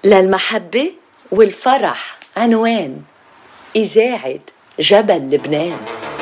للمحبة والفرح عنوان إذاعة جبل لبنان.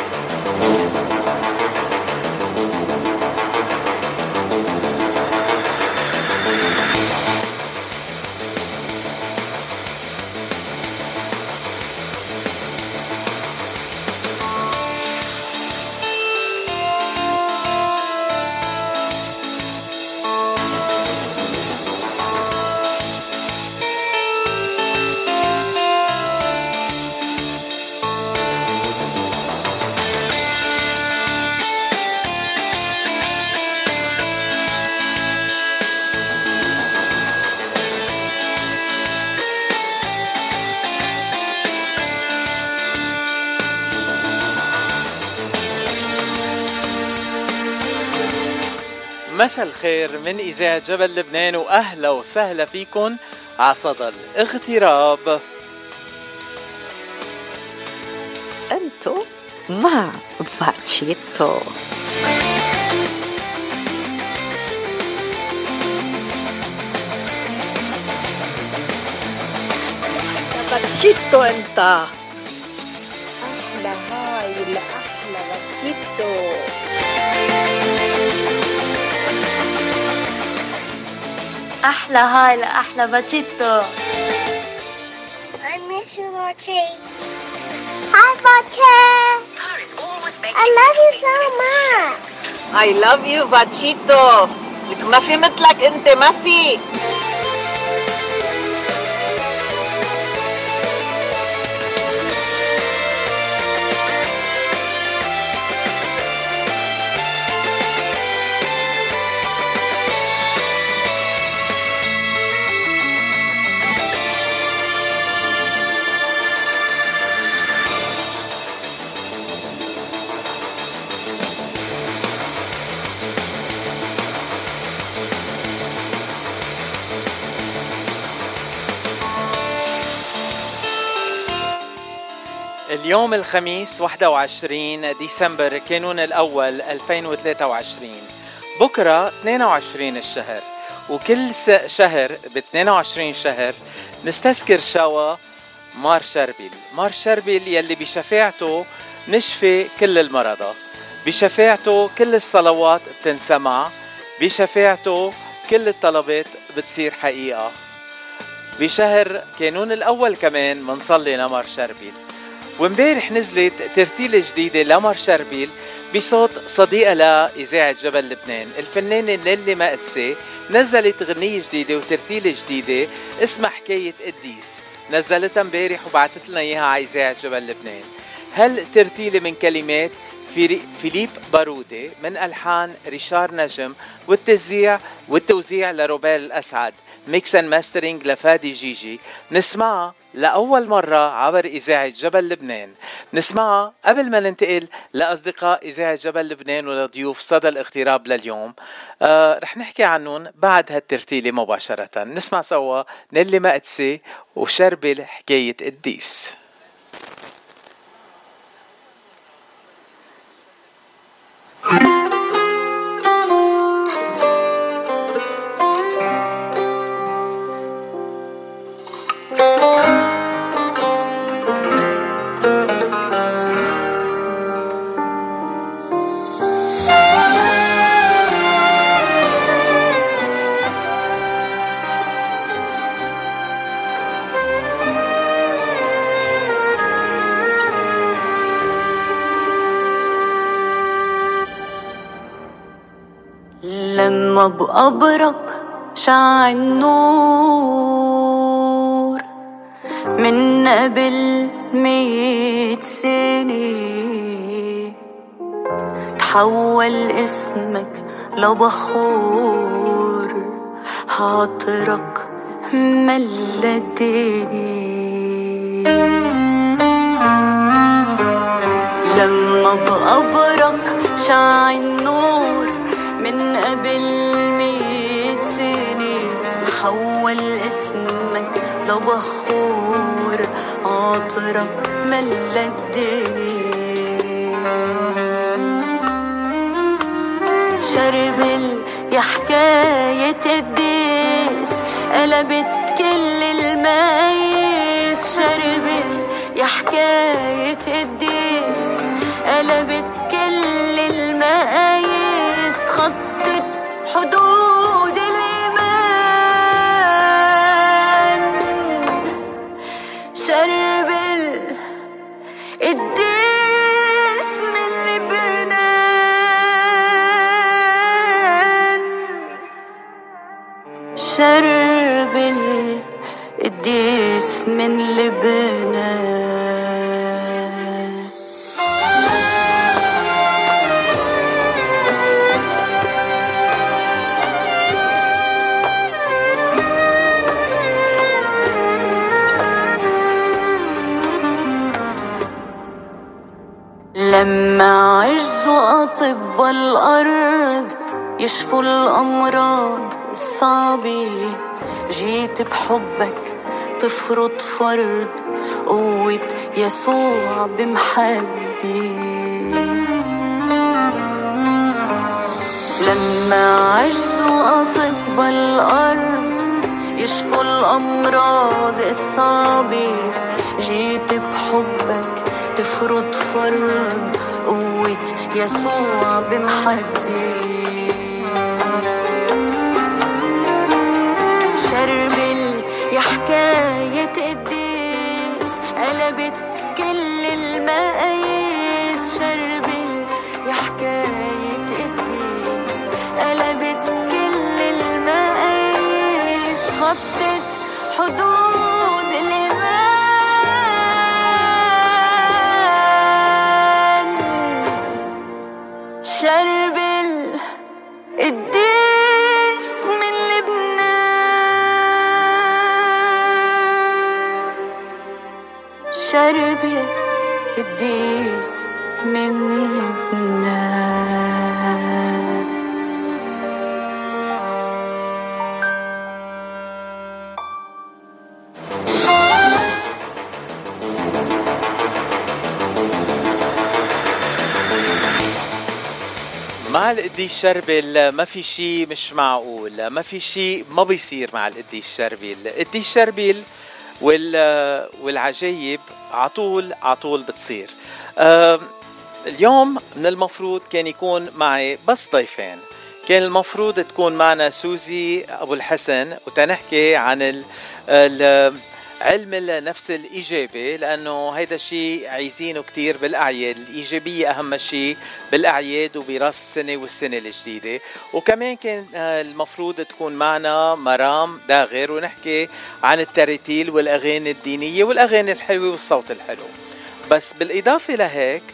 مساء الخير من إذاعة جبل لبنان، وأهلا وسهلا فيكن على صدى الاغتراب. أنتو مع باتشيتو. باتشيتو أنت أحلى هاي لأحلى باتشيتو. أحلى هاي لأحلى باتشيتو. I miss you, Bachi. Hi, Bachi. I love you so much. I love you, باتشيتو. لك ما في مثلك انت، ما في. اليوم الخميس 21 ديسمبر كانون الأول 2023. بكرة 22 الشهر، وكل شهر ب 22 شهر نستذكر شوا مار شربيل. مار شربيل يلي بشفاعته نشفي كل المرضى، بشفاعته كل الصلوات بتنسمع، بشفاعته كل الطلبات بتصير حقيقة. بشهر كانون الأول كمان منصلي لمار شربيل. ومبارح نزلت ترتيلة جديدة لمار شربيل بصوت صديقة لإذاعة جبل لبنان، الفنانة نيلي مقدسي. نزلت غنية جديدة وترتيلة جديدة اسمها حكاية قديس، نزلتها مبارح وبعتت لنا إياها على إذاعة جبل لبنان. هالترتيلة من كلمات فيليب بارودة، من ألحان ريشار نجم، والتوزيع لروبيل الأسعد، ميكس اند ماسترينج لفادي جيجي. نسمعها لأول مرة عبر إذاعة جبل لبنان. نسمعها قبل ما ننتقل لأصدقاء إذاعة جبل لبنان ولضيوف صدى الاغتراب لليوم. رح نحكي عنهم بعد هالترتيلة مباشرة. نسمع سوا نيلي مقدسي وشربل حكاية قديس. لما بقبرك شع النور من قبل 100 سنة، تحول اسمك لبخور، عطرك ملى الدنيا. لما بقبرك شع النور من قبل 100 سنة، حول اسمك لبخور، عطرك ملى الدنيا. شربل يا حكاية قديس، قلبت كل حكاية قديس قلبت كل المقاييس، خطت حدود الإيمان. شرب القديس من لبنان، شرب القديس من لبنان. لما عجزوا أطباء الأرض يشفوا الأمراض الصعبة، جيت بحبك تفرض فرض قوة يسوع بمحبة. لما عجزوا أطباء الأرض يشفوا الأمراض الصعبة، جيت بحبك تفرض فرض قوة يسوع بمحبة. شرب يا حكاية قديس قلبت كل المقاييس، شرب يا حكاية قديس قلبت كل المقاييس، خطت حدود الإيمان. شرب القديس من لبنان، شرب القديس من لبنان. مع القديس شربل ما في شيء مش معقول، ما في شيء ما بيصير مع القديس شربل. القديس شربل والعجايب عطول بتصير. اليوم من المفروض كان يكون معي بس ضيفين. كان المفروض تكون معنا سوزي أبو الحسن وتنحكي عن علم النفس الإيجابي، لأنه هيدا الشيء عايزينه كتير بالأعياد. الإيجابية أهم شيء بالأعياد وبراس السنة والسنة الجديدة. وكمان كان المفروض تكون معنا مرام داغر ونحكي عن الترتيل والأغاني الدينية والأغاني الحلوة والصوت الحلو. بس بالإضافة لهيك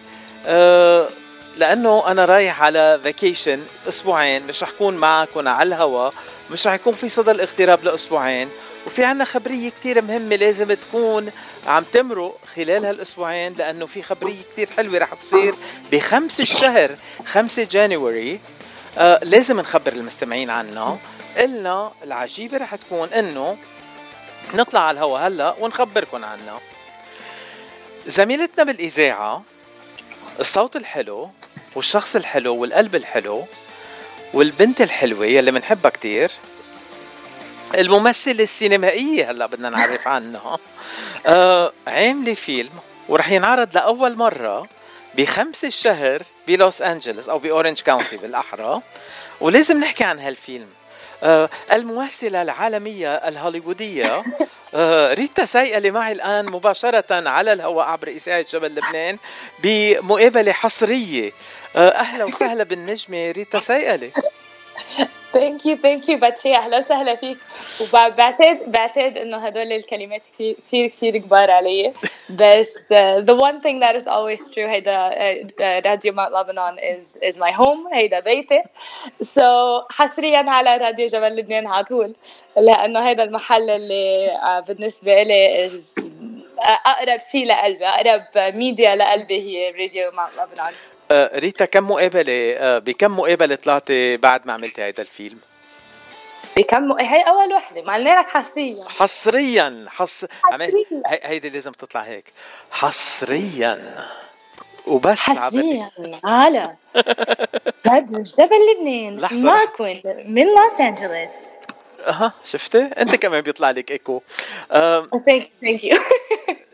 لأنه أنا رايح على فاكيشن أسبوعين، مش رح كون معكم على الهوا، مش رح يكون في صدى الاغتراب لأسبوعين، وفي عنا خبرية كتير مهمة لازم تكون عم تمرق خلال هالأسبوعين، لأنه في خبرية كتير حلوة رح تصير ب5 الشهر 5 جانيوري. لازم نخبر المستمعين عنها. قلنا العجيبة رح تكون إنه نطلع على الهوا هلأ ونخبركن عنها. زميلتنا بالإذاعة، الصوت الحلو والشخص الحلو والقلب الحلو والبنت الحلوة يلي منحبها كتير، الممثلة السينمائية هلأ بدنا نعرف عنها، عاملة فيلم ورح ينعرض لأول مرة ب5 الشهر بلوس أنجلس أو بأورنج كاونتي بالأحرى، ولازم نحكي عن هالفيلم. الممثلة العالمية الهوليوودية ريتا سيئلي معي الآن مباشرة على الهواء عبر إذاعة جبل لبنان بمقابلة حصرية. أهلا وسهلا بالنجمة ريتا سيئلي. ثانك يو باتشي، اهلا وسهلا فيك. وبعتقد انه هدول الكلمات كثير كبار علي، بس the one thing that is always true هيدا راديو ماونت لبنان is my home، هيدا بيتي. so حصريا على راديو جبل لبنان على طول، لانه هيدا المحل اللي بالنسبه لي is اقرب شيء لقلبي، اقرب ميديا لقلبي هي راديو ماونت لبنان. ريتا، بكم مقابلة طلعتي بعد ما عملتي هيدا الفيلم؟ هي أول وحدة ما قلنا لك حصريا. هيدي لازم تطلع هيك حصريا وبس. حصريا على راديو جبل لبنان معكم من لوس أنجلوس. شفتي؟ أنت كمان بيطلع لك إيكو. Thank you.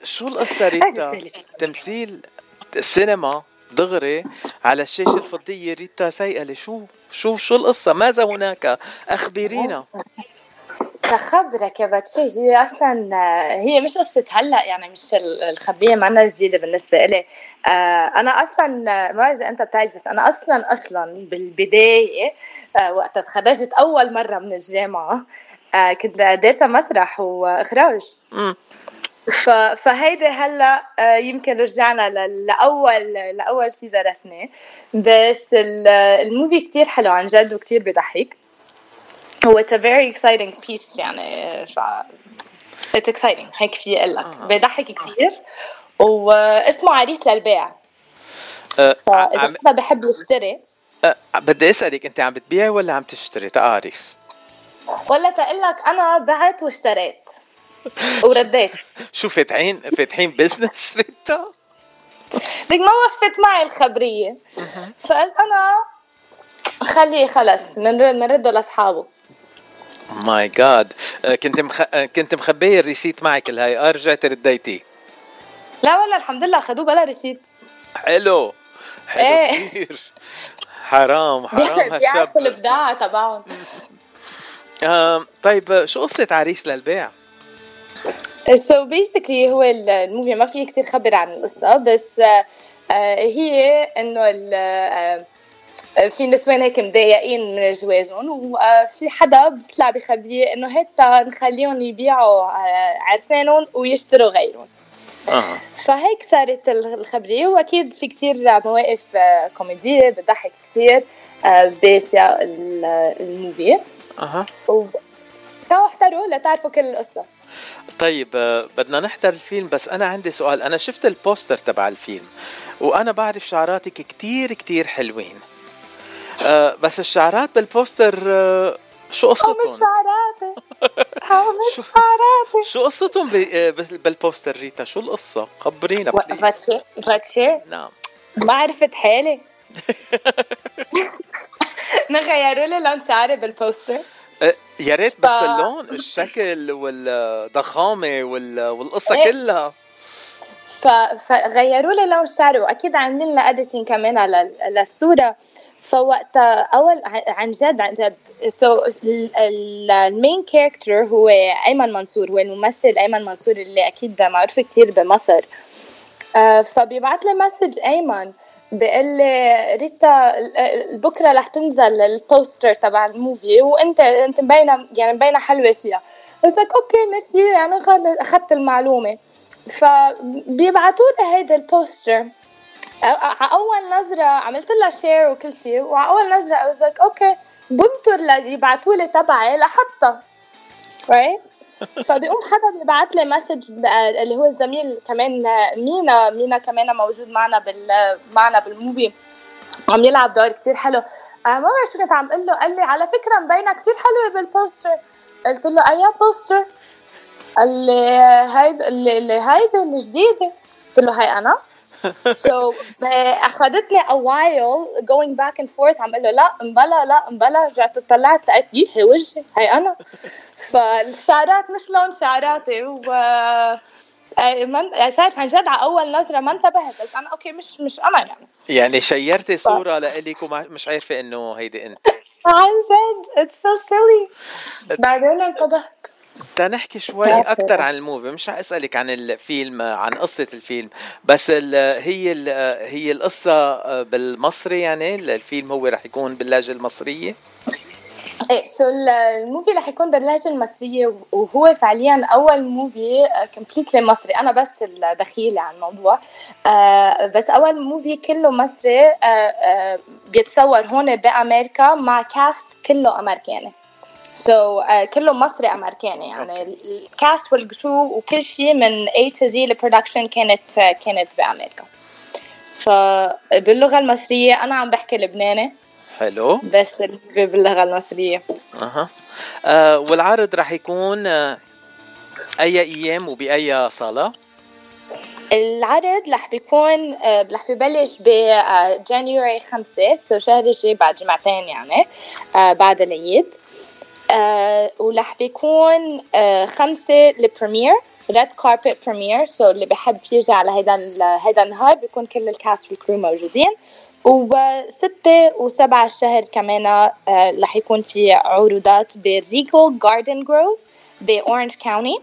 شو القصة ريتا؟ تمثيل السينما دغري على الشاشة الفضية. ريتا سيئلة، شو القصة؟ ماذا هناك؟ أخبرينا. خبرك يا باتشي، هي أصلا هي مش قصة هلأ يعني، مش الخبرية معنا جديدة بالنسبة إلي. أنا أصلا ما إذا أنت بتعرف، بس أنا أصلا بالبداية وقت تخرجت أول مرة من الجامعة كنت دارسة مسرح وإخراج. فهيدا هلا يمكن رجعنا لأول شيء درسناه. بس الموفي كتير حلو عن جد وكتير بيضحك. هو it's a very exciting piece يعني، it's exciting هيك في أقولك. بيضحك كتير واسمه عريس للبيع. فإذا حدا بحب يشتري. بدي أسألك، أنت عم بتبيعي ولا عم تشتري تعرف؟ ولا تقلك أنا بعت واشتريت ورديت. شو فاتحين بيزنس ريتا؟ لك ما وفت معي الخبرية، فقلت أنا خليه خلص منرده لأصحابه. ماي جاد. كنت مخبيه الريسيت معك الهاي، رجعت رديتي؟ لا والله الحمد لله خدوه بلا ريسيت. حلو كتير. حرام هالشاب بيعرفوا الإبداع تبعهم. طيب شو قصة عريس للبيع؟ So basically هو الموفي ما فيه كتير خبر عن القصة، بس هي إنه في نسوان هيك مضايقين من جوازهم، وفي حدا بيطلع بخبريه إنه هيك نخليهم يبيعوا عرسانهم ويشتروا غيرهم. فهيك صارت الخبرية. وأكيد في كتير مواقف كوميدية بتضحك كتير باسيا الموفي. تعالوا احضروا لتعرفوا كل القصة. طيب بدنا نحضر الفيلم، بس أنا عندي سؤال. أنا شفت البوستر تبع الفيلم وأنا بعرف شعراتك كتير كتير حلوين، بس الشعرات بالبوستر شو قصتهم؟ مش شعراتي. شو قصتهم بالبوستر ريتا؟ شو القصة؟ خبرينا بليز. باتشي نعم ما عرفت حالي. نغيروا لي لون شعري بالبوستر. يا ريت بس اللون، الشكل والضخامة والقصة كلها. فغيروا لي لون شعري، واكيد عاملين لنا اديتنج كمان على الصورة. فوقت اول عن جد المين كاركتر هو ايمن منصور، هو الممثل ايمن منصور اللي اكيد معروف كتير بمصر. فبيبعت لي مسج ايمن بيقول لي ريتا بكره رح تنزل البوستر تبع الموفي وانت مبينه حلوه فيها. قلت لك اوكي ميرسي، يعني اخذت المعلومه. فبيبعتوا لي هيدا البوستر. على اول نظره عملت لها شير وكل شيء، وعلى اول نظره قلت لك اوكي بنطر اللي يبعتوا لي تبعي لحطها right. فبيقوم حدا بيبعت لي مسج اللي هو الزميل كمان مينا كمان موجود معنا بالموفي، عم يلعب دور كتير حلو. ما بعرف شو كنت عم قل له، قال لي على فكره مبينه كتير حلوه بالبوستر. قلت له اي بوستر؟ قال لي هيدا الجديده. قلت له هاي انا. So أخذتني a while going back and forth، عم قله لا مبلا رجعت طلعت لقيت هي وجهي هاي أنا. فالشعرات مش لون شعراتي صارت عن جد على أول نظرة ما انتبهت، قلت أنا أوكي مش أنا يعني شيرتي صورة لإلك ومش عارفة إنه هيدي أنت. عن جد it's so silly. بعدين انتبهت. تنحكي شوي أكتر عن الموفي، مش هأسألك عن الفيلم عن قصة الفيلم، بس هي القصة بالمصري، يعني الفيلم هو رح يكون باللهجة المصرية. ايه الموفي رح يكون باللهجة المصرية، وهو فعليا أول موفي كمبليتلي مصري. أنا بس الدخيلة عن الموضوع، بس أول موفي كله مصري بيتصور هون بأمريكا مع كاست كله أمريكاني. كله مصري أمريكاني يعني الكاست والكرو وكل شيء من A to Z البرودكشن كانت بأمريكا. فباللغة المصرية أنا عم بحكي لبناني حلو، بس باللغة المصرية. والعرض رح يكون أي أيام وبأي صالة؟ العرض رح ببلش بجانيوري 5، شهر الجاي بعد جمعتين يعني بعد العيد. ورح بيكون 5 البريمير red carpet premiere. So اللي بحب يجي على هيدا النهار بيكون كل الكاست والكرو موجودين. و6 و7 الشهر كمان رح يكون في عروضات بريجل جاردن جروف بأورنج كاونتي،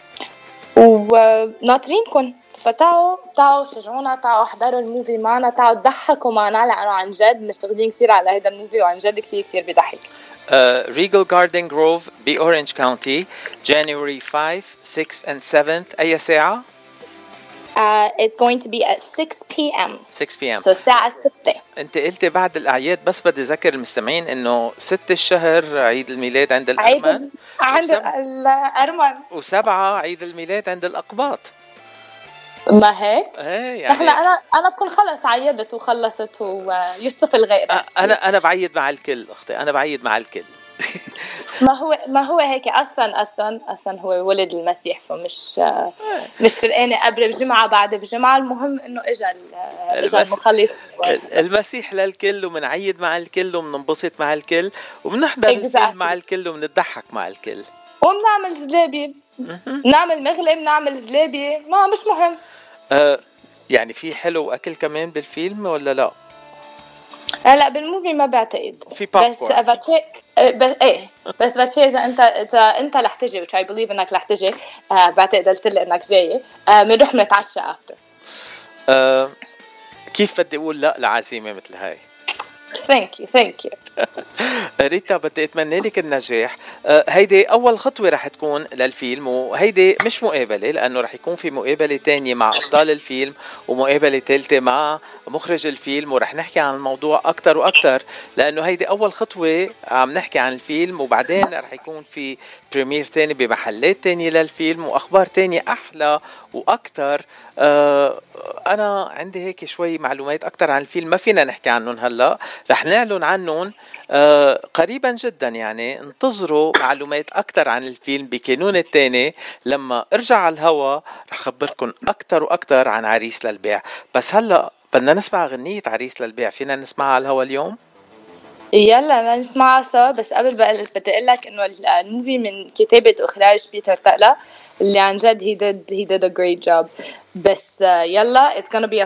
وناطرينكم. فتعوا شجعونا، تعوا احضروا الموفي معنا، تعوا تضحكوا معنا، لأنه عن جد مشتغلين كثير على هذا الموفي وعن جد كثير بيضحك. Regal Garden Grove بأورنج كاونتي January 5, 6 and 7th. أي ساعة؟ It's going to be at 6 p.m. 6 p.m. So الساعة 6. أنت قلتي بعد الأعياد، بس بدي أذكر المستمعين إنه 6 الشهر عيد الميلاد عند الأرمن، عند الأرمن، و7 عيد الميلاد عند الأقباط. ما هيك؟ ايه يعني أنا بكون خلص عيدت وخلصت ويوسف الغير. أنا بعيد مع الكل أختي، أنا بعيد مع الكل. ما هو هيك أصلاً هو ولد المسيح، فمش مش فرقانة قبل بجمعة بعد بجمعة، المهم إنه إجا المخلص. المسيح للكل، ومنعيد مع الكل ومننبسط مع الكل ومنحضر الفيلم مع الكل ومنضحك مع الكل ومنعمل جلابي، نعمل مغلب، نعمل جلابي، ما مش مهم. يعني في حلو أكل كمان بالفيلم ولا لا؟ لا بالموفي ما بعتقد في بابكورن. بس باتشي إذا أنت رح تجي which I believe إنك رح تجي، بعتقد قلت لي إنك جاي، بنروح نتعشى after. كيف بدي أقول لا لعزيمة مثل هاي؟ Thank you. ريتا بدي أتمنى لك النجاح. هيدي أول خطوة رح تكون للفيلم، وهيدي مش مقابلة، لأنه رح يكون في مقابلة تانية مع أبطال الفيلم ومقابلة ثالثة مع مخرج الفيلم، ورح نحكي عن الموضوع أكتر وأكتر، لأنه هيدي أول خطوة عم نحكي عن الفيلم، وبعدين رح يكون في بريمير تاني بمحلات تانية للفيلم وأخبار تانية أحلى وأكتر. أنا عندي هيك شوي معلومات أكتر عن الفيلم ما فينا نحكي عنهم هلأ، رح نعلن عنهم قريبا جدا. يعني انتظروا معلومات أكتر عن الفيلم بكانون التاني. لما ارجع على الهوا رح خبركم أكتر وأكتر عن عريس للبيع. بس هلأ بدنا نسمع غنية عريس للبيع، فينا نسمعها على الهوا اليوم؟ يلا نسمعها سوا. بس قبل بدي أقول لك إنه الموفي من كتابة وإخراج بيتر تقلا، اللي عن جد he did a great job. بس يلا it's gonna be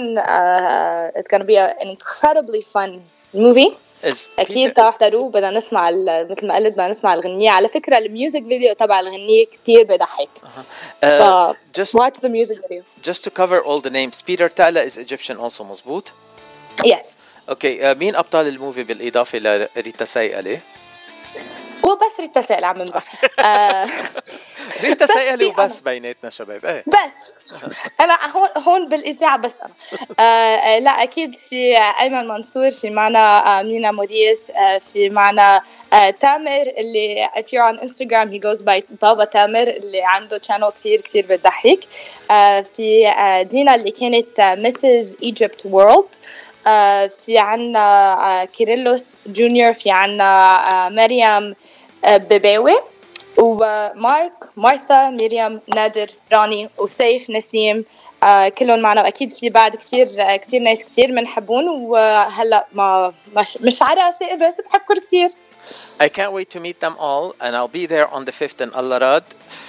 an incredibly fun movie. أكيد تحضروا. بدنا نسمع مثل ما قلت بدنا نسمع الغنية. على فكرة الميوزك فيديو تبع الغنية كتير بضحك. Watch the music video. Just to cover all the names, Peter Tala is Egyptian also, مزبوط؟ Yes. Okay. مين أبطال الموفي بالإضافة لريتا سايقلي؟ وبس ريتا سائل عم نمزح. ريتا سائلي وبس بيناتنا شباب. ايه بس انا هون بالاذاعه. بس انا لا اكيد في ايمن منصور، في معنا مينا موريس، في معنا تامر اللي if you're on Instagram he goes by بابا تامر، اللي عنده channel كتير بتضحك. في دينا اللي كانت مسز ايجيبت وورلد. في عنا كيرلس جونيور، في عنا مريم بباوي، ومارك، مارثا، مريم، نادر، راني، وسيف، نسيم، كلهم معنا. وأكيد في بعد كتير ناس كتير منحبون، وهلأ مش عراسي بس بحبكم كتير. I can't wait to meet them all, and I'll be there on the 5th in Al Arad.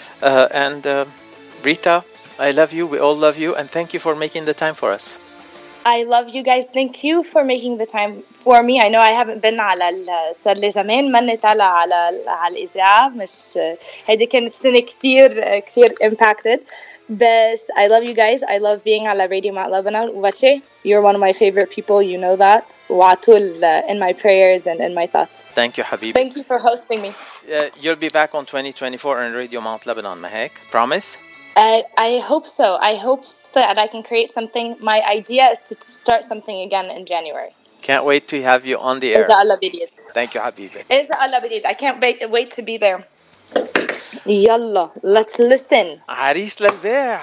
Rita, I love you, we all love you, and thank you for making the time for us. I love you guys. Thank you for making the time for me. I know I haven't been على صار لي زمان مني طالع على الإذاعة. مش هيدي كانت سنة كتير impacted. But I love you guys. I love being على Radio Mount Lebanon. وباتشي, you're one of my favorite people. You know that. وعطول in my prayers and in my thoughts. Thank you, Habib. Thank you for hosting me. You'll be back on 2024 on Radio Mount Lebanon, Mahek. Promise? I hope so. I hope that I can create something. My idea is to start something again in January. Can't wait to have you on the air. Thank you, Habibi. I can't wait to be there. يلا, let's listen. عريس للبيع.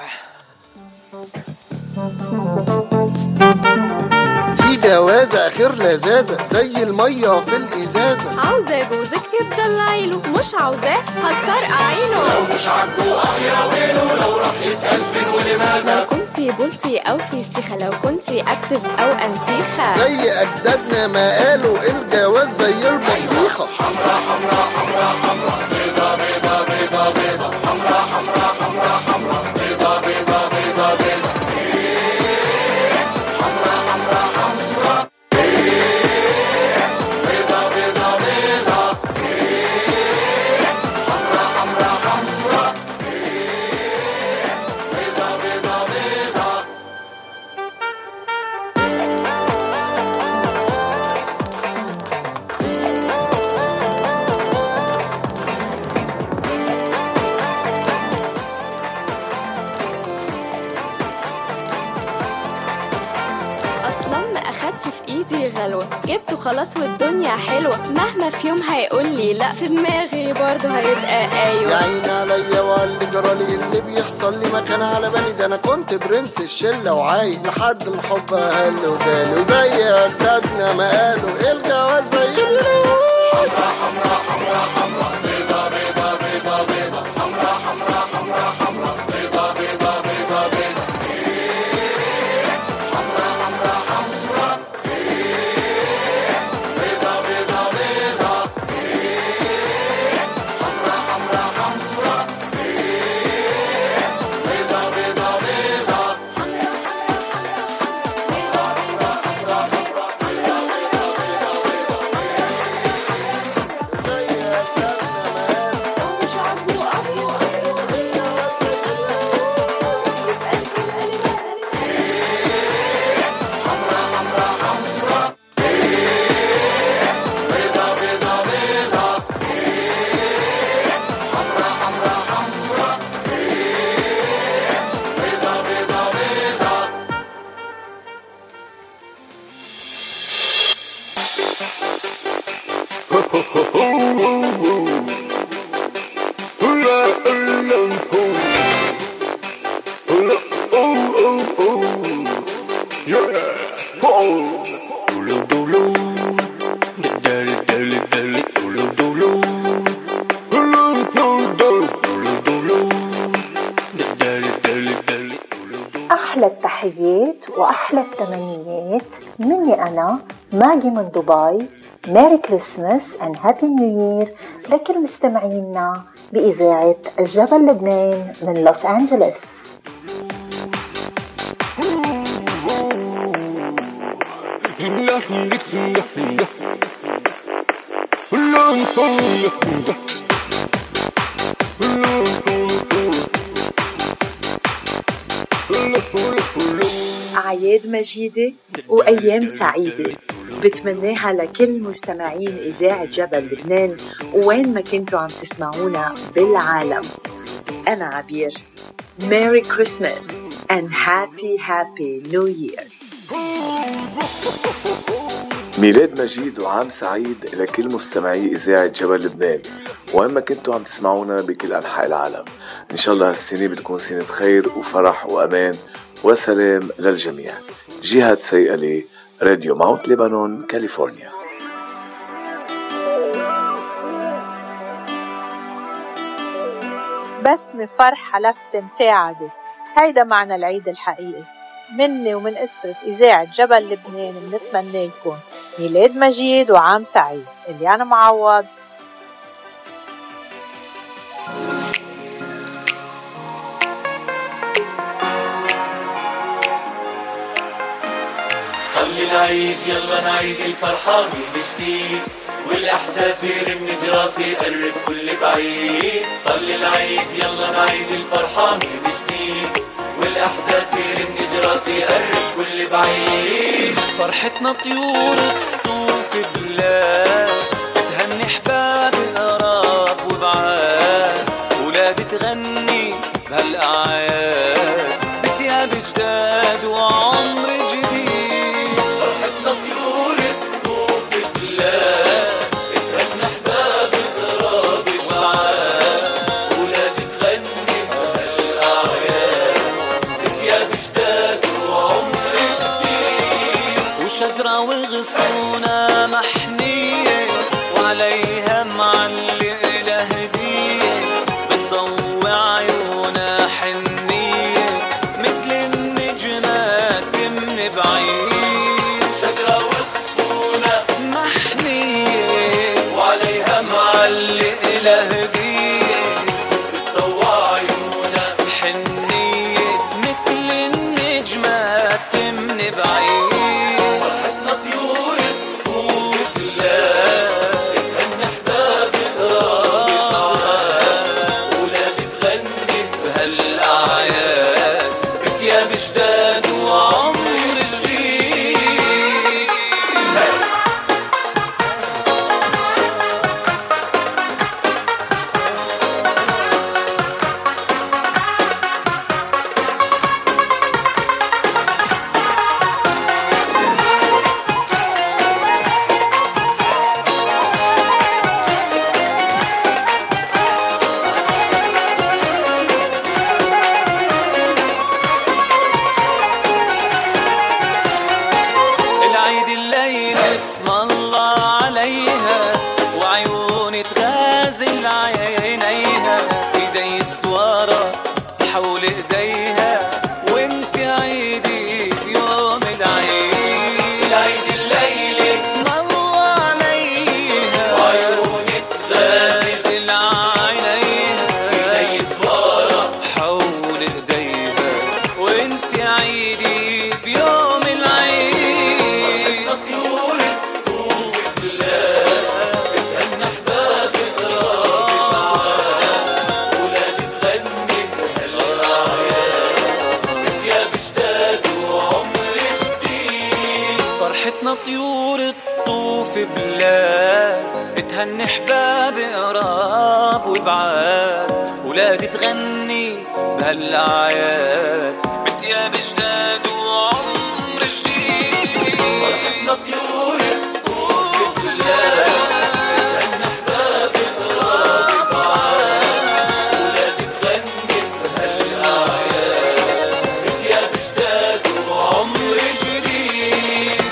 في جوازة آخر لذاذة زي المية في الإزازة. عاوزة جوزك تدلعيله، مش عاوزاه هتطرقعيله. لو مش عاجبه يا ويله، لو راح يسأل فين ولماذا. لو كنتي بولتي أو كيسيخة، لو كنتي أكتف أو أنتيخة، زي أجدادنا ما قالوا الجواز زي البطيخة. حمرا حمرا حمرا حمرا، بيضة بيضة بيضة بيضة، حمرا حمرا حمرا حمرا. عادش في ايدي غلوة، جبته خلاص والدنيا حلوة، مهما في يوم هيقولي لا في دماغي برضه هيبقى ايوه. يا عيني عليا وعلي جرالي اللي بيحصل لي ما كان على بالي، ده انا كنت برنس الشلة وعايش لحد ما حب اهل وتاني، وزي اجدادنا ما قالوا الجواز زي حمرا حمرا حمرا حمرا بيضا بيضا بيضا بيضا حمرا حمرا حمرا حمرا بيضا بيضا بيضا بيضا حمرا حمرا حمرا بيضا بيضا بيضا حمرا حمرا حمرا بيضا بيضا بيضا أحلى التحيات وأحلى التمنيات مني أنا ماجي من دبي. ميري كريسمس and هابي نيو يير لكل مستمعينا بإذاعة جبل لبنان من لوس أنجلوس. أعياد مجيدة وأيام سعيدة بتمناها لكل مستمعين إذاعة جبل لبنان وين ما كنتوا عم تسمعونا بالعالم. أنا عبير. Merry Christmas and Happy New Year. ميلاد مجيد وعام سعيد لكل مستمعي إذاعة جبل لبنان وين ما كنتوا عم تسمعونا بكل أنحاء العالم. إن شاء الله هالسنة بتكون سنة خير وفرح وأمان وسلام للجميع. جهاد سيئلي، راديو ماونت ليبانون، كاليفورنيا. بسمة فرحة لفتة مساعدة، هيدا معنى العيد الحقيقي. مني ومن أسرة إذاعة جبل لبنان بنتمنى لكم ميلاد مجيد وعام سعيد. اللي أنا معوض. خلي العيد يلا نعيد الفرحة من جديد، والإحساس يرن جراسي قرب كل بعيد. خلي العيد يلا نعيد الفرحة من جديد، والإحساس يرن جراسي قرب كل بعيد. فرحتنا طيور تطوف في بلاد، تهني حباب القراب وبعاد، ولاد تغني بهالأعياد بتياب جداد وعمر جديد. فرحتنا طيور تطوف في بلاد، تهني حباب القراب وبعاد، ولاد تغني بهالأعياد بتياب جداد وعمر جديد. وشجرة وغصونة محنية وعليها معلق لهدية، بتضوي عيونها حنية مثل النجمات من بعيد. شجرة وغصونة محنية وعليها معلق لهدية، بتضوي عيونها حنية مثل النجمات من بعيد. فرحتنا طيور ايديها وانت عيدي يوم العيد. العيد الليلة اسم الله عليها وعيونك غازل عينيها ايدي صوارة حول ايديها وانت عيدي بيوم العيد. فرحتنا طيورك طوفت بالله بتهنى احبابك قرابك معانا ولاد تغني بهالأعياد بثياب جداد وعمر جديد. فرحتنا طيور تطوف بلاد بتهني احباب قراب وبعاد ولاد تغني بهالأعياد بثياب جداد وعمر جديد. فرحتنا طيور تطوف بلاد بتهني احباب قراب وبعاد ولاد تغني بهالأعياد بثياب جداد وعمر جديد.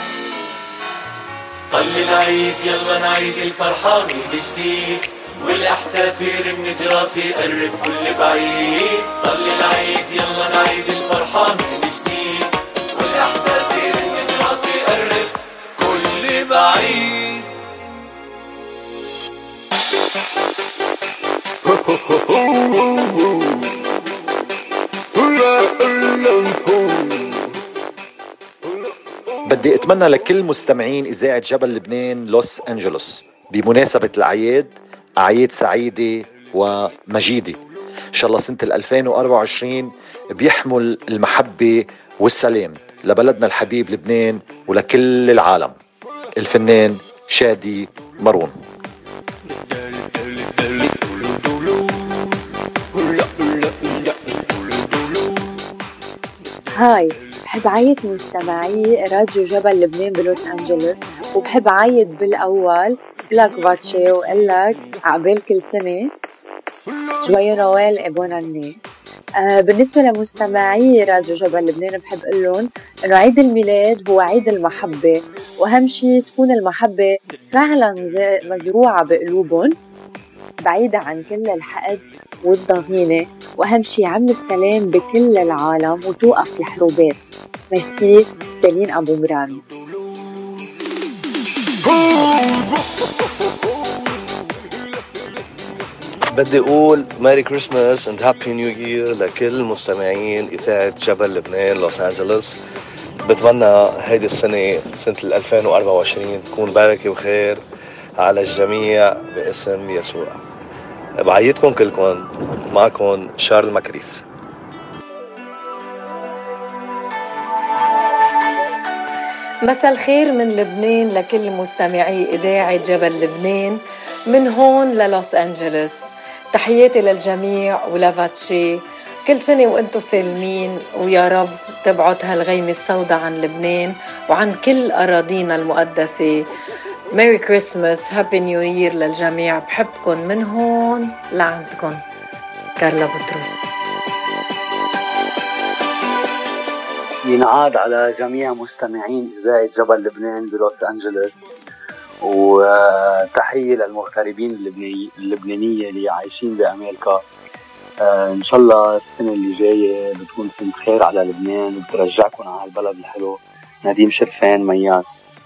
طل العيد يلا نعيد الفرحة من جديد والإحساس يرن جراسي قرب كل بعيد. طل العيد يلا نعيد الفرحة من جديد والإحساس يرن جراسي قرب كل بعيد. بدي اتمنى لكل مستمعين إذاعة جبل لبنان لوس أنجلوس بمناسبة الأعياد أعياد سعيدة ومجيدة. إن شاء الله سنة 2024 بيحمل المحبة والسلام لبلدنا الحبيب لبنان ولكل العالم. الفنان شادي مارون. هاي، بحب عايد مستمعي راديو جبل لبنان بلوس أنجلوس، وبحب عايد بالأول لك باتشي وقلك عقبال كل سنة جويو نويل إبون عني. بالنسبة لمستمعي راديو جبل لبنان بحب قلن إنه عيد الميلاد هو عيد المحبة، وأهم شي تكون المحبة فعلا مزروعة بقلوبهم بعيدة عن كل الحقد والضغينة، وأهم شي عم السلام بكل العالم وتوقف الحروبات. ميرسي سيلين أبو مرامي. بدي أقول ميري كريسماس اند هابي نيو يير لكل مستمعين إذاعة جبل لبنان لوس أنجلوس. بتمنى هيدي السنة سنة 2024 تكون بركة وخير على الجميع باسم يسوع. بعيدكم كلكم، معكم شارل ماكريس. مساء الخير من لبنان لكل مستمعي إذاعة جبل لبنان من هون للوس أنجلوس. تحياتي للجميع ولفاتشي، كل سنة وانتو سالمين، ويا رب تبعد هالغيمة السوداء عن لبنان وعن كل أراضينا المقدسة. ميري كريسماس، هابي نيو يير للجميع. بحبكن من هون لعندكن. كارلا بطرس. ينعاد على جميع مستمعين إذاعة جبل لبنان بلوس أنجلوس، وتحية للمغتربين اللبنانية اللي عايشين بأمريكا. إن شاء الله السنة اللي جاية بتكون سنة خير على لبنان وبترجعكم على البلد الحلو. نديم شرفان، مياس.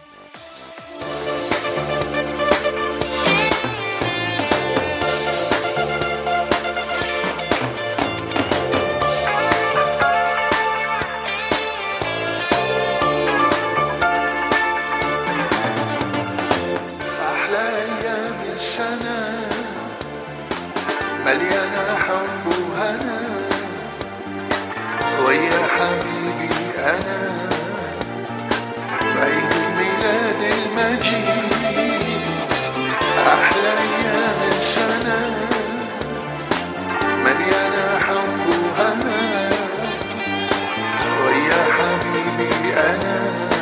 مليانة حب وهنا ويا حبيبي أنا بعيد الميلاد المجيد. أحلى أيام السنة مليانة حب وهنا ويا حبيبي أنا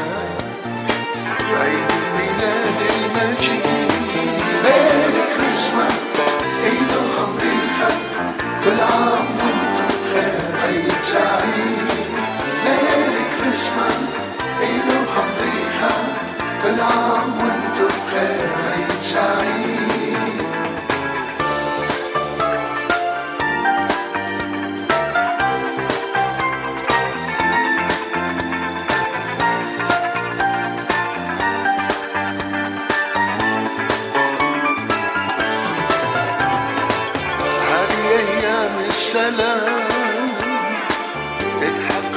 بعيد الميلاد المجيد. ميري كريسماس، عيد الخمريخة، كل عام وانتم بخير، عيد سعيد. ميري كريسماس.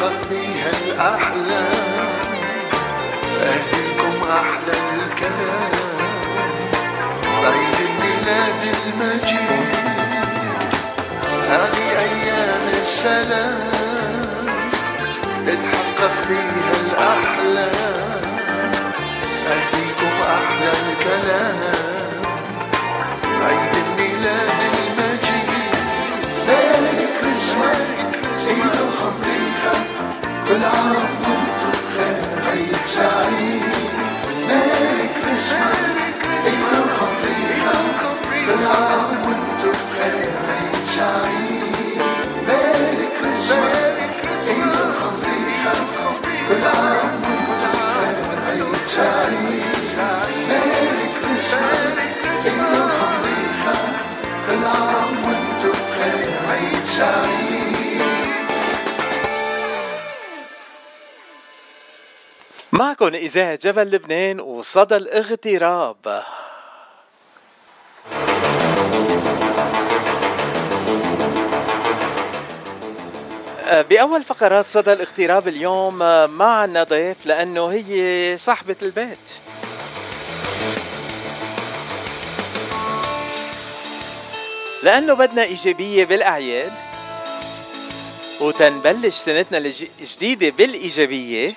تتحقق بيها الأحلام. أهديكم أحلى الكلام بعيد الميلاد المجيد، هذه أيام السلام تتحقق بيها الأحلام. أهديكم أحلى الكلام عيد الميلاد المجيد. ميري كريسماس عيد الخمريخة، كل عام وانتم بخير عيد سعيد. ميري كريسماس عيد الخمريخة، كل عام وانتم بخير عيد سعيد. ميري كريسماس عيد الخمريخة، كل عام وانتم بخير عيد سعيد. ميري كريسماس عيد الخمريخة، كل عام وانتم بخير عيد سعيد. معكم إذاعة جبل لبنان وصدى الاغتراب. بأول فقرات صدى الاغتراب اليوم ما عنا ضيف لأنه هي صاحبة البيت. لأنه بدنا إيجابية بالأعياد وتنبلش سنتنا الجديدة بالإيجابية،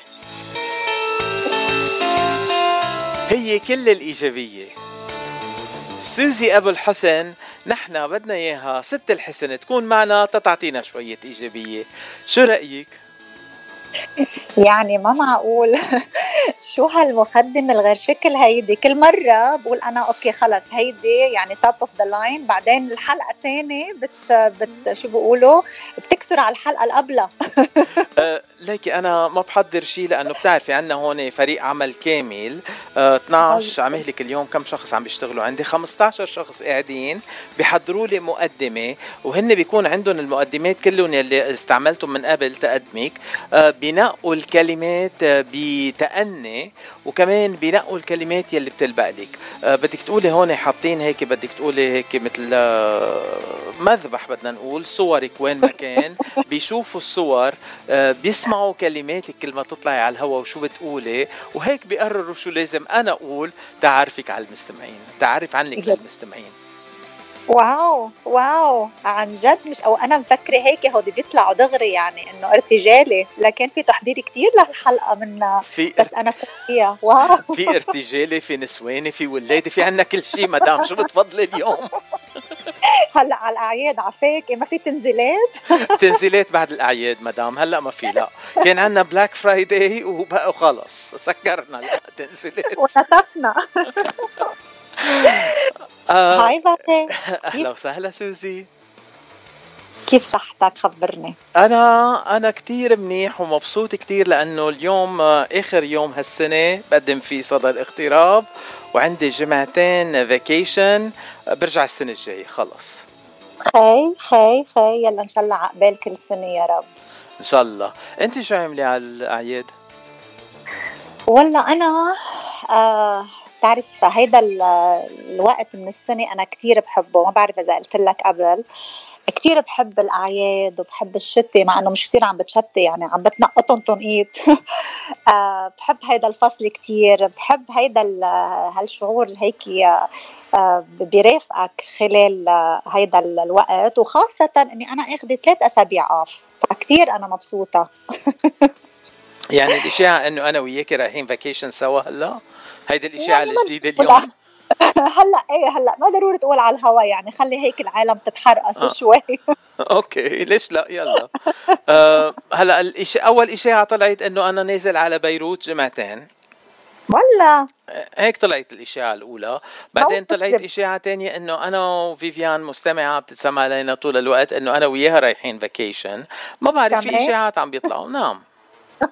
هي كل الإيجابية. سوزي أبو الحسن نحنا بدنا إياها ست الحسن تكون معنا تتعطينا شوية إيجابية. شو رأيك؟ يعني ما معقول شو هالمقدمة الغير شكل هيدي. كل مرة بقول أنا أوكي خلص هيدي يعني top of the line، بعدين الحلقة الثانية شو بقولوا بتكسر على الحلقة القبلة. ليكي أنا ما بحضر شيء لأنه بتعرفي عنا هون فريق عمل كامل 12 عمهلك اليوم كم شخص عم بيشتغلوا عندي 15 شخص قاعدين بيحضروا لي مقدمة، وهن بيكون عندهم المقدمات كلهم يلي استعملتهم من قبل تقدمك، بينقوا الكلمات بتأني وكمان بينقوا الكلمات يلي بتلبق لك. بدك تقولي هون حاطين هيك، بدك تقولي هيك مثل مذبح بدنا نقول صورك وين ما كان بيشوفوا الصور، بيسمعوا كلماتك كل ما تطلعي على الهواء وشو بتقولي، وهيك بيقرروا شو لازم أنا أقول تعرفك على المستمعين، تعرف عنك للمستمعين. واو واو عن جد، مش او انا مفكره هيك هودي بيطلعوا دغري يعني انه ارتجالي، لكن في تحضير كتير للحلقه منا بس انا فيها. واو في ارتجالي، في نسواني، في ولادي، في عنا كل شيء. مدام شو بتفضلي اليوم؟ هلا على الاعياد عفاك ما في تنزيلات؟ تنزيلات بعد الاعياد مدام، هلا ما في. لا كان عنا بلاك فرايداي وبقى خلص سكرنا التنزيلات ونطفنا. هاي باتي، اهلا وسهلا سوزي، كيف صحتك؟ خبرني. انا كتير منيح ومبسوط كتير لانه اليوم اخر يوم هالسنه بقدم فيه صدى الاغتراب، وعندي جمعتين فاكيشن، برجع السنه الجايه خلص. خي يلا ان شاء الله عقبال كل سنه يا رب ان شاء الله. انت شو عملي على الاعياد؟ والله انا تعرف هيدا الوقت من السنة أنا كتير بحبه، ما بعرف إذا قلت لك قبل، كتير بحب الأعياد وبحب الشتي، مع أنه مش كتير عم بتشتي يعني عم بتنقطن تنقيط. بحب هيدا الفصل كتير، بحب هيدا هالشعور هيك بيرافقك خلال هيدا الوقت، وخاصة أني أنا أخذ 3 أسابيع آف، فكتير أنا مبسوطة. يعني الإشاعة أنه أنا وياكي رايحين فاكيشن سوا هلا، هيدا الإشاعة الجديدة اليوم. هلا ما ضروري تقول على الهوا يعني، خلي هيك العالم تتحرقص شوي. اوكي ليش لا، يلا. هلا اول إشاعة طلعت انه انا نازل على بيروت جمعتين، والله هيك طلعت الإشاعة الأولى. بعدين طلعت إشاعة تانية إنه أنا وفيفيان مستمعة بتتسمع علينا طول الوقت إنه أنا وياها رايحين فاكيشن. ما بعرف، في إشاعات عم بيطلعوا. نعم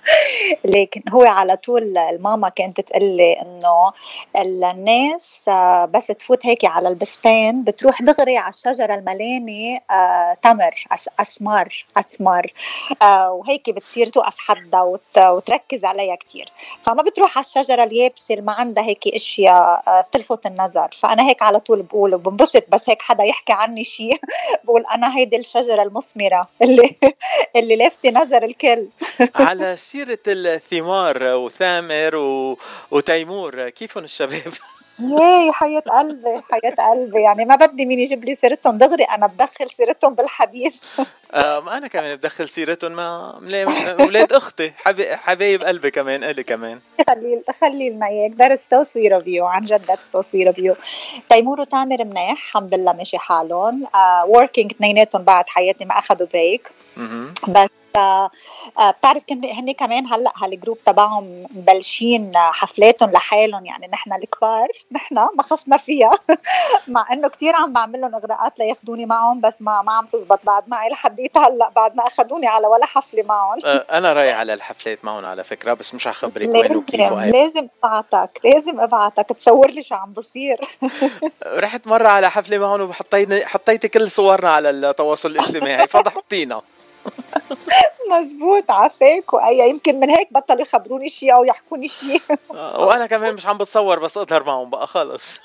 لكن هو على طول الماما كانت تقلي انه الناس بس تفوت هيك على البستان بتروح دغري على الشجرة الملانة تمر أثمار وهيك بتصير توقف حدها وتركز عليها كتير، فما بتروح على الشجرة اليابسة اللي ما عندها هيك اشياء تلفت النظر. فأنا هيك على طول بقول وبنبسط بس هيك حدا يحكي عني شيء بقول أنا هيدي الشجرة المثمرة اللي لافت نظر الكل. على سيرة الثمار وثامر وتيمور، كيفهم الشباب؟ ياي حياة قلبي يعني ما بدي مين يجيب لي سيرتهم دغري، أنا بدخل سيرتهم بالحديث. أنا كمان بدخل سيرتهم مع أولاد أختي حبايب قلبي كمان إلي كمان. خلي لنا إياك. That is so sweet of you. عن جد that's so sweet of you. تيمور وتامر منيح الحمد لله ماشي حالهم. working اثنيناتهم بعد حياتي ما أخذوا بريك. بس بتعرف هن كمان هلا هالجروب تبعهم مبلشين حفلاتهم لحالهم، يعني نحن الكبار نحن ما خصنا فيها مع انه كتير عم بعمل لهم اغراءات لياخذوني معهم بس ما عم تزبط بعد معي لحديت هلا بعد ما اخذوني على ولا حفله معهم. انا رايح على الحفلات معهم على فكره، بس مش هخبرك وين وكيف وهي. لازم ابعتك تصور لي شو عم بصير. رحت مره على حفله معهم وحطيت كل صورنا على التواصل الاجتماعي فضحتينا. مزبوط عافاك وأي يمكن من هيك بطلوا يخبروني شيء أو يحكوني شيء. وأنا كمان مش عم بتصور بس أظهر معهم بقى خلص.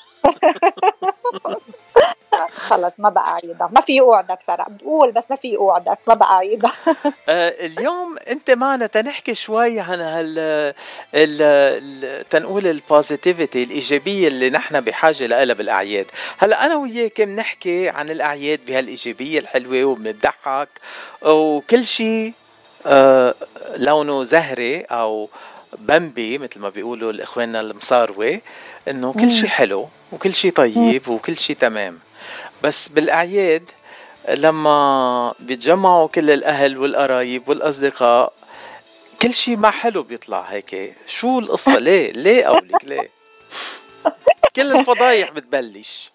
خلص ما بقى عيدة، ما في أوعدك سارة بقول بس ما في أوعدك ما بقى عيدة. اليوم أنت معنا تنحكي شوي عن تنقول البوزيتيفيتي الإيجابية اللي نحن بحاجة لها بالأعياد. هلأ أنا وياك بنحكي عن الأعياد بهالإيجابية الحلوة وبنضحك وكل شيء لونه زهري أو بمبي مثل ما بيقولوا الإخواننا المصاروة، إنه كل شيء حلو وكل شيء طيب وكل شيء تمام. بس بالأعياد لما بيتجمعوا كل الأهل والقرايب والأصدقاء كل شيء ما حلو بيطلع هيك. شو القصة؟ ليه أقولك ليه؟ كل الفضايح بتبلش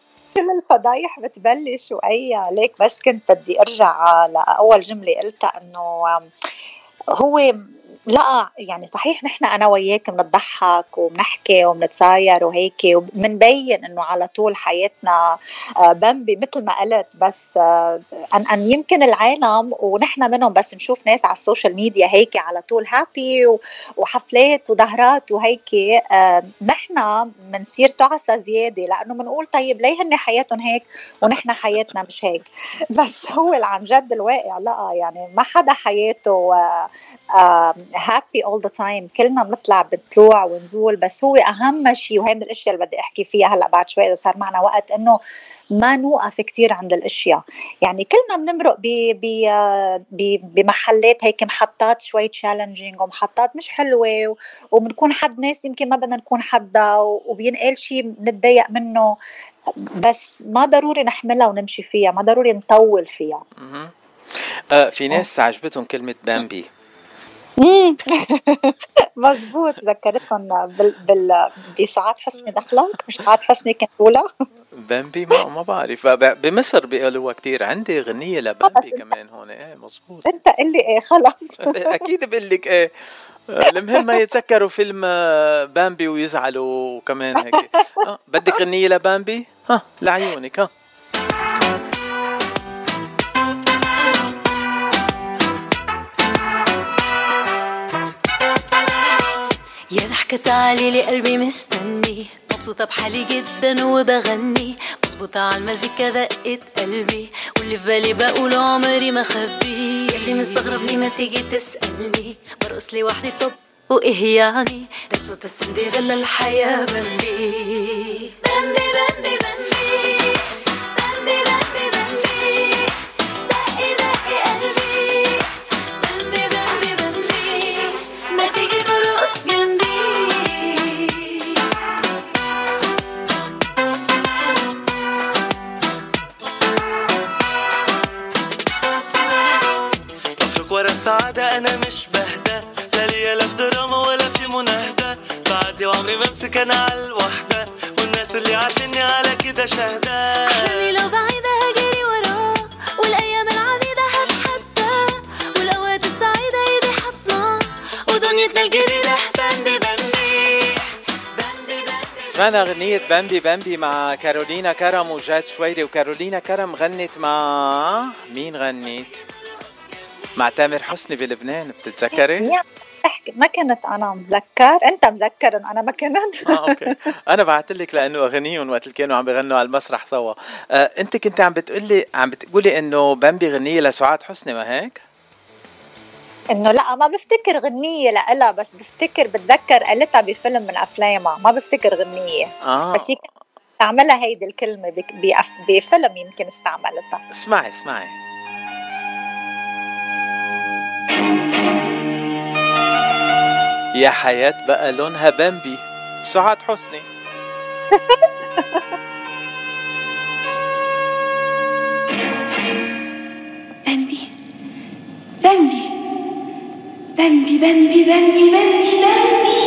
وأي ليك. بس كنت بدي أرجع لأول جملة قلتها إنه هو لا يعني صحيح نحن أنا وياك بنضحك وبنحكي وبنتصاير وهيك وبنبين إنه على طول حياتنا بمبي مثل ما قلت، بس أن يمكن العالم ونحن منهم بس نشوف ناس على السوشيال ميديا هيك على طول هابي وحفلات وظهرات وهيك، نحن منصير تعسى زيادة لأنه منقول طيب ليه هن حياتهم هيك ونحن حياتنا مش هيك. بس هو عن جد الواقع لا يعني ما حدا حياته happy all the time، كلنا بنطلع بطلوع ونزول، بس هو أهم شيء وهي من الأشياء اللي بدي أحكي فيها هلأ بعد شوي إذا صار معنا وقت إنه ما نوقف كتير عند الأشياء. يعني كلنا بنمرق بمحلات هيك محطات شوي challenging ومحطات مش حلوة وبنكون حد ناس يمكن ما بدنا نكون حدا وبينقل شيء بنتضايق منه، بس ما ضروري نحملها ونمشي فيها، ما ضروري نطول فيها. في ناس عجبتهم كلمة بامبي. مزبوط ذكرتهم بسعاد حسني دخلك مش سعاد حسني كانت أولى بامبي ما بعرف بمصر بيقولوها كتير. عندي غنية لبامبي كمان هون. مزبوط. انت قلي ايه خلاص. اكيد بقلك ايه. المهم ما يتذكروا فيلم بامبي ويزعلوا كمان هيك. بدك غنية لبامبي؟ لعيونك. يا ضحكة علي لي قلبي مستني، مبسوطة بحالي جدا وبغني، مظبوطة على المزيكا دقت قلبي، واللي في بالي بقوله عمري ما خبيه. اللي مستغربني ما تيجي تسألني، برقص لي وحدي طب وإيه يعني، ده بصوت السندريلا الحياة بمبي بمبي بمبي بمبي بمبي بمبي بمبي دقي دقي قلبي بمبي بمبي بمبي ما تيجي ترقص جنبي. بفرق ورا السعادة أنا مش بهدى، لا ليا لا في دراما ولا في مناهدة، بعدي وعمري بمسك أنا على الوحدة، والناس اللي عارفيني على كده شهدة. أحلامي لو بعيدة هجري وراه، والأيام العديدة هتحدى، والأوقات السعيدة إيدي حضنة، ودنيا غنيتنا الجميلة بامبي بامبي. سمعنا غنية بامبي بامبي مع كارولينا كرم وجاد شويري. وكارولينا كرم غنت مع مين؟ غنت مع تامر حسني بلبنان، بتتذكري؟ ما كنت أنا متذكر، أنت مذكر أنا ما كنت. أوكي. أنا بعتلك لأنه أغنيهم وقت اللي كانوا عم بيغنوا على المسرح سوا. أنت كنت عم بتقولي إنه بامبي غنية لسعاد حسني، ما هيك؟ إنه لا ما بفتكر غنية لإلها، بس بتذكر قالتها بفيلم من أفلامها، ما بفتكر غنية. بس هي استعملها هيدي الكلمة بفيلم يمكن استعملتها. اسمعي يا حياة بقى لونها بامبي سعاد حسني. بامبي بامبي بامبي بامبي بامبي بامبي.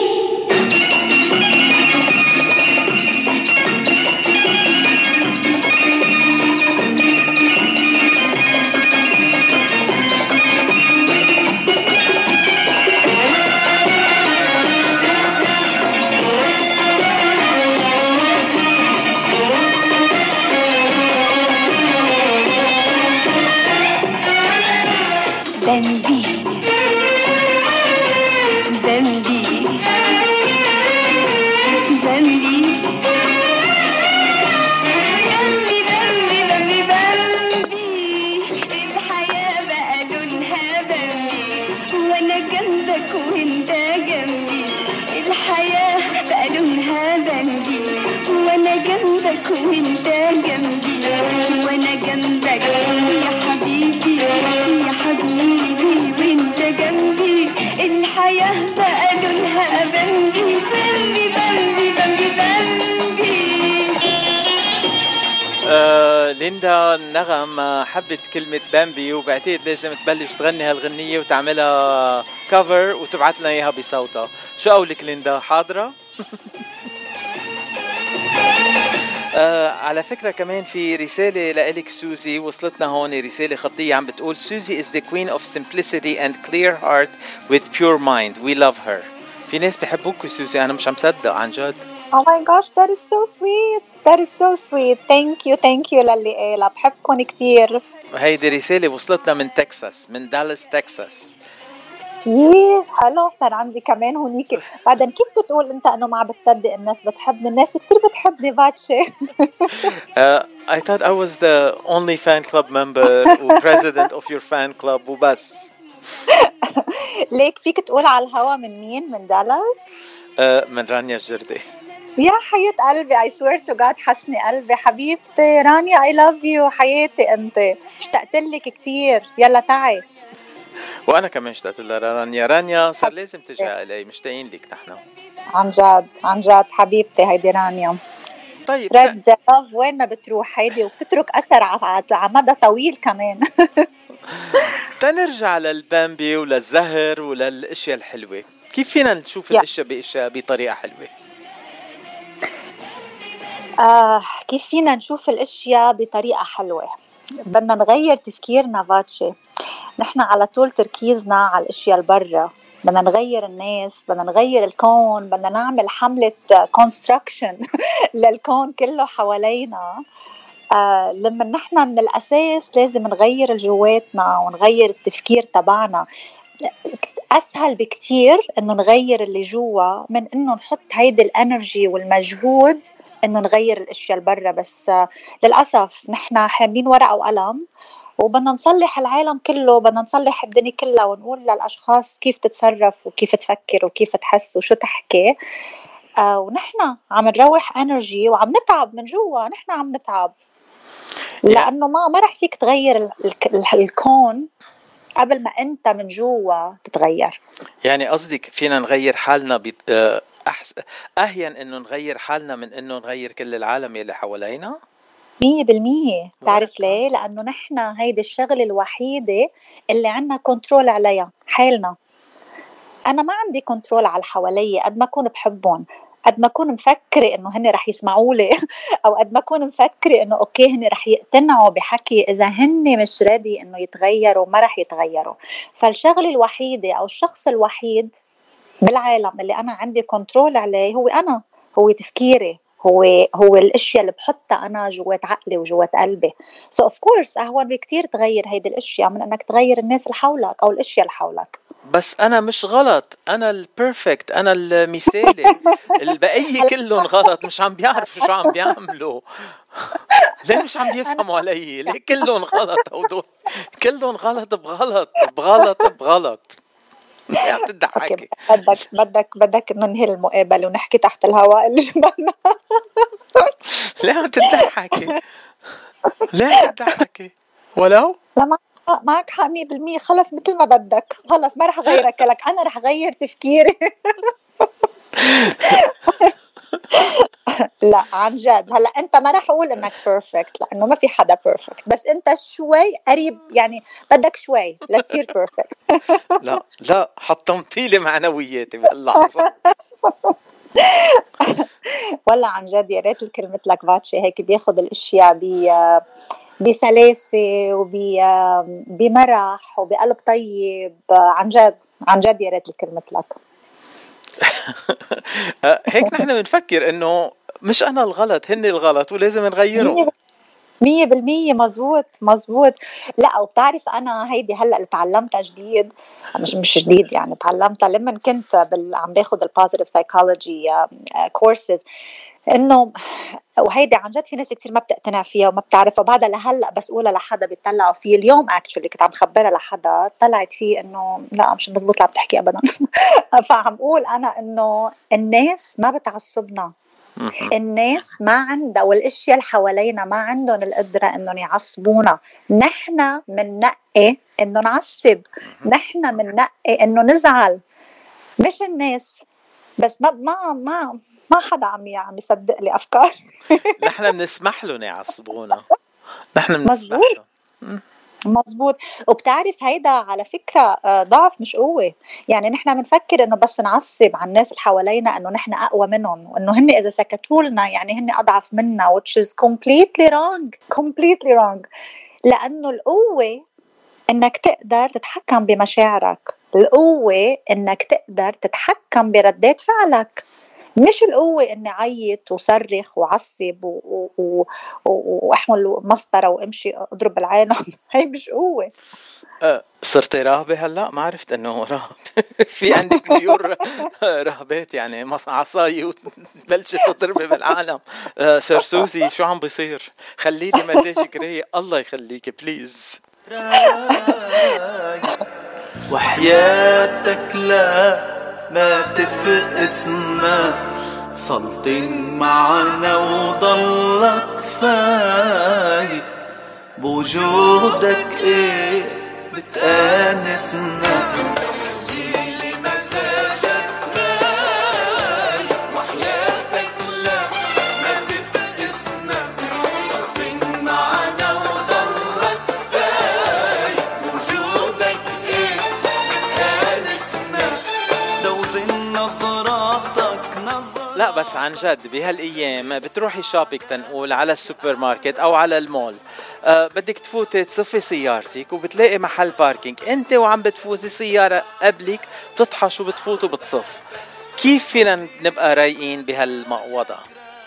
بامبي بامبي بامبي بامبي بامبي بامبي. الحياة بقى لونها بامبي وانا جنبك وانت جنبي. الحياة بقى لونها بامبي وانا جنبك وانت جنبي. وانا جنبك يا حبيبي يا حبيبي وانت جنبي. الحياة بقى لونها بامبي بامبي بامبي بامبي بامبي. ليندا نغم حبت كلمة بامبي، وبعتقد لازم تبلش تغني هالغنية وتعملها كفر وتبعت لنا اياها بصوتها. شو قولك ليندا؟ حاضرة؟ على فكرة كمان في رسالة لإلك سوزي وصلتنا هون، رسالة خطية عم بتقول Susie is the queen of simplicity and clear heart with pure mind. We love her. في ناس بيحبوك سوزي، أنا مش عم صدق عن جد. Oh my gosh, that is so sweet. That is so sweet. Thank you للي قالها، بحبكم كتير. هيدي رسالة وصلتنا من تكساس، من دالاس تكساس. حلو، صار عندي كمان هونيك. بعدين كيف بتقول انت انه ما بتصدق الناس بتحبني؟ الناس كتير بتحبني باتشي. I thought I was the only fan club member و president of your fan club وبس. ليك فيك تقول على الهوا من مين؟ من دالاس؟ من رانيا الجردي. يا حياة قلبي، I swear to God حسني قلبي حبيبتي رانيا، I love you حياتي. انت اشتقت لك كتير، يلا تعي. وانا كمان اشتقت لها رانيا صار لازم تجي علي، مشتاقين لك نحن عن جد حبيبتي هيدي رانيا. طيب رد لاف وين ما بتروح هيدي وبتترك اثر على مدى طويل كمان. تنرجع للبامبي وللزهر وللاشياء الحلوه. كيف فينا نشوف الاشياء بطريقه حلوه؟ كيف فينا نشوف الاشياء بطريقه حلوه؟ بدنا نغير تفكيرنا فاتشي. نحن على طول تركيزنا على الاشياء البرة، بدنا نغير الناس، بدنا نغير الكون، بدنا نعمل حملة كونستراكشن للكون كله حوالينا. لما نحن من الأساس لازم نغير الجواتنا ونغير التفكير تبعنا. أسهل بكتير إنه نغير اللي جوا من إنه نحط هيدي الانرجي والمجهود إنه نغير الأشياء البرة. بس للأسف نحن حاملين ورقة وقلم وبدنا نصلح العالم كله، بدنا نصلح الدنيا كلها ونقول للأشخاص كيف تتصرف وكيف تفكر وكيف تحس وشو تحكي. ونحن عم نروح انرجي وعم نتعب من جوا. نحن عم نتعب لأنه ما رح فيك تغير الكون قبل ما أنت من جوا تتغير. يعني قصدك فينا نغير حالنا أهين إنه نغير حالنا من إنه نغير كل العالم يلي حوالينا 100%. تعرف ليه؟ لأنه نحن هيدي الشغلة الوحيدة اللي عنا كنترول عليها، حالنا. أنا ما عندي كنترول على حوالي قد ما أكون بحبهم، قد ما أكون مفكرة إنه هن رح يسمعوا لي أو قد ما أكون مفكرة إنه أوكي هن رح يقتنعوا بحكي. إذا هن مش رادي إنه يتغيروا ما رح يتغيروا. فالشغلة الوحيدة أو الشخص الوحيد بالعالم اللي أنا عندي كنترول عليه هو أنا، هو تفكيري، هو الاشياء اللي بحطها انا جوات عقلي وجوات قلبي. سو اوف كورس اهون بكتير تغير هيدي الاشياء من انك تغير الناس اللي حولك او الاشياء اللي حولك. بس انا مش غلط، انا البيرفكت، انا المثالي. البقية كلهم غلط، مش عم بيعرفوا شو عم بيعملوا. ليه مش عم بيفهموا علي؟ ليه كلهم غلط هودول؟ كلهم غلط بغلط بغلط بغلط. ليه عم تضحكي؟ بدك ننهي المقابلة ونحكي تحت الهواء اللي جنبنا. ليه عم تضحكي؟ ليه عم تضحكي؟ ولو لا معك حق 100%. خلص مثل ما بدك، خلص ما رح غيرك لك، أنا رح غير تفكيري. لا عن جد، هلا انت ما رح اقول انك بيرفكت لانه ما في حدا بيرفكت، بس انت شوي قريب، يعني بدك شوي لتصير بيرفكت. لا حطمتي لي معنوياتي بهاللحظه. والله عن جد يا ريت الكلمة لك فاتشي هيك بياخد الاشياء بسلاسة وبمرح وبقلب طيب. عن جد يا ريت الكلمة لك. هيك نحن بنفكر انه مش انا الغلط، هن الغلط ولازم نغيره. 100% مزبوط. لا وبتعرف انا هيدي هلا اللي تعلمتها جديد، مش جديد يعني، تعلمتها لما كنت عم باخذ البوزيتيف سايكولوجي كورسز، انه وهيدي عن جد في ناس كتير ما بتقتنع فيها وما بتعرفها، وبعدها لهلا بس اقولها لحدا بيطلعوا فيه. اليوم اكشولي كنت عم خبرها لحدا طلعت فيه انه لا مش مزبوط اللي عم تحكي ابدا. فعم اقول انا انه الناس ما بتعصبنا، الناس ما عندها والاشياء اللي حوالينا ما عندهم القدره انهم يعصبونا. نحن مننقي انه نعصب، نحن مننقي انه نزعل، مش الناس. بس ما حدا عم يصدق لي افكار. نحن بنسمح لهم يعصبونا، نحن بنسمح لهم. مزبوط. وبتعرف هيدا على فكرة ضعف مش قوة. يعني نحن بنفكر انه بس نعصب على الناس اللي حوالينا انه نحن اقوى منهم، وانه هن اذا سكتوا لنا يعني هن اضعف منا، which is completely wrong. لانه القوة انك تقدر تتحكم بمشاعرك، القوة انك تقدر تتحكم بردات فعلك، مش القوة اني عيط وصرخ وعصب واحمل مسطرة وامشي اضرب العالم. هي مش قوة. صرتي راهبة هلا؟ ما عرفت انه راهب. في عندك مليون راهبات يعني عصاي وبلشت تضربي بالعالم. سير سوزي شو عم بيصير؟ خليلي مزاجك رايق، الله يخليك بليز. وحياتك لا ما تفرق اسمنا، سلطين معنا وضلك فايق، بوجودك ايه بتآنسنا. خليلي مزاجك رايق، وحياتك لا ما تفرق اسمنا، سلطين معنا وضلك فايق، بوجودك ايه بتآنسنا. دوزن نظراتك لا بس عن جد بهالايام بتروحي شوبينج تنقول على السوبر ماركت او على المول، بدك تفوتي تصفي سيارتك وبتلاقي محل باركينج، انت وعم بتفوتي سيارة قبلك بتطحش وبتفوت وبتصف. كيف فينا نبقى رايقين بهالمقوضة؟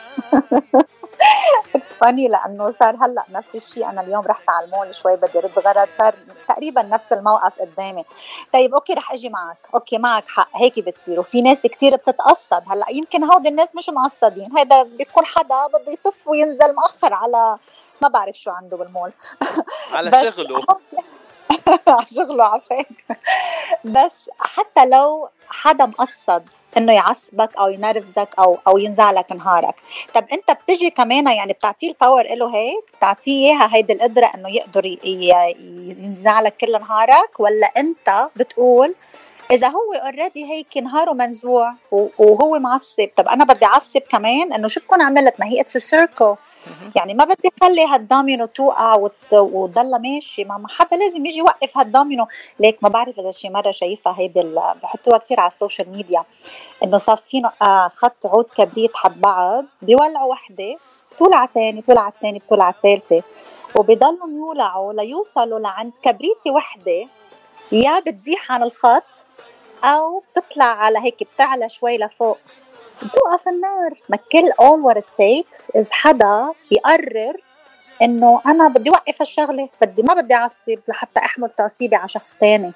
It's funny لأنه صار هلأ نفس الشيء. أنا اليوم رحت على المول شوي بدي رد غرض، صار تقريبا نفس الموقف قدامي. طيب أوكي رح أجي معك، أوكي معك حق، هيك بتصير. وفي ناس كتير بتتقصد. هلأ يمكن هودي الناس مش مقصدين، هيدا بيكون حدا بده يصف وينزل مؤخر على ما بعرف شو عنده بالمول. على شغله. على شغله عفاك. بس حتى لو حدا مقصد انه يعصبك او ينرفزك او ينزعلك نهارك، طب انت بتجي كمان يعني بتعطيه الباور له، هيك بتعطيه اياها هيدي القدره انه يقدر ينزعلك كل نهارك؟ ولا انت بتقول اذا هو اوريدي هيك نهاره منزوع وهو معصب، طب انا بدي اعصب كمان انه شو بكون عملت؟ ما هي اتس سيركل. يعني ما بدي اخلي هالدومينو توقع وتضل ماشي، ما حدا لازم يجي يوقف هالدومينو. ليك ما بعرف اذا شي مره شايفه هيدي بحطوها كتير على السوشيال ميديا، انه صار فينا خط عود كبريت حد بعض، بيولعوا وحده بتولع ثاني، بتولع الثاني، بتولع الثالثه، وبيضلوا يولعوا ليوصلوا لعند كبريتي وحده، يا بتزيح عن الخط أو بتطلع على هيك بتعلى شوي لفوق بتوقف النار. ما كل all what it takes is حدا يقرر إنه أنا بدي وقف هالشغلة، ما بدي أعصب لحتى أحمل تعصيبي على شخص تاني.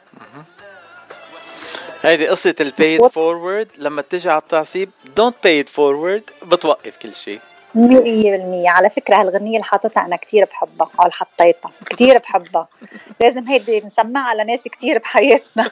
هيدي قصة البايد فورورد، لما تيجي على التعصيب don't pay it forward، بتوقف كل شيء 100%. على فكرة هالغنية اللي حاطتها أنا كتير بحبها، أو اللي حطيتها كتير بحبها. لازم هيدي نسمعها لناس كتير بحياتنا.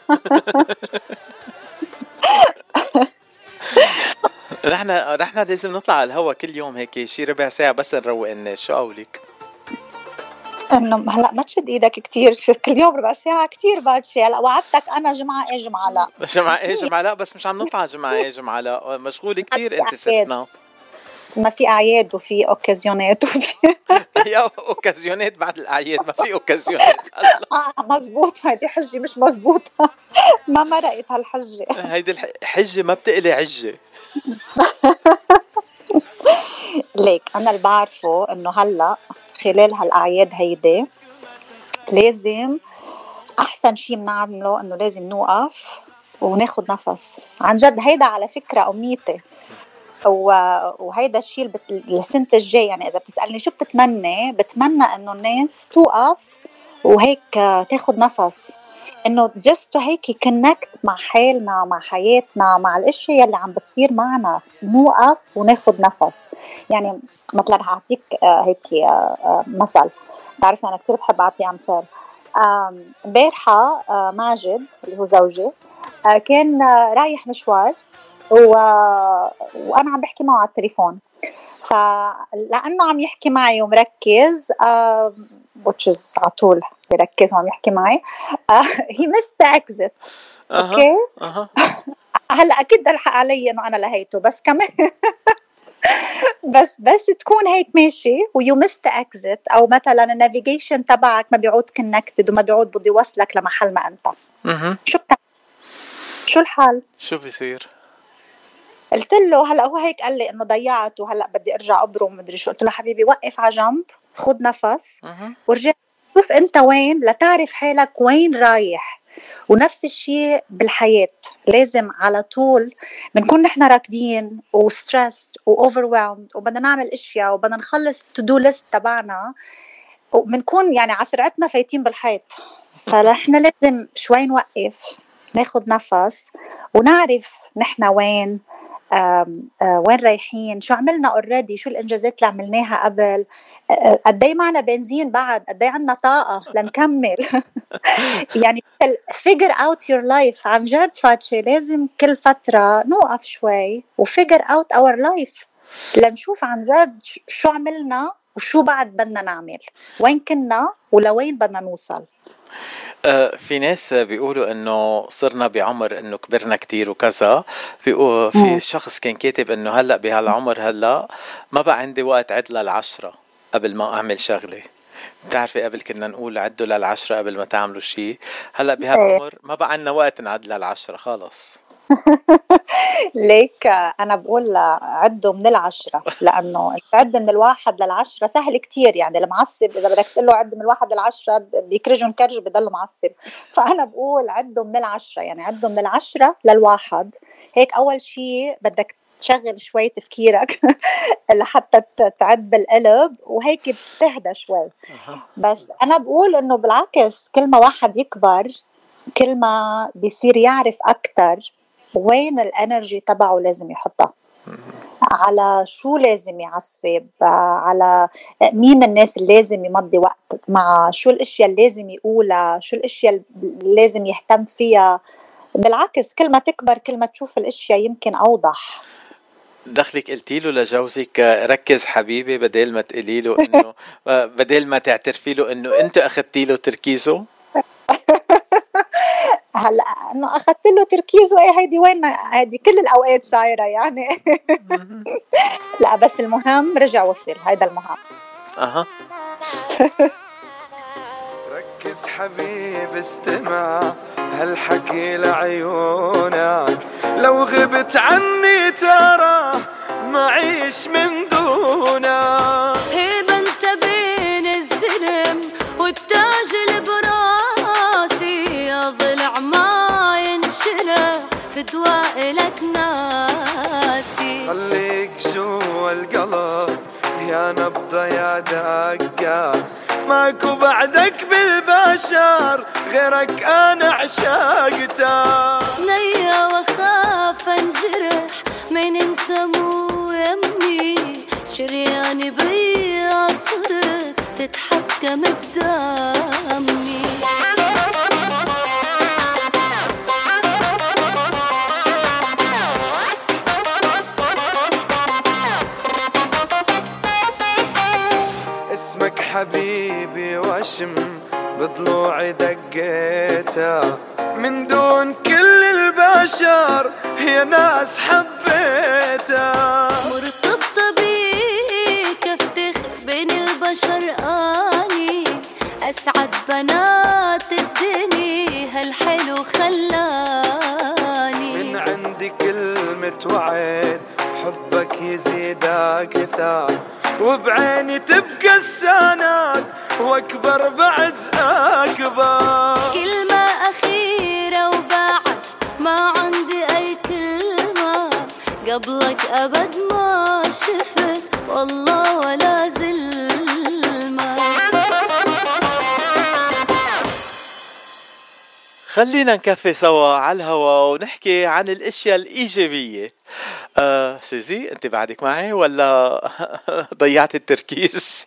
نحن لازم نطلع على الهوا كل يوم هيك شي ربع ساعة بس نروق الناس. شو قولك؟ انه هلا ما تشد ايدك كتير، كل يوم ربع ساعة كتير بعد شيء. هلا وعدتك انا جمعة ايه جمعة لا، جمعة لا، بس مش عم نطلع جمعة ايه جمعة لا، مشغولة كتير انت ستنا. ما في اعياد وفي اوكازيونات يا اوكازيونات بعد الاعياد، ما في اوكازيونات. مزبوط، هيدي حجة مش مزبوطة. ما مرقت هالحجة. هيدي الحجة ما بتقلي عجة. ليك أنا اللي بعرفه إنه هلأ خلال هالأعياد هيدي لازم أحسن شيء بنعمله إنه لازم نوقف وناخد نفس عن جد. هيدا على فكرة أمنيتي، وهيدا الشيء السنة الجاي. يعني إذا بتسألني شو بتمنى إنه الناس توقف وهيك تاخد نفس، إنه just هيك connect مع حالنا، مع حياتنا، مع الأشياء اللي عم بتصير معنا. نوقف وناخد نفس. يعني مثلا رح أعطيك هيك مثل. تعرف أنا كتير بحب أعطي أمثال. امبارحة ماجد اللي هو زوجي كان رايح مشوار وأنا عم بحكي معه على التليفون. فلأنه عم يحكي معي ومركز which is على طول بركز وعم يحكي معي he missed the exit. اوكي هلا اكيد الحق علي انه انا لهيته، بس كمان بس تكون هيك ماشي ويو مست اكزيت، او مثلا النافيجيشن تبعك ما بيعود كونكتد وما بيعود بده يوصلك لمحل ما انت. شو الحال؟ شو بيصير؟ قلت له هلا هو هيك قال لي انه ضيعت وهلا بدي ارجع ابرم مدري شو. قلت له حبيبي وقف على جنب، خد نفس ورجع شوف انت وين لتعرف حالك وين رايح. ونفس الشيء بالحياة، لازم على طول بنكون نحن راكدين وستريسد وoverwhelmed وبدنا نعمل اشياء وبدنا نخلص to do list تبعنا وبنكون يعني على سرعتنا فايتين بالحيط. فنحن لازم شوي نوقف، ناخد نفس ونعرف نحن وين وين رايحين، شو عملنا already، شو الإنجازات اللي عملناها قبل، قدي معنا بنزين بعد، قدي عنا طاقة لنكمل. يعني figure out your life. عن جد فاتشي لازم كل فترة نوقف شوي وfigure out our life لنشوف عن جد شو عملنا وشو بعد بدنا نعمل، وين كنا ولوين بدنا نوصل. في ناس بيقولوا انه صرنا بعمر انه كبرنا كتير وكذا. في شخص كان كاتب انه هلأ بهالعمر هلأ ما بقى عندي وقت عد لل10 قبل ما اعمل شغلة. بتعرفي قبل كنا نقول عدوا لل10 قبل ما تعملوا شيء، هلأ بهالعمر ما بقى عنا وقت نعد لل10 خلص. ليك أنا بقول عدوا من 10، لأنه عد من 1 ل10 سهل كتير. يعني المعصب إذا بدك تقول له عد من 1 ل10 بيكرجون كرج بيضل معصب. فأنا بقول عدوا من 10، يعني عدوا من 10 ل1. هيك أول شيء بدك تشغل شوي تفكيرك لحتى تعد بالقلب وهيك بتهدى شوي. بس أنا بقول إنه بالعكس كل ما واحد يكبر كل ما بيصير يعرف أكتر وين الانرجي تبعه لازم يحطها، على شو لازم يعصب، على مين الناس اللي لازم يمضي وقت مع، شو الاشياء اللي لازم يقولها، شو الاشياء اللي لازم يهتم فيها. بالعكس كل ما تكبر كل ما تشوف الاشياء يمكن اوضح. دخلك قلتي له لجوزك ركز حبيبي بدل ما تقولي له انه بدل ما تعترفي له انه انت اخذتي له تركيزه؟ هلا انه اخذت له تركيزه ايه هيدي وين ما هيدي كل الاوقات صايره يعني. لا بس المهم رجع وصل، هيدا المهم. ركز حبيب استمع هالحكي لعيونك، لو غبت عني ترى معيش من دونك. هيبة انت بين الزلم والتاج اللي براسي، يا ضلع ما ينشلح في دواء لك ناسي. خليك جوا القلب يا نبضة يا دقة، ماكو بعدك بالبشر غيرك انا عشقته. نيا وخاف انجرح من انت مو يمي، شرياني بيا صرت تتحكم بدمي. اسمك حبيبي واشم بضلوعي دقيته، من دون كل البشر يا ناس حبيته. مرتبطة بيك افتخر بين البشر اني، اسعد بنات الدنيا هالحلو خلاني. من عندي كلمة وعد حبك يزيد اكثر، وبعيني تبقى السند واكبر بعد اكبر. كلمة اخيرة وبعد ما عندي اي كلمة، قبلك ابد ما شفت والله ولا زلمة. خلينا نكفي سوا على الهوا ونحكي عن الاشياء الايجابيه. سوزي انت بعدك معي ولا ضيعت التركيز؟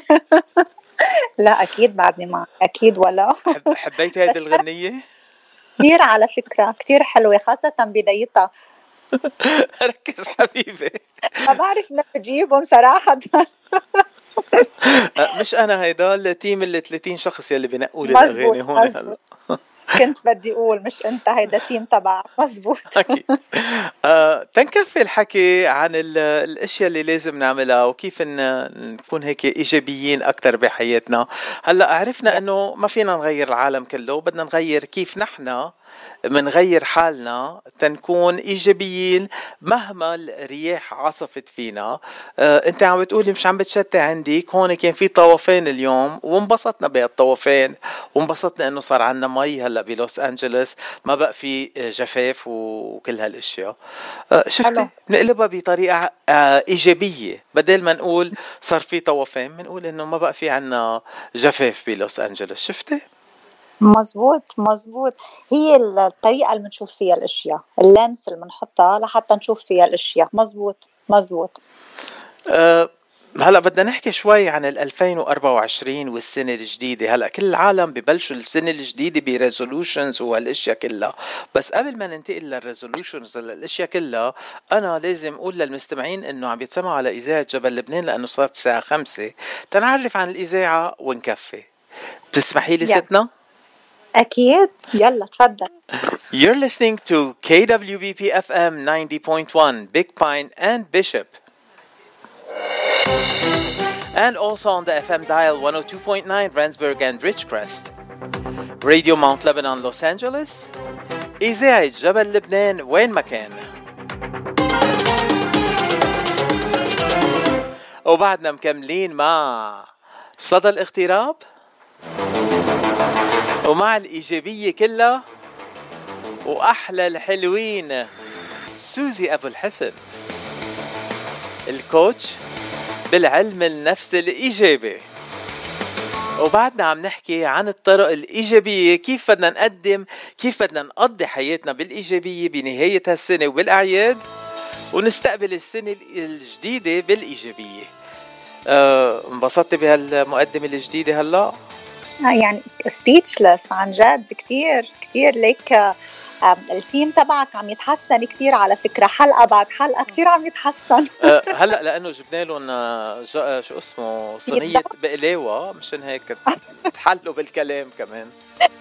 لا أكيد بعدني معك، أكيد. ولا حبيتي هيدي الغنية؟ كتير على فكرة، كتير حلوة خاصة بدايتها. ركز حبيبي. ما بعرف ما بجيبهم صراحة. مش أنا، هيدا التيم اللي 30 شخص يلي بنقوا لي الأغاني هون هلا. كنت بدي أقول مش أنت، هيدا تيم تبع. مزبوط. أكيد. تنكفي الحكي عن الأشياء اللي لازم نعملها وكيف نكون هيك إيجابيين أكتر بحياتنا. هلأ عرفنا أنه ما فينا نغير العالم كله، بدنا نغير كيف نحن منغير حالنا تنكون إيجابيين مهما الرياح عصفت فينا. انت عم بتقولي مش عم بتشتي عندك، هون كان في طوفان اليوم وانبسطنا بهالطوفان، وانبسطنا انه صار عنا مي هلا بلوس أنجلوس، ما بقى في جفاف وكل هالاشياء. شفتي نقلبها بطريقة إيجابية، بدل ما نقول صار في طوفان بنقول انه ما بقى في عنا جفاف بلوس أنجلوس. شفتي؟ مزبوط مزبوط. هي الطريقة اللي بنشوف فيها الاشياء، اللمس اللي بنحطها لحتى نشوف فيها الاشياء. مزبوط مزبوط. هلأ بدنا نحكي شوي عن 2024 والسنة الجديدة. هلأ كل العالم ببلشوا السنة الجديدة بريزولوشنز وهالاشياء كلها، بس قبل ما ننتقل للريزولوشنز الاشياء كلها، أنا لازم أقول للمستمعين إنه عم بيتسمعوا على إذاعة جبل لبنان لأنه صارت الساعة 5. تنعرف عن الإذاعة ونكفي. بتسمحي لي ستنا؟ أكيد، يلا تفضل. You're listening to KWBP FM 90.1 Big Pine and Bishop, and also on the FM dial 102.9 Rendsburg and Ridgecrest, Radio Mount Lebanon Los Angeles, إذاعة جبل لبنان وين ما كان. وبعدنا مكملين مع صدى الاغتراب ومع الإيجابية كلها وأحلى الحلوين سوزي أبو الحسن، الكوتش بالعلم النفس الإيجابي. وبعدنا عم نحكي عن الطرق الإيجابية، كيف بدنا نقدم، كيف بدنا نقضي حياتنا بالإيجابية بنهاية هالسنة وبالأعياد، ونستقبل السنة الجديدة بالإيجابية. انبسطت بهالمقدمة الجديدة هلأ؟ يعني speechless عن جد. كتير كتير ليك التيم تبعك عم يتحسن كتير على فكرة، حلقة بعد حلقة كتير عم يتحسن. هلأ لأنه جبنا لهم شو اسمه صينية بقلاوة، مشان هيك تحلوا بالكلام كمان.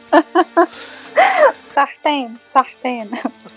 صحتين صحتين.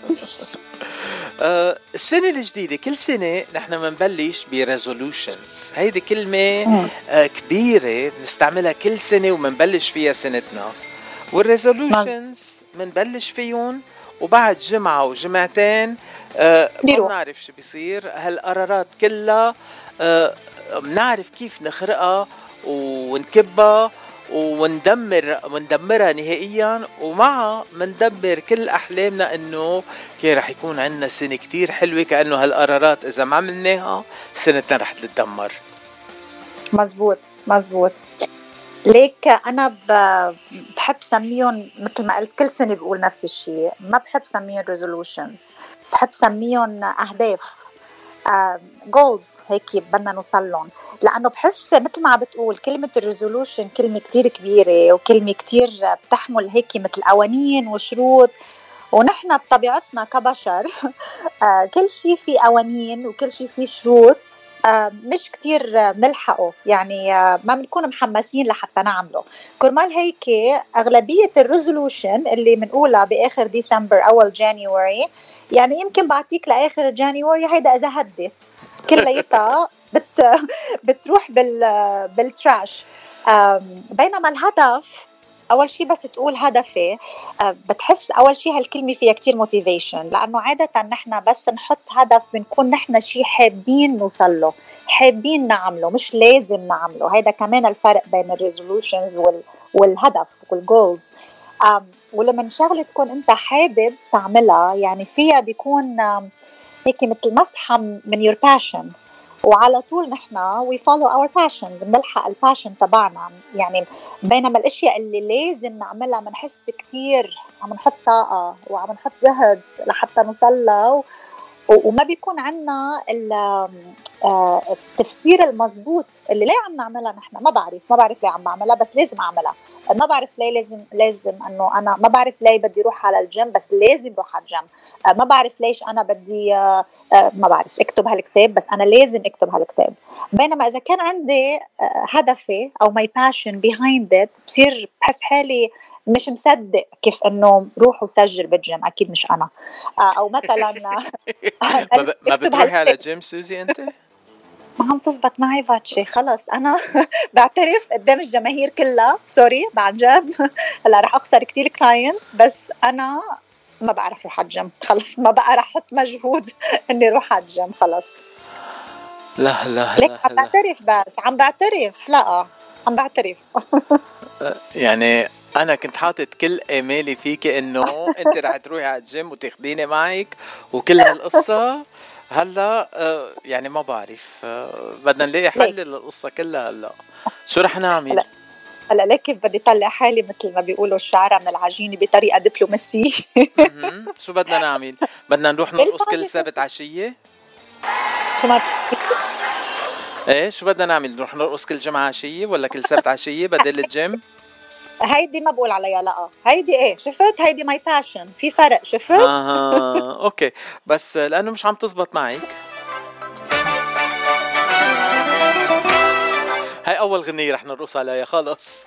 السنة الجديدة كل سنة نحن منبلش بريزولوشنز. هيدي كلمة كبيرة بنستعملها كل سنة ومنبلش فيها سنتنا. والريزولوشنز منبلش فيهم وبعد جمعة وجمعتين ما بنعرف شو بيصير. هالقرارات كلها بنعرف كيف نخرقها ونكبها وندمرها نهائيا، ومعها مندمر كل أحلامنا إنه كي رح يكون عنا سنة كتير حلوة، كأنه هالقرارات إذا ما عملناها سنتنا رح تتدمر. مزبوط. ليك أنا بحب سميهم مثل ما قلت كل سنة بقول نفس الشيء، ما بحب سميهم resolutions، بحب سميهم أهداف، goals هيك بدنا نوصلهم. لأنه بحس مثل ما بتقول كلمة الريزولوشن كلمة كتير كبيرة وكلمة كتير بتحمل هيك مثل قوانين وشروط، ونحن بطبيعتنا كبشر كل شيء فيه قوانين وكل شيء فيه شروط، مش كتير نلحقه، يعني ما بنكون محمسين لحتى نعمله. كرمال هيك أغلبية الريزولوشن اللي منقولها بآخر ديسمبر أول جانيوري، يعني يمكن بعطيك لآخر جانيوري هيدا إذا هدت كليتها بتروح بالتراش. بينما الهدف أول شيء بس تقول هدفي، بتحس أول شيء هالكلمة فيها كتير موتيفيشن، لأنه عادة نحن بس نحط هدف بنكون نحن شيء حابين نوصله، حابين نعمله، مش لازم نعمله. هيدا كمان الفرق بين الريزولوشنز والهدف والجولز. ولما شغلة تكون أنت حابب تعملها، يعني فيها بيكون هيك مثل مسحة من your passion، وعلى طول نحن we follow our passions، بنلحق الباشن تبعنا. يعني بينما الاشياء اللي لازم نعملها بنحس كتير عم نحط طاقة وعم نحط جهد لحتى نوصلها، وما بيكون عنا التفسير المضبوط اللي ليه عم نعملها. نحن ما بعرف ليه عم بعملها، بس لازم اعملها. ما بعرف ليه لازم انه انا ما بعرف ليه بدي اروح على الجيم، بس لازم اروح على الجيم. ما بعرف ليش انا بدي ما بعرف اكتب هالكتاب، بس انا لازم اكتب هالكتاب. بينما اذا كان عندي هدفي او my passion behind it، بصير بحس حالي مش مصدق كيف انه روح وسجل بالجيم، اكيد مش انا. او مثلا ما بتروحي على جيم سوزي انت؟ ما عم تزبط معي باتشي، خلص انا بعترف قدام الجماهير كلها، سوري بعد جد هلا رح اخسر كتير كلاينتس، بس انا ما بعرف اروح على الجيم، خلص ما بقى رح احط مجهود اني اروح على الجيم خلص. لا ليك عم بعترف، بس عم بعترف يعني أنا كنت حاطت كل آمالي فيك إنه أنت رح تروحي على الجيم وتاخديني معك وكل هالقصة. هلا يعني ما بعرف، بدنا نلاقي حل للقصة كلها. هلا شو رح نعمل؟ هلا ليك كيف بدي طلع حالي مثل ما بيقولوا الشعراء من العجينة بطريقة دبلوماسية. شو بدنا نعمل؟ بدنا نروح نرقص كل سبت عشية؟ شو بدنا نعمل؟ نروح نرقص كل جمعة عشية ولا كل سبت عشية بدل الجيم؟ هيدي ما بقول عليها لا، هيدي ايه شفت، هيدي ماي باشن، في فرق شفت. اوكي، بس لانه مش عم تزبط معك. هاي اول غنية رح نرقص عليها خلص.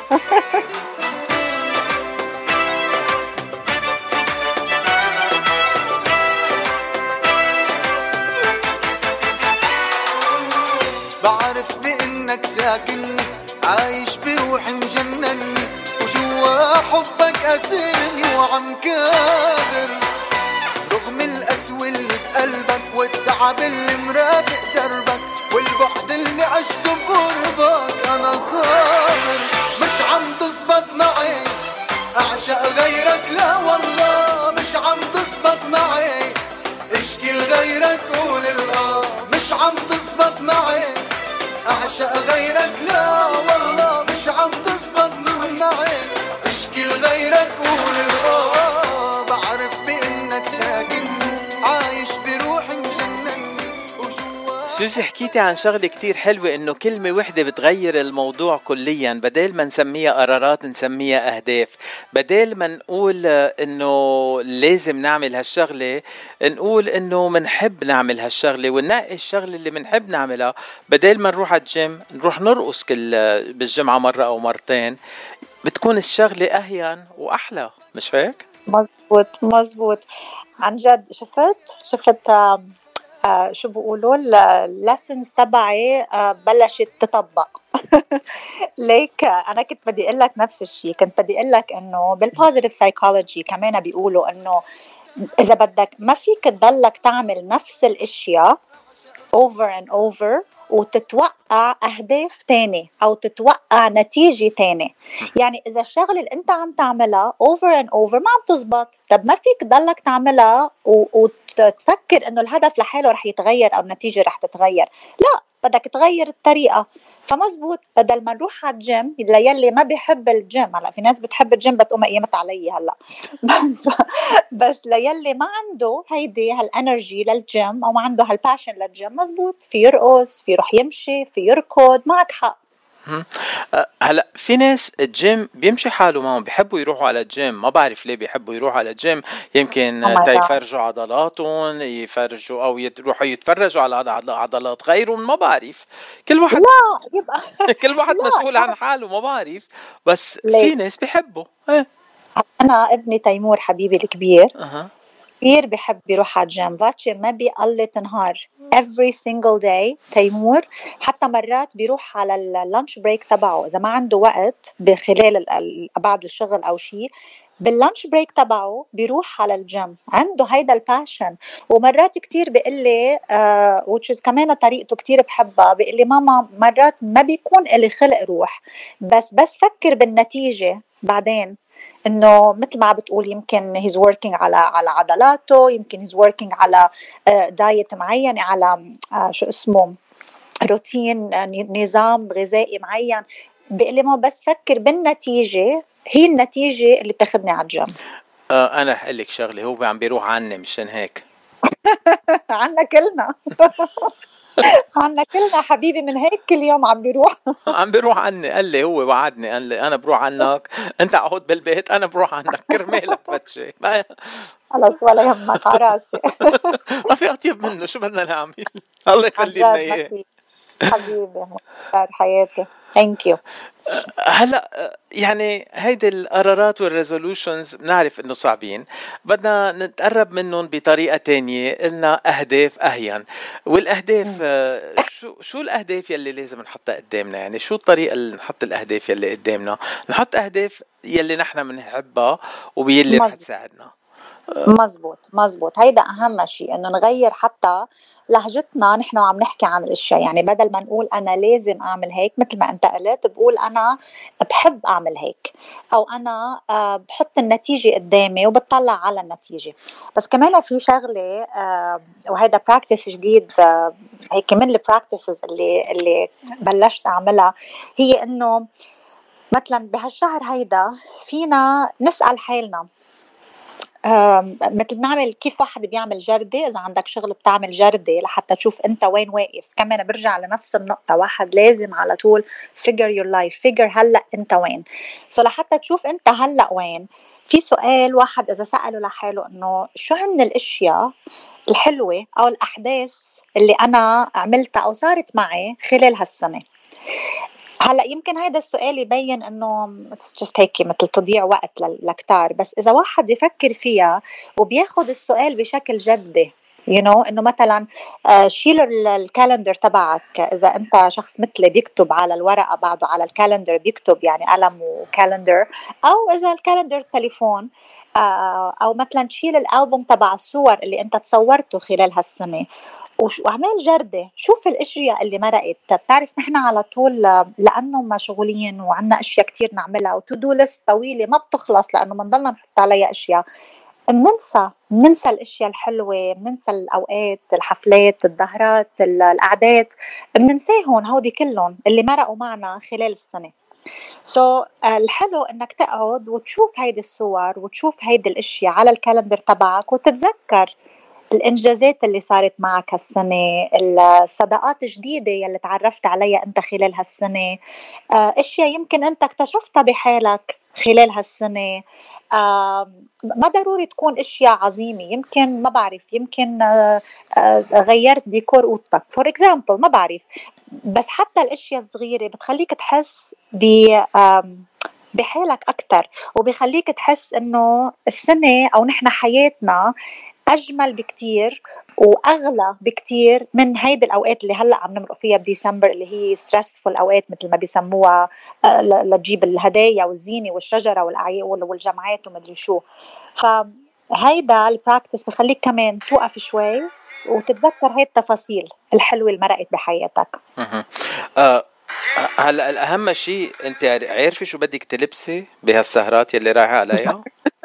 بعرف بانك ساكنني، عايش بروحي مجنني، وجوا حبك أسرني وعم كابر، رغم القسوة اللي بقلبك والتعب اللي مرافق دربك والبعد اللي عشته بقربك. أنا صابر مش عم تزبط معي أعشق غيرك، لا والله مش عم تزبط معي اشكي لغيرك قول مش عم تزبط معي أعشق غيرك، لا والله مش عم تزبط معي اشكي لغيرك قول بعرف بإنك ساكنني، عايش بروحي مجنني وجوا. سوزي حكيتي عن شغلة كتير حلوة، إنه كلمة وحدة بتغير الموضوع كليا. بدل ما نسميها قرارات نسميها أهداف. بدل ما نقول إنه لازم نعمل هالشغلة نقول إنه منحب نعمل هالشغلة وننقي الشغلة اللي منحب نعملها. بدل ما نروح على الجيم نروح نرقص بالجمعة مرة أو مرتين، بتكون الشغلة أهين وأحلى، مش هيك؟ مزبوط عن جد. شفت شو بقولوا اللسنز تبعي بلشت تطبق. ليك أنا كنت بدي أقول لك نفس الشيء، كنت بدي أقول لك إنه بالبوزيتيف سايكولوجي كمان بيقولوا إنه إذا بدك ما فيك تضلك تعمل نفس الأشياء over and over وتتوقع أهداف تاني أو تتوقع نتيجة تاني. يعني إذا الشغل اللي أنت عم تعملها over and over ما عم تزبط، طب ما فيك ضلك تعملها وتفكر إنه الهدف لحاله رح يتغير أو النتيجة رح تتغير. لا، بدك تغير الطريقة. فمزبوط، بدل ما نروح على الجيم ليلي ما بيحب الجيم، هلا في ناس بتحب الجيم بتقوم قيمت علي هلا بس ليلي ما عنده هيدي هالانرجي للجيم او ما عنده هالباشن للجيم، مزبوط، في يرقص، في يروح يمشي، في يركض، معك حق. هلا في ناس الجيم بيمشي حاله معهم، بيحبوا يروحوا على الجيم، ما بعرف ليه بيحبوا يروحوا على الجيم، يمكن يفرجوا عضلاتهم، يفرجوا او يروحوا يتفرجوا على عضلات غيرهم، ما بعرف. كل واحد لا يبقى كل واحد مسؤول عن حاله، ما بعرف، بس في ناس بيحبوا. انا ابني تيمور حبيبي الكبير كثير بحب يروح على الجيم، فاتشي ما بيقل تنهار every single day. تيمور حتى مرات بيروح على اللانش بريك تبعه إذا ما عنده وقت بخلال بعد الشغل أو شيء، باللانش بريك تبعه بيروح على الجيم، عنده هيدا الباشن. ومرات كتير بيقلي which is كمان طريقته كتير بحبها، بيقلي ماما مرات ما بيكون إلي خلق روح، بس فكر بالنتيجة بعدين، إنه مثل ما بتقول يمكن he's working على عضلاته، يمكن he's working على دايت معين، على شو اسمه روتين، نظام غذائي معين. بيقلي ما بس فكر بالنتيجة، هي النتيجة اللي بتاخدني على الجيم. أنا رح أقول لك شغلة، هو عم بيروح عني مشان هيك عنا كلنا عنا كلنا حبيبي، من هيك كل يوم عم بيروح عني. قال لي، هو وعدني، قال لي أنا بروح عنك، أنت قعد بالبيت، أنا بروح عنك كرمالك بتشي. خلص ولا يهمك، عراسي ما في أطيب منه، شو بدنا نعمل؟ الله يخلي لنا إياه حبيبي، حياتي. ثانك يو. هلا يعني هيدي القرارات والريزولوشنز بنعرف انه صعبين، بدنا نتقرب منهم بطريقه تانية. قلنا اهداف اهين، والاهداف شو الاهداف يلي لازم نحطها قدامنا؟ يعني شو الطريقه اللي نحط الاهداف يلي قدامنا؟ نحط اهداف يلي نحن بنحبها وبيلي رح تساعدنا. مزبوط، هيدا أهم شيء، إنه نغير حتى لهجتنا نحن وعم نحكي عن الأشياء. يعني بدل ما نقول أنا لازم أعمل هيك، مثل ما أنت قلت، بقول أنا بحب أعمل هيك، أو أنا بحط النتيجة قدامي وبتطلع على النتيجة. بس كمان في شغلة وهيدا براكتس جديد، هيك من البراكتسز اللي بلشت أعملها، هي إنه مثلا بهالشهر هيدا فينا نسأل حالنا، مثل نعمل كيف واحد بيعمل جردة. إذا عندك شغل بتعمل جردة لحتى تشوف أنت وين واقف. كمان برجع لنفس النقطة، واحد لازم على طول figure your life، figure هلأ أنت وين. لحتى تشوف أنت هلأ وين، في سؤال واحد إذا سأله لحاله إنه شو هن الأشياء الحلوة أو الأحداث اللي أنا عملتها أو صارت معي خلال هالسنة. هلا يمكن هذا السؤال يبين انه just هيك مثل تضيع وقت لكتار، بس اذا واحد بيفكر فيها وبياخد السؤال بشكل جدي، انه مثلا شيل الكالندر تبعك. اذا انت شخص مثلي بيكتب على الورقه، بعده على الكالندر بيكتب، يعني قلم وكالندر، او اذا الكالندر تليفون، او مثلا تشيل الالبوم تبع الصور اللي انت تصورته خلال هالسنه وعمل جردة، شوف الاشياء اللي مرقت. بتعرف نحن على طول لانه مشغولين وعنا اشياء كتير نعملها وتودو ليست طويله ما بتخلص، لانه بنضلنا نحط عليها اشياء، بننسى الاشياء الحلوه، بننسى الاوقات، الحفلات، الظهرات، الاعداد، بننساهم هودي كلهم اللي مرقوا معنا خلال السنه. الحلو انك تقعد وتشوف هيدي الصور وتشوف هيدي الاشياء على الكالندر تبعك، وتتذكر الإنجازات اللي صارت معك هالسنة، الصداقات الجديدة يلي تعرفت عليها أنت خلال هالسنة، أشياء يمكن أنت اكتشفتها بحالك خلال هالسنة. ما ضروري تكون أشياء عظيمة، يمكن ما بعرف، يمكن غيرت ديكور أوضتك for example، ما بعرف، بس حتى الأشياء الصغيرة بتخليك تحس بحالك أكتر، وبيخليك تحس إنه السنة أو نحن حياتنا أجمل بكتير وأغلى بكتير من هيدي الأوقات اللي هلأ عم نمرق فيها بديسمبر، اللي هي stressful أوقات مثل ما بيسموها، لتجيب الهدايا والزينة والشجرة والجمعات ومدري شو. فهيدا البراكتس بخليك كمان توقف شوي وتتذكر هاي التفاصيل الحلوة اللي مرقت بحياتك. هلا الأهم شيء أنت عارفة شو بدك تلبسي بهالسهرات يلي رايحة عليها؟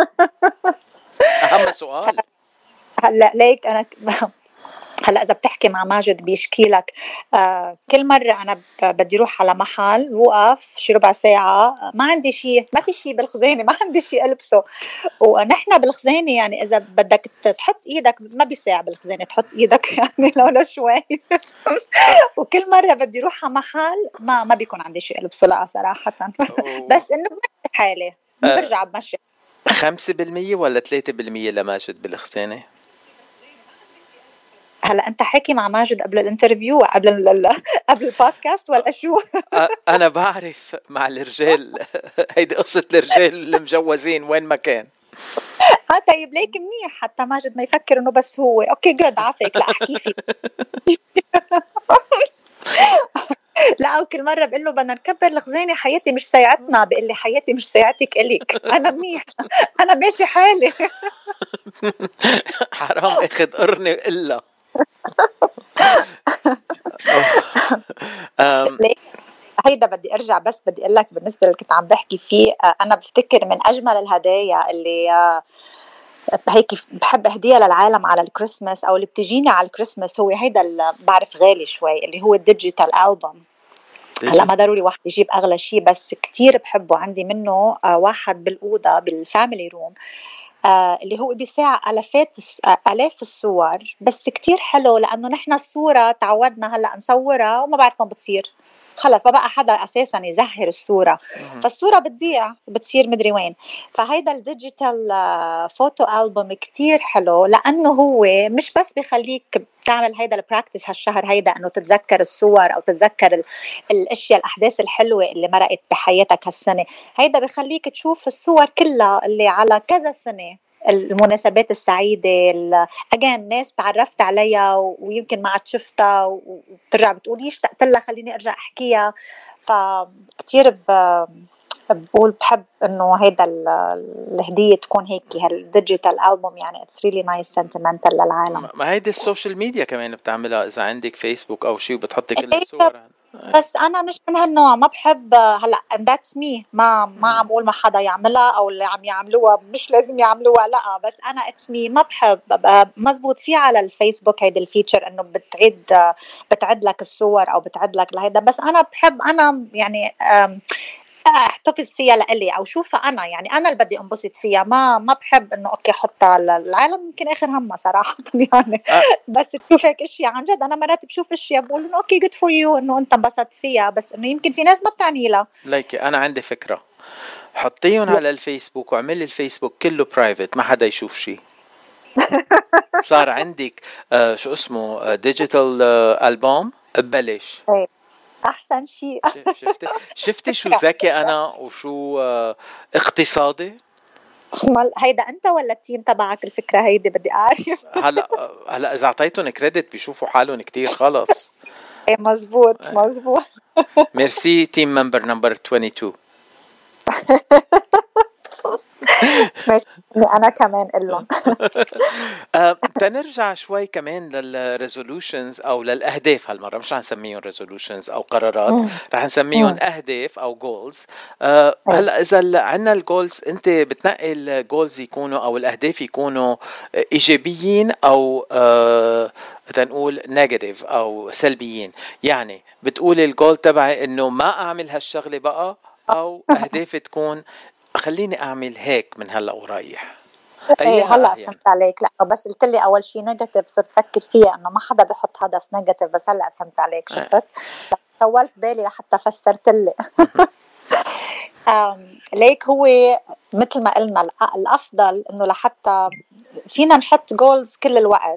أهم سؤال. هلا ليك أنا هلا إذا بتحكي مع ماجد بيشكي لك كل مرة أنا بدي روح على محل وقف شي ربع ساعة ما عندي شيء، ما في شيء بالخزانة، ما عندي شيء ألبسه. ونحن بالخزانة يعني إذا بدك تحط إيدك ما بيساع بالخزانة تحط إيدك يعني لولا شوي. وكل مرة بدي روح على محل ما بيكون عندي شيء ألبسه لا صراحة. بس إنه بمشي حالي برجع بمشي. 5% ولا 3% لماجد بالخزانة؟ هلا انت حكي مع ماجد قبل الانترفيو قبل البودكاست ولا شو؟ انا بعرف مع الرجال هيدي قصة الرجال المجوزين وين ما كان. طيب ليك منيح حتى ماجد ما يفكر انه بس هو اوكي جود عافيك لا احكي فيه. لا وكل مرة بقول له بدنا نكبر الخزانة حياتي مش ساعتنا، بقول لي حياتي مش ساعتك إليك أنا منيح أنا ماشي حالي. حرام اخذ قرني إلا هيدا بدي ارجع بس بدي اقول لك بالنسبه اللي كنت عم بحكي فيه انا بفتكر من اجمل الهدايا اللي هيك بحب اهديها للعالم على الكريسماس او اللي بتجيني على الكريسماس هو هيدا اللي بعرف غالي شوي اللي هو الديجيتال ألبوم. هلا ما ضروري واحد يجيب اغلى شيء بس كتير بحبه، عندي منه واحد بالاوضه بالفاميلي روم اللي هو بيساع آلاف الصور بس كتير حلو لأنه نحن الصورة تعودنا هلأ نصورها وما بعرف ما بتصير خلص ما بقى حدا أساسا يزهر الصورة فالصورة بتضيع بتصير مدري وين. فهيدا الديجيتال فوتو ألبوم كتير حلو لأنه هو مش بس بيخليك تعمل هيدا البراكتس هالشهر هيدا أنه تتذكر الصور أو تتذكر الأشياء الأحداث الحلوة اللي مرقت بحياتك هالسنة، هيدا بيخليك تشوف الصور كلها اللي على كذا سنة المناسبات السعيدة أجان ناس تعرفت عليها ويمكن ما عاد شفتها وبترجع بتقولي اشتقت لها خليني أرجع أحكيها. فكتير بقول بحب إنه هيدا الهدية تكون هيك هالديجيتال ألبوم يعني it's really nice sentimental للعالم. ما هيدي السوشيال ميديا كمان بتعملها إذا عندك فيسبوك أو شيء وبتحطي كل الصور. بس أنا مش من هالنوع ما بحب هلا that's me ما عم بقول ما حدا يعملها أو اللي عم يعملوها مش لازم يعملوها لا بس أنا it's me ما بحب مزبوط فيه على الفيسبوك هيدا الفيتشر إنه بتعد لك الصور أو بتعد لك لهيدا بس أنا بحب أنا يعني احتفظ فيها لإلي او شوفها انا يعني انا اللي بدي انبسط فيها ما بحب انه اوكي حطها للعالم يمكن اخر همها صراحه يعني بس تشوف هيك اشياء عن جد انا مرات بشوف اشياء بقول انه اوكي good for you انه انت انبسطت فيها بس انه يمكن في ناس ما بتعني لها. ليكي انا عندي فكره حطيهم على الفيسبوك واعملي الفيسبوك كله برايفت ما حدا يشوف شيء. صار عندك شو اسمه ديجيتال ألبوم ببلاش. أحسن شيء. شفتي شو ذكي أنا وشو اقتصادي؟ هيدا أنت ولا التيم تبعك الفكرة هيدي بدي أعرف. هلا إذا أعطيتهم كريدت بيشوفوا حالهم كتير خلص. مزبوط. ميرسي تيم ممبر نمبر 22. أنا كمان إلهم. تنرجع شوي كمان للريزولوشنز أو للأهداف هالمرة مش رح نسميهم ريزولوشنز أو قرارات رح نسميهم أهداف أو جولز. هلا إذا عنا الجولز أنت بتنقي الجولز يكونوا أو الأهداف يكونوا إيجابيين أو تنقول نيجاتيف أو سلبيين، يعني بتقول الجول تبعي إنه ما أعمل هالشغلة بقى أو أهداف تكون خليني أعمل هيك من هلأ ورايح. هلأ فهمت عليك. لا بس قلت لي أول شيء نيجاتيف صرت فكر فيها إنه ما حدا بيحط هدف نيجاتيف بس هلأ فهمت عليك شفت طولت بالي لحتى فسرت لي. ليك هو مثل ما قلنا الأفضل إنه لحتى فينا نحط جولز كل الوقت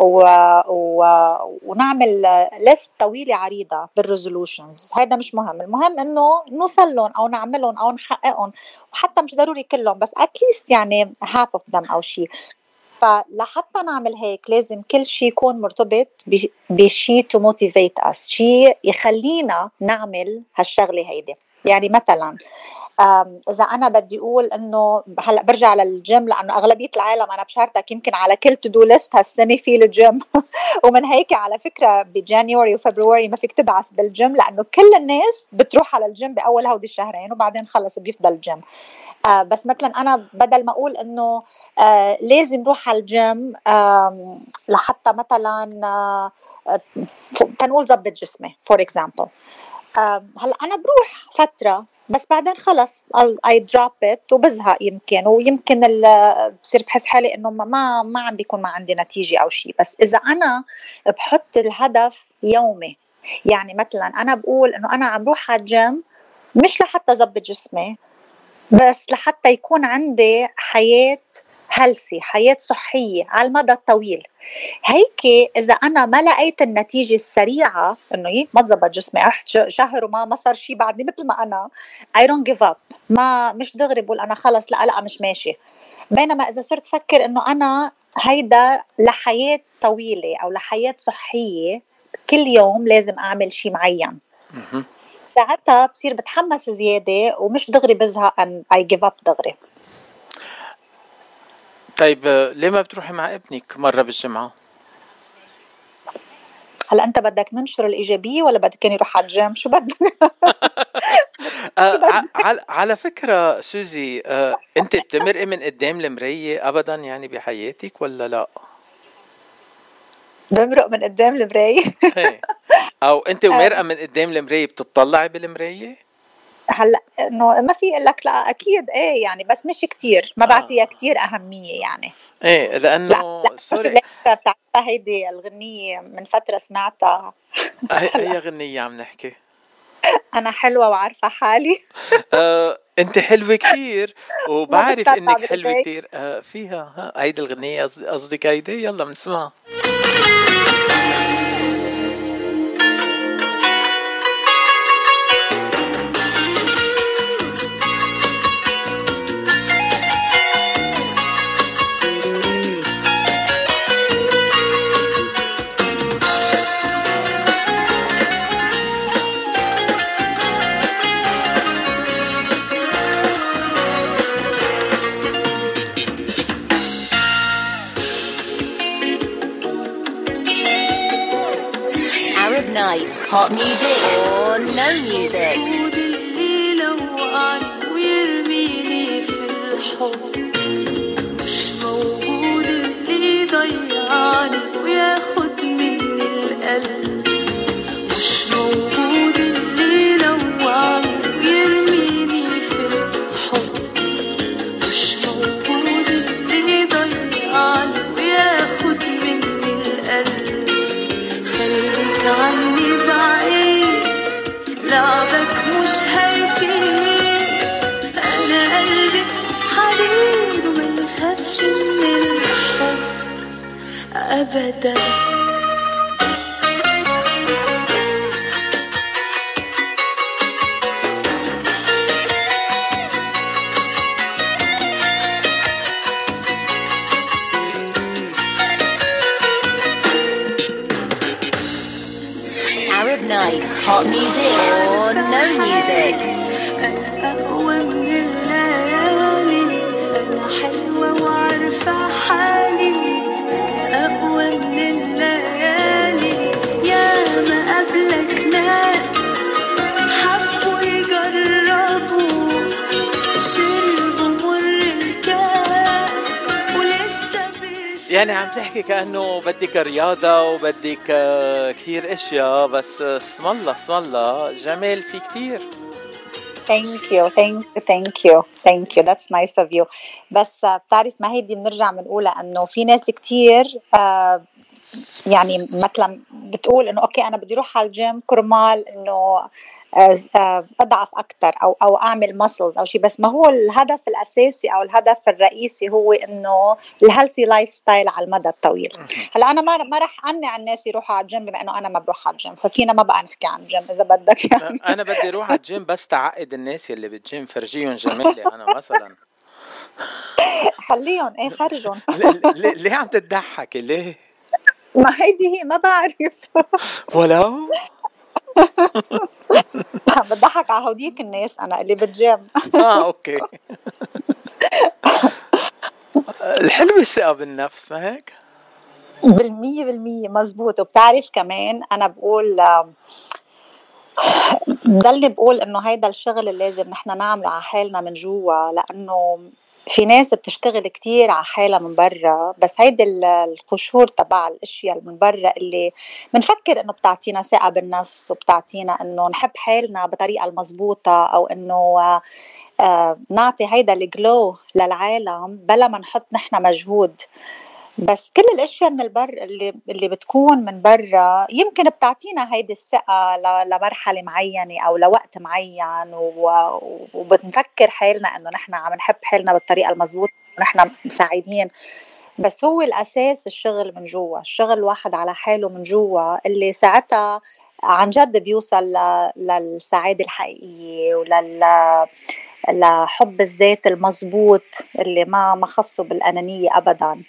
ونعمل ليست طويلة عريضة بالريزولوشنز. هذا مش مهم، المهم إنه نوصل لهم أو نعملهم أو نحققهم وحتى مش ضروري كلهم بس at least يعني half of them أو شيء. فلحتى نعمل هيك لازم كل شيء يكون مرتبط بشيء to motivate us، شيء يخلينا نعمل هالشغلة هيدي. يعني مثلا إذا أنا بدي أقول إنه هلأ برجع للجيم، لأنه أغلبية العالم أنا بشارتك يمكن على كل تو-دو ليست هالسنة في الجيم ومن هيك على فكرة بجانيوري وفبراير ما فيك تدعس بالجيم، لأنه كل الناس بتروح على الجيم بأول هودي الشهرين وبعدين خلص بيفضل الجيم. بس مثلا أنا بدل ما أقول إنه لازم روح على الجيم لحتى مثلا تنقول ضبط جسمي for example، هلأ أنا بروح فترة بس بعدين خلص I drop it وبزهق ويمكن بصير بحس حالي إنه ما عم بيكون ما عندي نتيجة أو شيء. بس إذا أنا بحط الهدف يومي، يعني مثلا أنا بقول إنه أنا عم روح على الجيم مش لحتى ضبط جسمي بس لحتى يكون عندي حياة هيلثي، حياة صحية على المدى الطويل. هيك إذا أنا ما لقيت النتيجة السريعة إنه ما تزبط جسمي، رحت شهر وما صار شيء بعدني مثل ما أنا I don't give up، ما مش دغري بقول أنا خلص لا مش ماشي. بينما إذا صرت فكر إنه أنا هيدا لحياة طويلة أو لحياة صحية كل يوم لازم أعمل شيء معين، ساعتها بصير بتحمس زيادة ومش دغري بزهق I give up دغري. طيب ليه ما بتروحي مع ابنك مرة بالجمعة؟ هلا أنت بدك ننشر الإيجابية ولا بدك يروح على الجيم؟ شو بدك؟ على فكرة سوزي، أنت بتمرقي من قدام المراية أبدا يعني بحياتك ولا لا؟ بمرق من قدام المراية أو أنت ومرقة من قدام المراية بتطلعي بالمراية؟ هلا انه ما في لك لا اكيد ايه يعني، بس مش كتير، ما بعطيها كتير اهميه يعني. ايه لانه سوري بتعرفها هيدي الغنيه من فتره سمعتها. اي غنيه عم نحكي؟ انا حلوه وعارفه حالي. انت حلوه كتير وبعرف انك حلوه كتير. فيها هيدي الغنيه قصدك هيدي؟ يلا بنسمعها. Hot music or no music. اللي لوعني ويرميني في الحب، مش موجود اللي ضيعني وياخد مني القلب، مش موجود اللي لوعني ويرميني في الحب، مش موجود اللي ضيعني وياخد مني القلب. خليك عني بعيد، لعبك مش هيفيد، أنا قلبي حديد وما يخافش من الحب أبدا. Nights, hot music or no music. أنا أقوى من الليالي، أنا حلوة وعارفة حالي، أنا أقوى من الليالي. يا ما قبلك ناس حبوا يجربوا، شربوا مر الكاس ولسه يعني عم تحكي كأنه بدك رياضة وبدك كتير اشياء، بس اسم الله جمال في كتير. Thank you that's nice of you. بس بتعرف ما هيدي بنرجع بنقولها انه في ناس كتير يعني مثلا بتقول انه اوكي انا بدي اروح على الجيم كرمال انه اضعف اكثر او اعمل مسلز او شيء، بس ما هو الهدف الاساسي او الهدف الرئيسي هو انه الهيلثي لايف ستايل على المدى الطويل. هلا انا ما رح امنع الناس يروحوا على الجيم بما انه انا ما بروح على الجيم، ففينا ما بقى نحكي عن الجيم اذا بدك يعني. انا بدي اروح على الجيم بس تعقد الناس اللي بالجيم، فرجيهم جمالي انا مثلا. خليهم ايه خرجهم. ليه عم تضحكي ليه؟ ما هيدي هي ما بعرف ولو بضحك على هوديك الناس أنا اللي بالجيم. أوكي. الحلوة الثقة بالنفس، ما هيك؟ 100% مزبوط. وبتعرف كمان أنا بقول ضلني بقول إنه هيدا الشغل اللي لازم نحن نعمله على حالنا من جوا، لأنه في ناس بتشتغل كتير على حالها من برا، بس هيدي القشور تبع الاشياء من برا اللي منفكر انه بتعطينا ثقة بالنفس وبتعطينا انه نحب حالنا بطريقة المضبوطة، او انه نعطي هيدا الجلو للعالم بلا ما نحط نحن مجهود. بس كل الاشياء من البر اللي بتكون من برا يمكن بتعطينا هيدي الثقة لمرحلة معينة او لوقت معين، وبنفكر حالنا انه نحن عم نحب حالنا بالطريقة المضبوطة ونحن مساعدين. بس هو الاساس الشغل من جوا، الشغل الواحد على حاله من جوا، اللي ساعتها عن جد بيوصل للسعادة الحقيقية لحب الذات المضبوط اللي ما خصه بالأنانية أبداً.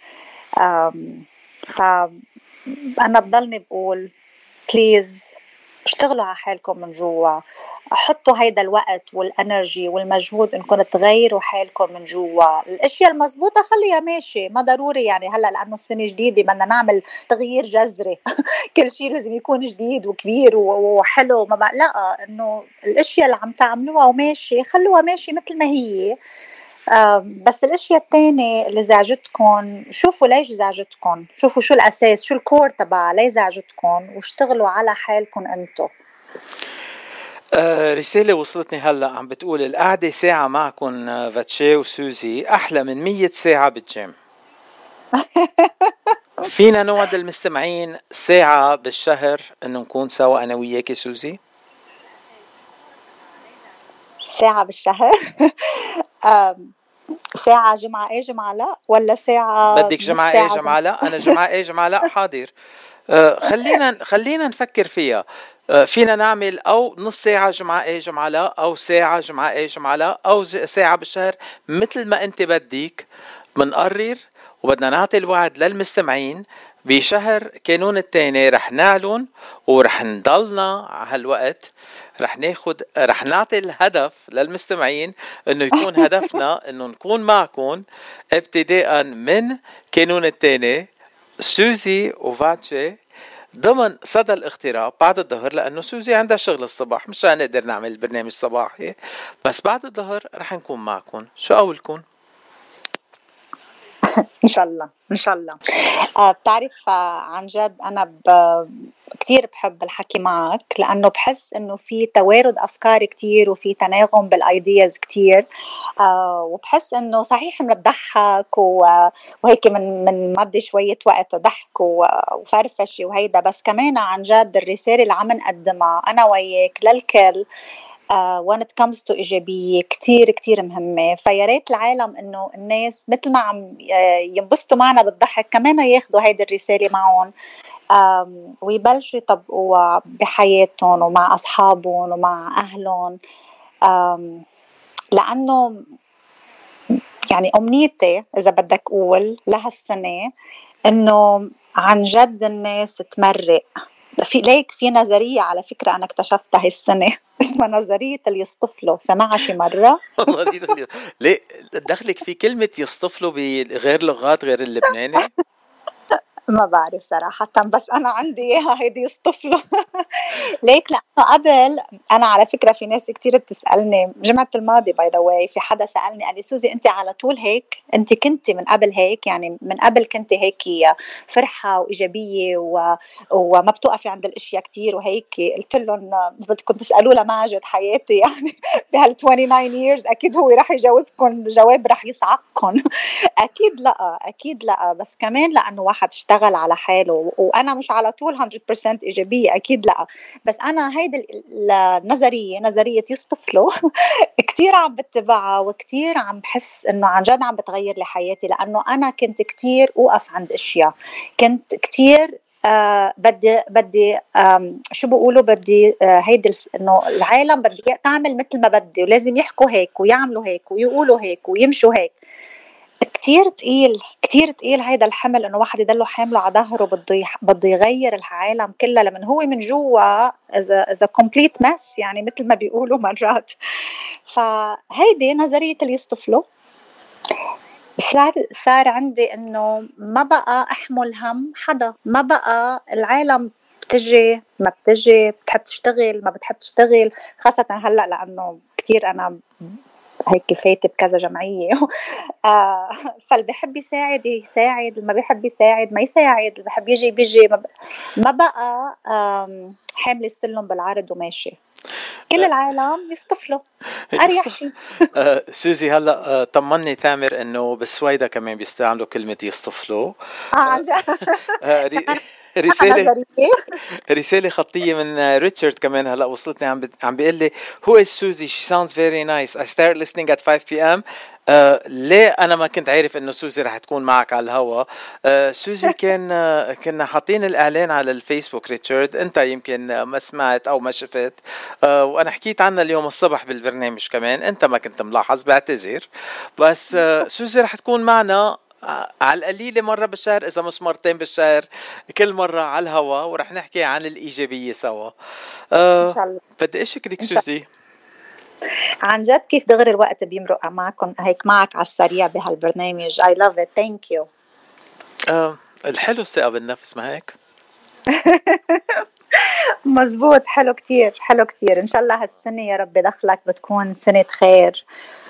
فأنا بضلني بقول بليز اشتغلوا على حالكم من جوا، حطوا هيدا الوقت والانرجي والمجهود انكم تغيروا حالكم من جوا. الاشياء المضبوطه خليها ماشي، ما ضروري يعني هلا لانه السنه جديده بدنا نعمل تغيير جذري كل شيء لازم يكون جديد وكبير وحلو. ما بقى لا، انه الاشياء اللي عم تعملوها وماشي خلوها ماشي مثل ما هي. بس الاشياء التانية اللي زعجتكم شوفوا ليش زعجتكم، شوفوا شو الاساس، شو الكور تبع ليش زعجتكم، واشتغلوا على حالكم انتو. رسالة وصلتني هلا عم بتقول القعدة ساعة معكم فاتشي وسوزي أحلى من 100 ساعة بالجيم. فينا نوعد المستمعين ساعة بالشهر إنه نكون سوا أنا وياكي سوزي؟ ساعة بالشهر؟ ساعة جمعة ايه جمعة لا، ولا ساعة بدك جمعة ايه جمعة لا؟ أنا جمعة ايه جمعة لا حاضر. خلينا نفكر فيها. فينا نعمل أو نص ساعة جمعة ايه جمعة لا، أو ساعة جمعة ايه جمعة لا، أو ساعة بالشهر، مثل ما أنت بدك. منقرر وبدنا نعطي الوعد للمستمعين بشهر كانون التاني رح نعلن ورح نضلنا على هالوقت. رح نعطي الهدف للمستمعين انه يكون هدفنا انه نكون معكم ابتداء من كانون التاني سوزي وفاتشي ضمن صدى الاغتراب بعد الظهر، لانه سوزي عندها شغل الصباح مش هنقدر نعمل برنامج صباحي، بس بعد الظهر رح نكون معكم. شو قولكم؟ إن شاء الله إن شاء الله. بتعرف عن جد أنا كتير بحب الحكي معك، لأنه بحس إنه في توارد أفكار كتير وفي تناغم بالأيدياز كتير. وبحس إنه صحيح منضحك وهيك من مضي شوية وقت ضحك وفرفشة وهيدا، بس كمان عن جد الرسالة اللي عم نقدمها أنا وياك للكل when it comes to إيجابية كتير كتير مهمة. فياريت العالم إنه الناس مثل ما عم ينبسطوا معنا بالضحك كمان ياخدوا هيدا الرسالة معهم، ويبلشوا يطبقوها بحياتهم ومع أصحابهم ومع أهلهم. لأنه يعني أمنيتي إذا بدك أقول لهالسنة إنه عن جد الناس تمرق. في نظرية على فكرة أنا اكتشفتها هالسنة اسمها نظرية اللي يصطفلوا، سمعها شي مرة؟ ليه دخلك في كلمة يصطفلوا بغير لغات غير اللبناني؟ ما بعرف صراحة، بس أنا عندي إياها هيدي يصطفلوا. ليك لأنه قبل أنا على فكرة في ناس كتير بتسألني جمعة الماضي باي ذا واي، في حدا سألني قال لي سوزي أنت على طول هيك؟ أنت كنتي من قبل هيك؟ يعني من قبل كنتي هيك فرحة وإيجابية وما بتوقفي عند الأشياء كتير وهيك؟ قلت لهم بدكم تسألوا لماجد حياتي يعني بهال 29 years أكيد هو راح يجاوبكم جواب راح يصعقكم. أكيد لا أكيد لا، بس كمان لأنه واحد اشتغل على حاله، وأنا مش على طول 100% إيجابية أكيد لا، بس أنا هيدا نظرية يصطفلوا كتير عم بتبعها وكتير عم بحس إنه عن جد عم بتغير لي حياتي. لأنه أنا كنت كتير أوقف عند أشياء، كنت كتير بدي شو بقولوا بدي هيدا إنه العالم بدي تعمل مثل ما بدي ولازم يحكوا هيك ويعملوا هيك ويقولوا هيك ويمشوا هيك. كتير تقيل، كتير تقيل هيدا الحمل، انه واحد يضله حامله على ظهره، بده يغير العالم كلها، لمن هو من جوا إذا كومبليت مس، يعني مثل ما بيقولوا مرات. فهيدي نظرية اللي يصطفلوا. صار عندي انه ما بقى احمل هم حدا، ما بقى العالم بتجي ما بتجي، بتحب تشتغل ما بتحب تشتغل، خاصة هلأ لأنه كتير أنا هيك فايتة بكذا جمعية. فاللي بحب يساعد يساعد، اللي ما بيحب يساعد ما يساعد، اللي بحب يجي بيجي، ما بقى حامل السلم بالعرض وماشي. كل العالم يصطفلوا أريح شيء. سوزي هلا طمني ثامر انه بالسويدة كمان بيستعملوا كلمة يصطفلوا. عن جد. رسالة خطية من ريتشارد كمان هلا وصلتني، عم بيقول لي who is Susie, she sounds very nice, I started listening at 5 p.m. ليه أنا ما كنت عارف إنه سوزي رح تكون معك على الهوا. سوزي كنا حاطين الإعلان على الفيسبوك ريتشارد، أنت يمكن ما سمعت أو ما شفت، وأنا حكيت عنها اليوم الصبح بالبرنامج كمان، أنت ما كنت ملاحظ، بعتذر. بس سوزي رح تكون معنا على القليلة مرة بالشهر، إذا مش مرتين بالشهر، كل مرة على الهوا، ورح نحكي عن الإيجابية سوا. إن شاء الله. بدي أشكرك سوزي عن جد، كيف دغري الوقت بيمرق معكم هيك معك على السريع بهالبرنامج. I love it, thank you. الحلو الثقة بالنفس، ما هيك؟ مزبوط، حلو كتير، حلو كتير. إن شاء الله هالسنة يا رب دخلك بتكون سنة خير،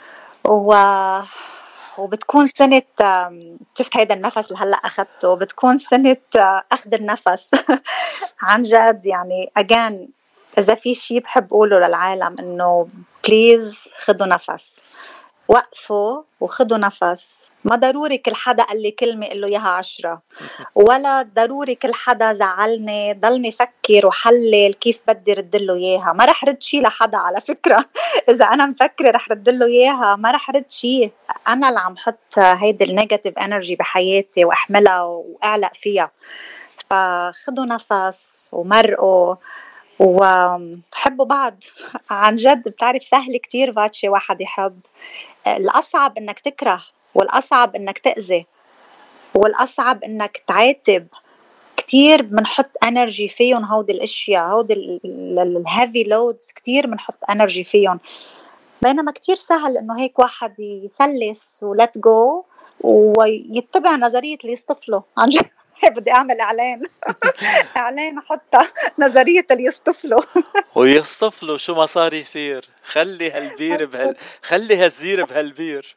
وبتكون سنة شفت هيدا النفس اللي هلأ أخذته، بتكون سنة أخذ النفس. عن جد يعني again، إذا في شيء بحب أقوله للعالم إنه بليز خدوا نفس، وقفوا وخدوا نفس. ما ضروري كل حدا قال لي كلمة قل له إياها 10، ولا ضروري كل حدا زعلني ضلني فكر وحلل كيف بدي رد له إياها. ما رح رد شيء لحدا على فكرة. إذا أنا مفكرة رح رد له إياها ما رح رد شيء. أنا اللي عم حط هيدي النيجاتيف انرجي بحياتي وأحملها وأعلق فيها. فخدوا نفس ومرقوا وحبوا بعض. عن جد بتعرف سهل كتير باتشي واحد يحب، الأصعب إنك تكره، والأصعب إنك تأذي، والأصعب إنك تعاتب. كتير بنحط انرجي فيهم هودي الاشياء، هودي الهيفي لودز، كتير بنحط انرجي فيهم. بينما كتير سهل انه هيك واحد يسلس ولت جو ويتبع نظرية اللي يصطفله. عن جد بدي اعمل اعلان اعلان حتى نظرية اللي يصطفله. ويصطفلوا شو ما صار يصير. خلي هالبير خلي هالزير بهالبير.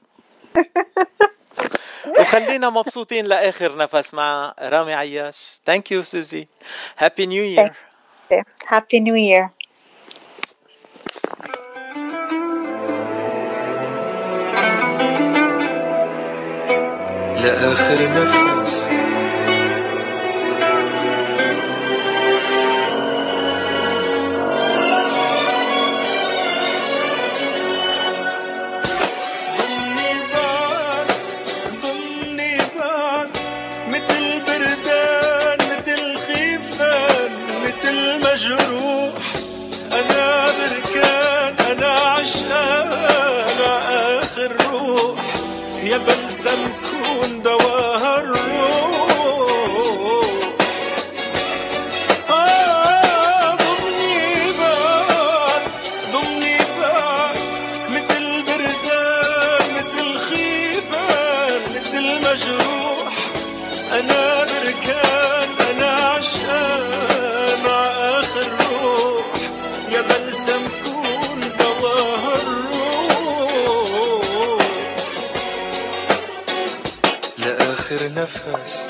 وخلينا مبسوطين لآخر نفس مع رامي عياش. Thank you Susie. Happy New Year. Happy New Year. لآخر نفس يا بلسم كون دواها الروح. ضمني بعد مثل بردان، مثل خيفان، مثل مجروح. أنا بركان، أنا عشقان مع آخر روح. يا بلسم كون دواها لآخر نفس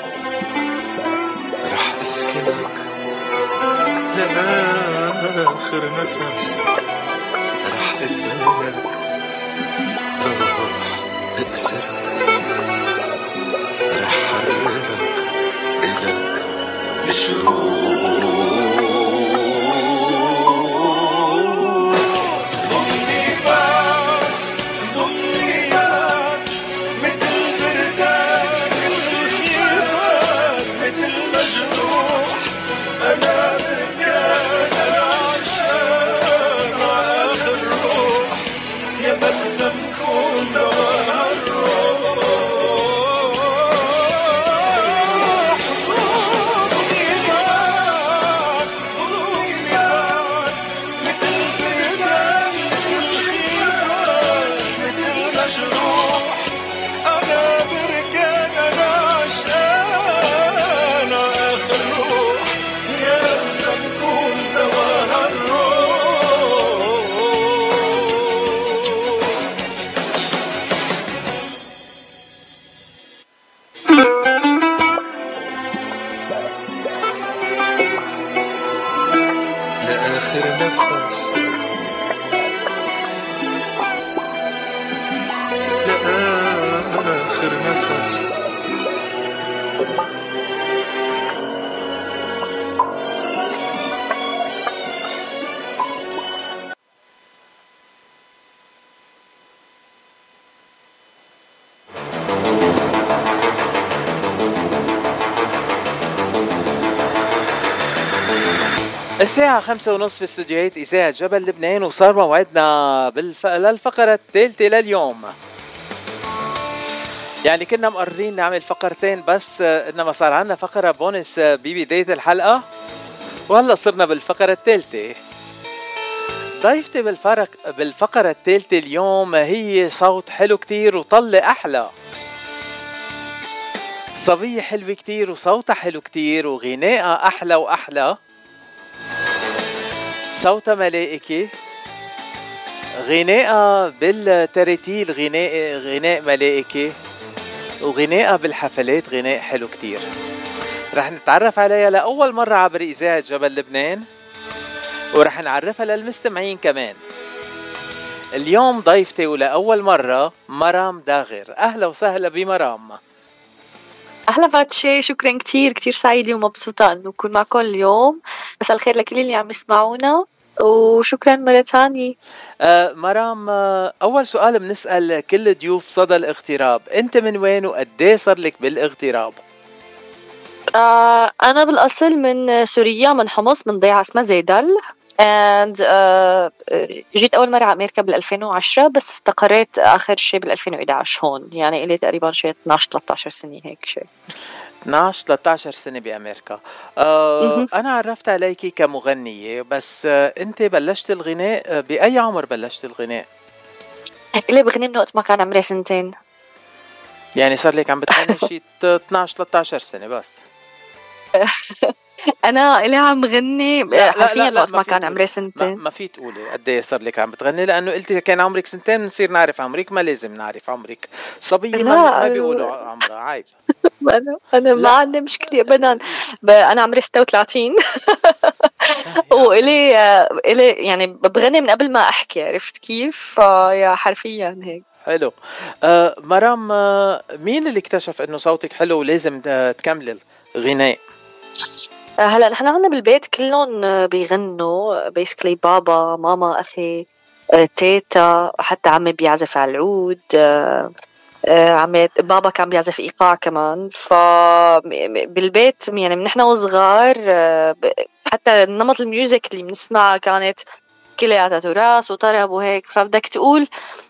رح أسكنك. لآخر نفس رح أدينك. روح أأسرك، رح حررك إلك الشروق. الساعة 5:30 في استوديوهات إذاعة جبل لبنان، وصار موعدنا للفقرة الثالثة لليوم. يعني كنا مقررين نعمل فقرتين بس، إنما صار عنا فقرة بونس ببداية الحلقة، وهلأ صرنا بالفقرة الثالثة. ضيفتي بالفقرة الثالثة اليوم هي صوت حلو كتير وطلة أحلى، صبية حلوة كتير وصوتها حلو كتير وغناءها أحلى وأحلى. صوتها ملائكي، غناءها بالترتيل غناء ملائكي، وغناءها بالحفلات غناء حلو كتير. رح نتعرف عليها لأول مرة عبر إذاعة جبل لبنان، ورح نعرفها للمستمعين كمان. اليوم ضيفتي ولأول مرة مرام داغر. أهلا وسهلا بمرام. أهلا فاتشي، شكرا كتير سعيدة ومبسوطة أنه أكون معكم اليوم. مساء الخير لكل اللي عم يسمعونا، وشكرا مرة تانية. مرام، أول سؤال بنسأل كل ضيوف صدى الاغتراب، أنت من وين وقديه صار لك بالاغتراب؟ أنا بالأصل من سوريا، من حمص، من ضيعة اسمها زيدل. جيت أول مرة على أمريكا بال2010، بس استقريت آخر شيء بال2011 هون. يعني إلي تقريبا شيء 12-13 سنة هيك شيء. 12-13 سنة بأمريكا. أنا عرفت عليكي كمغنية، بس أنت بلشت الغناء بأي عمر بلشت الغناء؟ إلي بغني من وقت ما كان عمري 2 سنين. يعني صار لك عم بتغني شيء 12-13 سنة بس. أنا إلي عم غني حرفيا وقت ما كان عمري 2 سنين. ما في تقولي قد ايه صار لك عم بتغني، لأنه قلتي كان عمرك 2 سنين بنصير نعرف عمرك. ما لازم نعرف عمرك، صبية ما بيقولوا عمرها، عيب. أنا ما عندي مشكلة أبدا. أنا عمري 36 وإلي يعني بغني من قبل ما أحكي، عرفت كيف؟ يا حرفيا هيك. حلو. مرام، مين اللي اكتشف إنه صوتك حلو ولازم تكمل الغناء؟ هلا نحن عنا بالبيت كلهم بيغنوا، بيسكلي بابا، ماما، أخي، تيتا، حتى عمي بيعزف على العود، بابا كان بيعزف إيقاع كمان. فبالبيت يعني من نحن وصغار حتى نمط الميوزك اللي بنسمعها كانت كلياتها تراث وطرب وهيك. فبدك تقول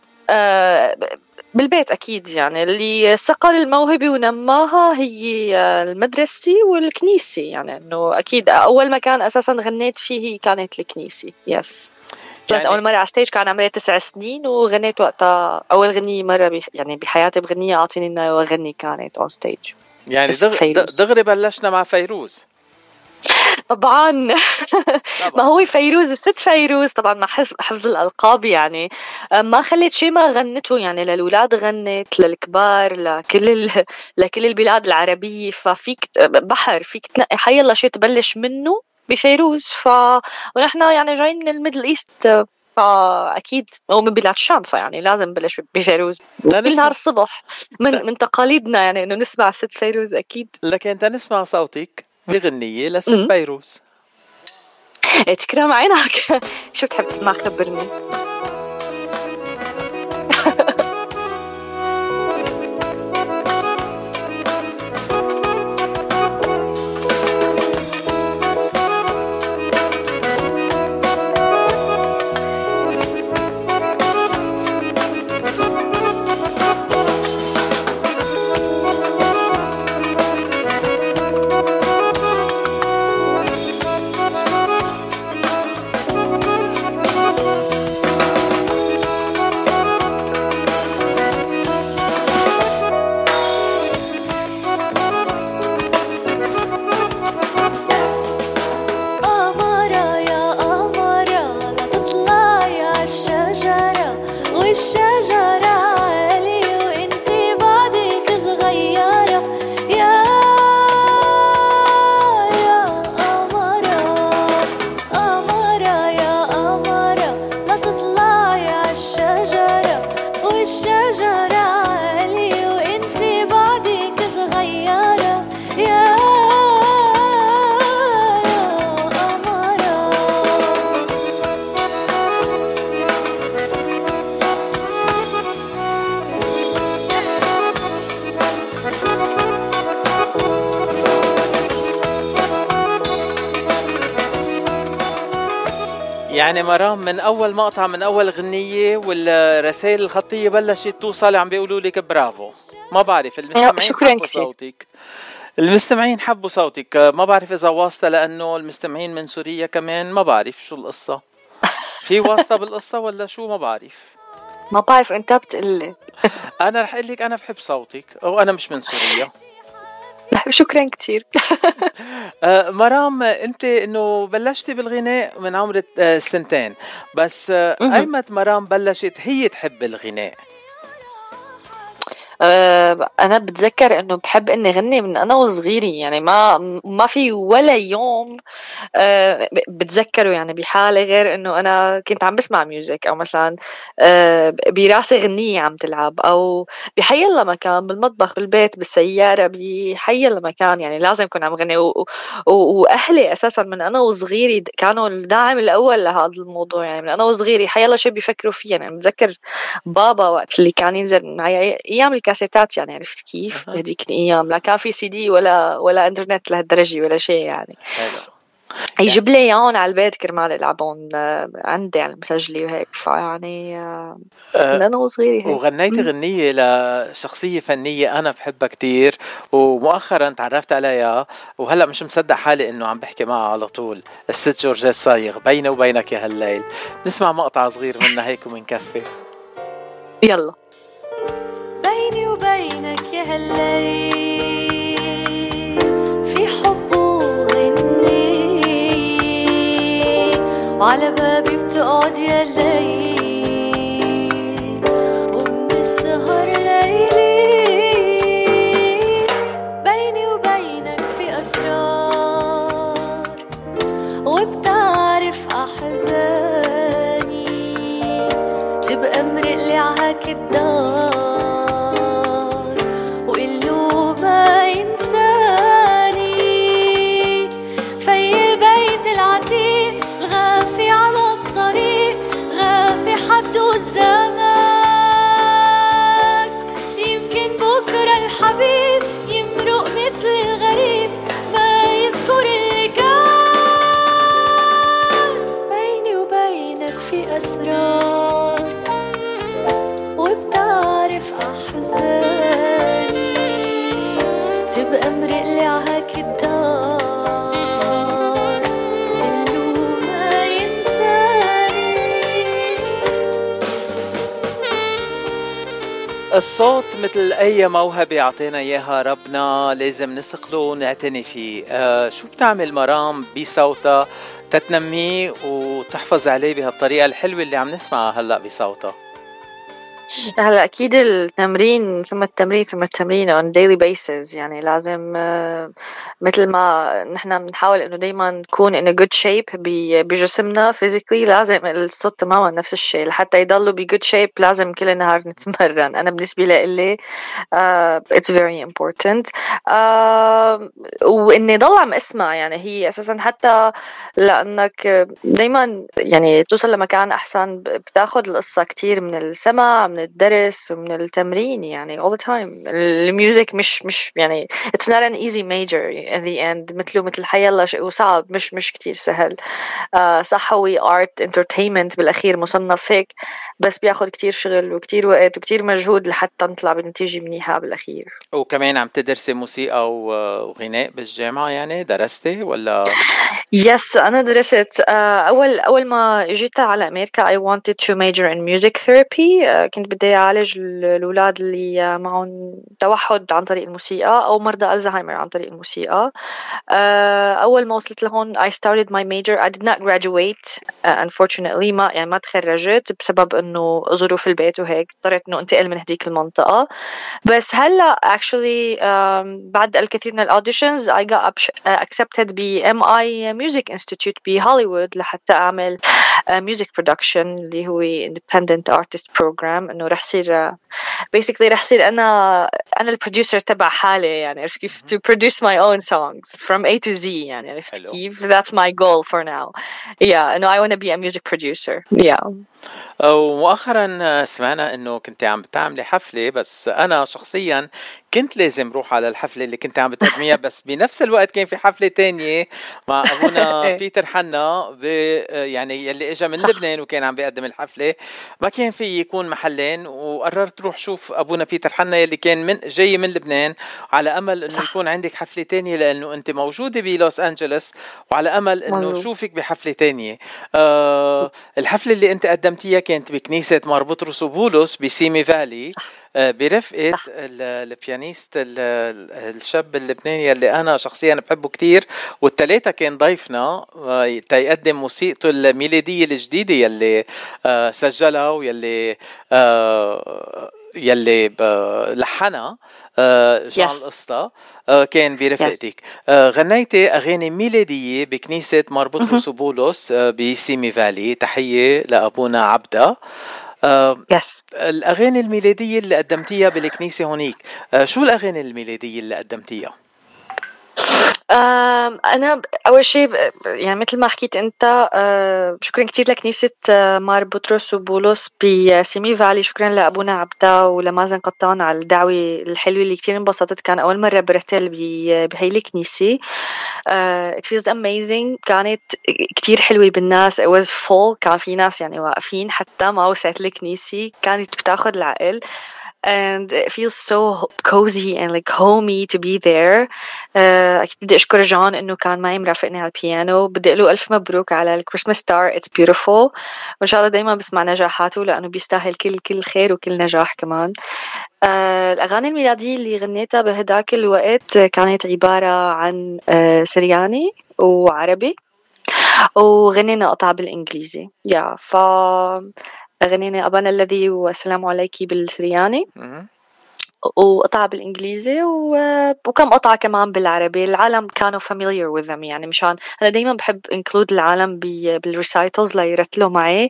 بالبيت أكيد يعني اللي صقل الموهبة ونماها هي المدرسة والكنيسة. يعني أنه أكيد أول مكان أساسا غنيت فيه كانت الكنيسة. يس يعني أول مرة على ستيج كان عمري 9 سنين، وغنيت وقتها أول غنية مرة يعني بحياتي بغنية أعطيني إنه وغني كانت on stage. يعني دغري بلشنا مع فيروز. طبعا ما هو فيروز، الست فيروز طبعا مع حفظ الألقاب. يعني ما خليت شيء ما غنته، يعني للولاد غنت، للكبار، لكل البلاد العربية. ففيك بحر، فيك تنقي حي الله شيء تبلش منه بفيروز. ونحن يعني جايين من الميدل إيست، فأكيد هو من بلاد الشام، فيعني لازم نبلش بفيروز كل نهار الصبح. من تقاليدنا يعني إنه نسمع ست فيروز أكيد. لكن أنت نسمع صوتك بغنية لست فيروز. تكرم عينك. شو بتحب تسمع؟ خبرني. يعني مرام من اول مقطع من اول غنية والرسائل الخطية بلشت توصل عم بيقولوا لك برافو. ما بعرف المستمعين حبوا صوتك، المستمعين حبوا صوتك. ما بعرف اذا واسطة لانه المستمعين من سوريا كمان، ما بعرف شو القصة. في واسطة بالقصة ولا شو؟ ما بعرف انت بتقلي. انا رح اقول لك انا بحب صوتك وانا مش من سوريا. شكرا كتير. مرام انت انه بلشتي بالغناء من عمر 2 بس، ايمت مرام بلشت هي تحب الغناء؟ أنا بتذكر إنه بحب إني غني من أنا وصغيري، يعني ما في ولا يوم بتذكره يعني بحالة غير إنه أنا كنت عم بسمع ميوزك، أو مثلا براسي غنية عم تلعب، أو بحي الله مكان، بالمطبخ، بالبيت، بالسيارة، بحي الله مكان، يعني لازم كون عم غني. وأهلي أساسا من أنا وصغيري كانوا الداعم الأول لهذا الموضوع، يعني من أنا وصغيري حي الله شيء بيفكروا فيه. يعني بتذكر بابا وقت اللي كان ينزل معي أيام الكاسيتات، يعني عرفت كيف هذيك الأيام لا كان في CD ولا إنترنت لهالدرجة ولا شيء، يعني يجيب لي ياهن على البيت كرمال العبون عندي يعني مسجلي وهيك. فيعني من أنا وصغيري هيك. وغنيتي غنية لشخصية فنية أنا بحبها كتير، ومؤخرا تعرفت عليها وهلأ مش مصدق حالي إنه عم بحكي معها على طول، الست جورجيت صايغ. بيني وبينك يا هالليل. نسمع مقطع صغير منها هيك ومنكفي. يلا. بيني وبينك يا هالليل في حب وغني، وعلى بابي بتقعد يا الليل وبنسهر ليلي. بيني وبينك في أسرار وبتعرف أحزاني، تبقى مرقلي عهاك الدار وقلو ما ينساني. في البيت العتيق غافي على الطريق، غافي حد الزمان. يمكن بكرة الحبيب يمرق مثل الغريب، ما يذكر اللي كان. بيني وبينك في أسرار وبتعرف أحزاني، تبقى مرقلي عهاك الدار إنه ما ينساني. الصوت مثل أي موهبة عطينا إياها ربنا، لازم نسقله ونعتني فيه. شو بتعمل مرام بصوتها تتنميه وتحفظ عليه بهالطريقة الحلوة اللي عم نسمعها هلأ بصوتها؟ هلا أكيد التمرين ثم التمرين ثم التمرين on daily basis. يعني لازم مثل ما نحن بنحاول إنه دايما نكون in a good shape بجسمنا physically، لازم الصوت تماما نفس الشيء. لحتى يضلوا ب good shape لازم كل النهار نتمرن. أنا بالنسبة لي it's very important. وإني ضل عم أسمع، يعني هي أساسا حتى لأنك دايما يعني توصل لمكان أحسن بتاخد القصة كتير من السمع، من الدرس ومن التمرين، يعني all the time. الميوزك مش يعني it's not an easy major in the end، مثل حيالله شيء وصعب، مش كتير سهل. صح هو art entertainment بالأخير مصنف هيك، بس بياخد كتير شغل وكتير وقت وكتير مجهود لحتى نطلع بنتيجة منيحة بالأخير. وكمان عم تدرسي موسيقى وغناء بالجامعة؟ يعني درستي ولا؟ Yes أنا درست. أول ما جيت على أمريكا I wanted to major in music therapy. كنت بدي أعالج الأولاد اللي معهم توحد عن طريق الموسيقى أو مرضى ألزهايمر عن طريق الموسيقى. أول ما وصلت لهون I started my major. I did not graduate unfortunately. ما تخرجت بسبب إنه ظروف البيت وهيك، اضطريت إنه انتقل من هديك المنطقة. بس هلا actually بعد الكثير من الأوديشنز I got accepted ب MI Music Institute بهوليوود لحتى أعمل music production اللي هو independent artist program. إنه رح صير basically رح صير أنا البروديوسر تبع حالي، يعني عرفت كيف to produce my own songs from A to Z، يعني عرفت كيف that's my goal for now. yeah إنه I want to be a music producer. yeah. ومؤخرا سمعنا إنه كنت عم بتعملي حفلة، بس أنا شخصيا كنت لازم روح على الحفلة اللي كنت عم بتقدميها، بس بنفس الوقت كان في حفلة تانية مع أبونا بيتر حنا يعني يلي إجا من لبنان وكان عم بيقدم الحفلة، ما كان في يكون محلين، وقررت روح شوف أبونا بيتر حنا يلي كان جاي من لبنان، على أمل أنه يكون عندك حفلة تانية لأنه أنت موجودة بلوس أنجلوس، وعلى أمل أنه شوفك بحفلة تانية. الحفلة اللي أنت قدمتيها كانت بكنيسة مار بطرس وبولس بسيمي فالي برفقة البيانيست الشاب اللبناني اللي أنا شخصيا بحبه كتير، والتلاتة كان ضيفنا تيقدم موسيقته الميلودية الجديدة يلي سجلها ويلي لحنها جان القصة كان برفقتك. غنيتي أغاني ميلودية بكنيسة مار بطرس وبولس بسيمي فالي. تحية لأبونا عبدة. الأغاني الميلادية اللي قدمتيها بالكنيسة هونيك، شو الأغاني الميلادية اللي قدمتيها؟ أنا أول شيء يعني مثل ما حكيت أنت، شكرا كتير لكنيسة مار بطرس وبولس بسيمي فالي، شكرا لأبونا عبدا ولمازن قطان على الدعوة الحلوة اللي كتير انبسطت. كان أول مرة برتل بهاي الكنيسة. It feels amazing. كانت كتير حلوة بالناس. It was full. كان في ناس يعني واقفين حتى ما وسعت الكنيسة، كانت بتاخد العقل. And it feels so cozy and like homey to be there. أكيد بدي أشكر جون إنه كان معي مرافقني على البيانو. بدي أقوله ألف مبروك على الكريسماس ستار. It's beautiful. وإن شاء الله دايما بسمع نجاحاته لأنه بيستاهل كل خير وكل نجاح كمان. الأغاني الميلادية اللي غنيتها بهداك الوقت كانت عبارة عن سرياني وعربي، وغنينا قطعة بالإنجليزي. غنينا أبانا الذي والسلام عليكي بالسرياني، وقطعة بالإنجليزي، وكم قطعة كمان بالعربي. العالم كانوا familiar with them، يعني مشان أنا دايما بحب include العالم بالrecitals ليرتلوا معي،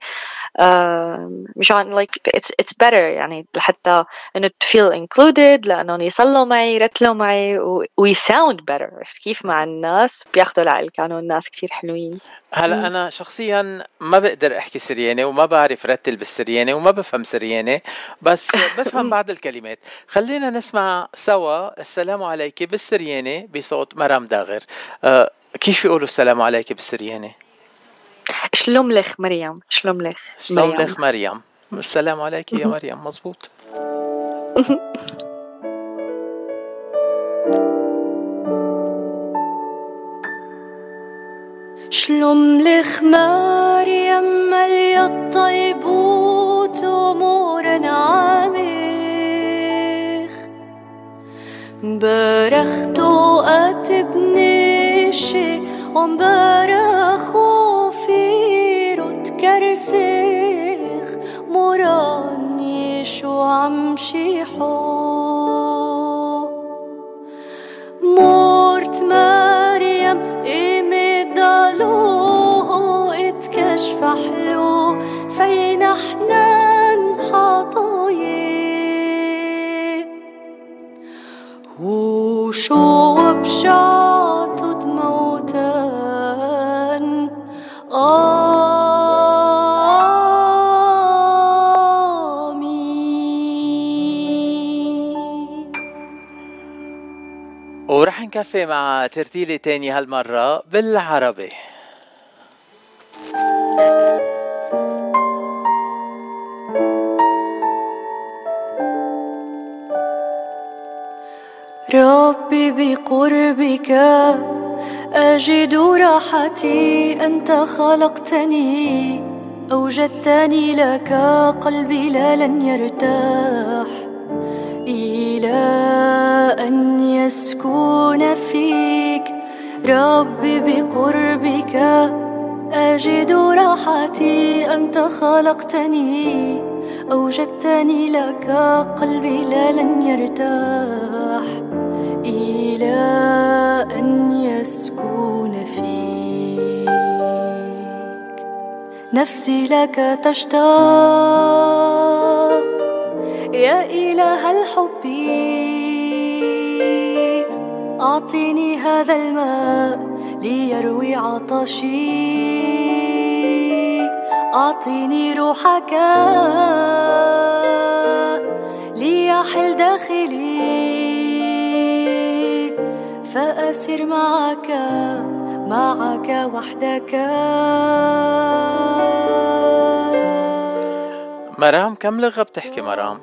مشان like it's better يعني لحتى إنه to feel included، لأنهم يصلوا معي يرتلوا معي we sound better كيف مع الناس بياخدوا العقل. كانوا الناس كتير حلوين. هلا أنا شخصيا ما بقدر أحكي سرياني وما بعرف رتل بالسرياني وما بفهم سرياني، بس بفهم بعض الكلمات. خلينا نسمع سوا السلام عليك بالسرياني بصوت مرام داغر. كيف يقولوا السلام عليك بالسرياني؟ شلوملخ مريم. شلوملخ مريم. السلام عليك يا مريم. مزبوط. شلوملخ مريم ملي الطيبوت أمور نعمخ، برختو أتبنشي ومبرخو في رت كرسيخ مراني شو عمشيحو مورت مريم إمدالوه اتكشف حلو فين احنا نحطيه وشو بشعطو دموتان ورح نكفي مع ترتيلة تاني هالمرة بالعربي. ربي بقربك أجد راحتي، أنت خلقتني أوجدتني لك، قلبي لا لن يرتاح إلى أن يسكن فيك. ربي بقربك أجد راحتي، أنت خلقتني أوجدتني لك، قلبي لا لن يرتاح إلى أن يسكن فيك. نفسي لك تشتاق يا إله الحب، أعطيني هذا الماء ليروي عطشي، أعطيني روحك ليحل داخلي، فأسر معك وحدك. مرام كم لغة بتحكي مرام؟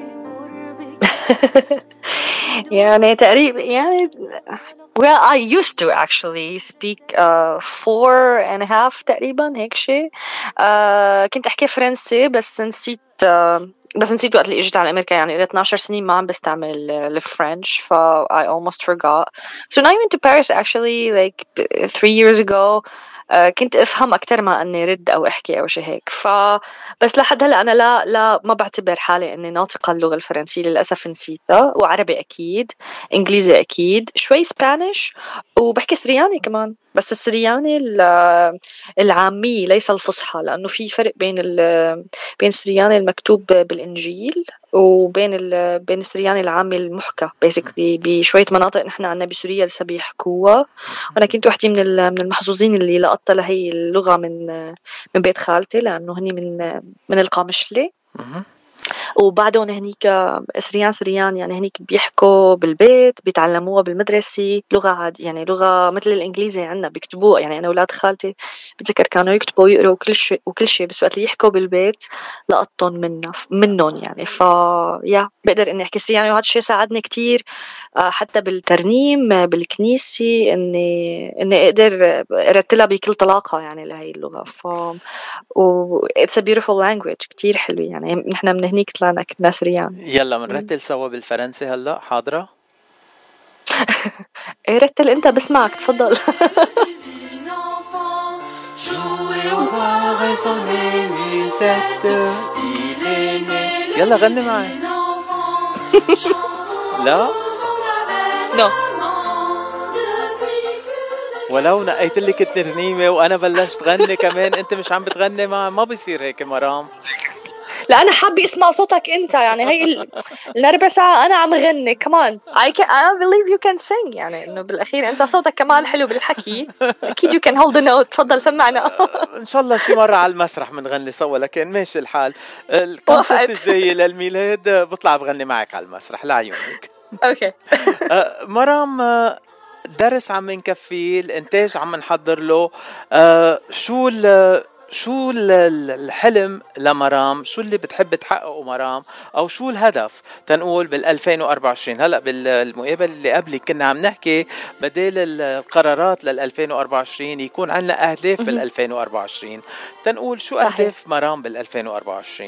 يعني تقريبا يعني well I used to actually speak 4.5 تقريبا هيك شيء. كنت أحكي فرنسي بس نسيت وقت اللي اجيت على امريكا، يعني 12 سنين ما عم بستعمل الفرنش ف I almost forgot. So now I went to Paris actually like 3 years ago. كنت افهم اكثر ما اني رد او احكي او شيء هيك. بس لحد هلا انا لا ما بعتبر حالي اني ناطقه اللغه الفرنسيه، للاسف نسيتها. وعربي اكيد، انجليزي اكيد، شوي سبانيش، وبحكي سرياني كمان، بس السرياني العامي ليس الفصحى، لانه في فرق بين السرياني المكتوب بالانجيل وبين السرياني العامي المحكى basically بشوية مناطق نحن عنا بسوريا لسه بيحكوها. وأنا كنت واحدة من المحظوظين اللي لقطت لهي اللغة من بيت خالتي، لأنه هني من القامشلي. وبعدهم هنيك سريان يعني هنيك بيحكوا بالبيت، بيتعلموها بالمدرسة، لغة عادي يعني لغة مثل الإنجليزي عنا بيكتبوها. يعني أنا أولاد خالتي بتذكر كانوا يكتبوا ويقروا وكل شيء، بس وقت اللي يحكوا بالبيت لقطتهم منهم يعني. بقدر إني أحكي سرياني، وهذا الشيء ساعدني كتير حتى بالترنيم بالكنيسة، إني أقدر أرتلها بكل طلاقة يعني لهي اللغة. it's a beautiful language كتير حلو يعني. نحن من هنيك طلعنا كنا سريان. يلا منرتل سوا بالفرنسي هلا، حاضرة؟ ايه رتل انت، بسمعك تفضل. يلا غني معي. لا نو ولو نقيت لك الترنيمة وانا بلشت غني كمان انت مش عم بتغني معي، ما بيصير هيك مرام. لا أنا حابة أسمع صوتك أنت، يعني هاي الربع ساعة أنا عم غني كمان. I believe you can sing، يعني إنه بالأخير أنت صوتك كمان حلو بالحكي، أكيد you can hold the note. تفضل سمعنا. إن شاء الله شي مرة على المسرح منغني سوا، لكن ماشي الحال. الكونسرت الجاي للميلاد بطلع بغني معك على المسرح لعيونك. أوكي. مرام درس عم نكفيه، الإنتاج عم نحضر له. شو الحلم لمرام؟ شو اللي بتحب تحققه مرام؟ أو شو الهدف تنقول بال2024؟ هلأ بالمقابل اللي قبلي كنا عم نحكي بدل القرارات لل2024 يكون عنا أهداف بال2024. تنقول شو أهداف مرام بال2024؟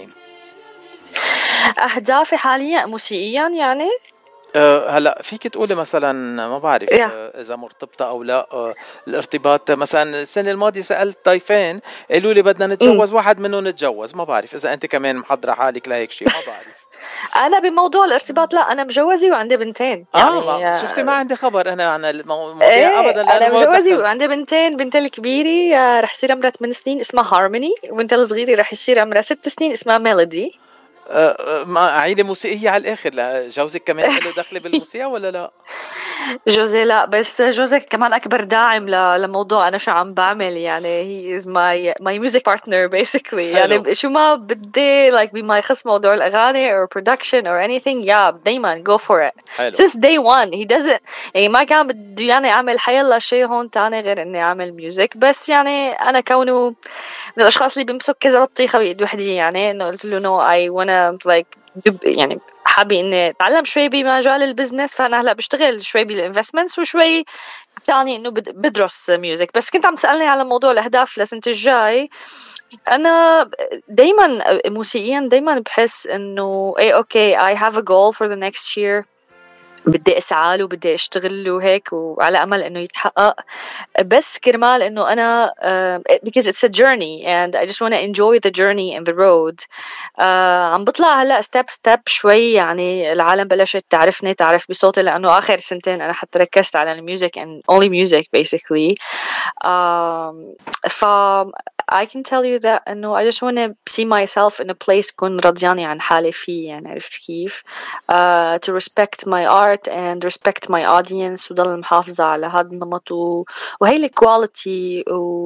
أهدافي حاليا موسيقيا يعني هلا فيك تقولي مثلا ما بعرف اذا مرتبطه او لا. الارتباط مثلا السنه الماضيه سالت ضيفين قالوا لي بدنا نتجوز، واحد منهم نتجوز. ما بعرف اذا انت كمان محضره حالك لهيك شيء، ما بعرف. انا بموضوع الارتباط لا، انا مجوزه وعندي بنتين. يعني شفتي ما عندي خبر انا عن المواضيع ابدا. انا مجوزه وعندي بنتين. بنتي الكبيره رح يصير عمرها 8 سنين اسمها هارموني، وبنتي الصغيره رح يصير عمرها 6 سنين اسمها ميلودي. عيلة موسيقية على الآخر. لا جوزك كمان له دخل بالموسيقى ولا لا؟ جوزي لا، بس جوزك كمان أكبر داعم لموضوع أنا شو عم بعمل. يعني he is my music partner basically. يعني شو ما بدي like بما يخص موضوع الأغاني or production or anything دايما go for it. حلو. Since day one he doesn't يعني ما كان بده يعني أعمل حيلا شيء هون تاني غير إني أعمل ميوزك. بس يعني أنا كونه من الأشخاص اللي بيمسك كذا بطيخة بيد وحدي، يعني إنه قلت له no I wanna like يعني حابة إني أتعلم شوي بمجال البزنس، فأنا هلأ بشتغل شوي بالإنفستمنتس وشوي تاني إنه بدرس ميوزك. بس كنت عم تسألني على موضوع الأهداف لسنة الجاي. أنا دايما موسيقيا دايما بحس إنه أوكي I have a goal for the next year، بدي أسعى له وبدي أشتغل له هيك وعلى أمل إنه يتحقق. بس كرمال إنه أنا because it's a journey and I just want to enjoy the journey and the road. عم بطلع هلأ step شوي، يعني العالم بلشت تعرفني، تعرف بصوتي، لأنه آخر سنتين أنا حتى ركزت على الميوزك and only music basically. I can tell you that إنه I just want to see myself in a place كون رضياني عن حالي فيه، يعني عرفت كيف؟ To respect my art smart and respect my audience وضل محافظة على هذا النمط وهي الكواليتي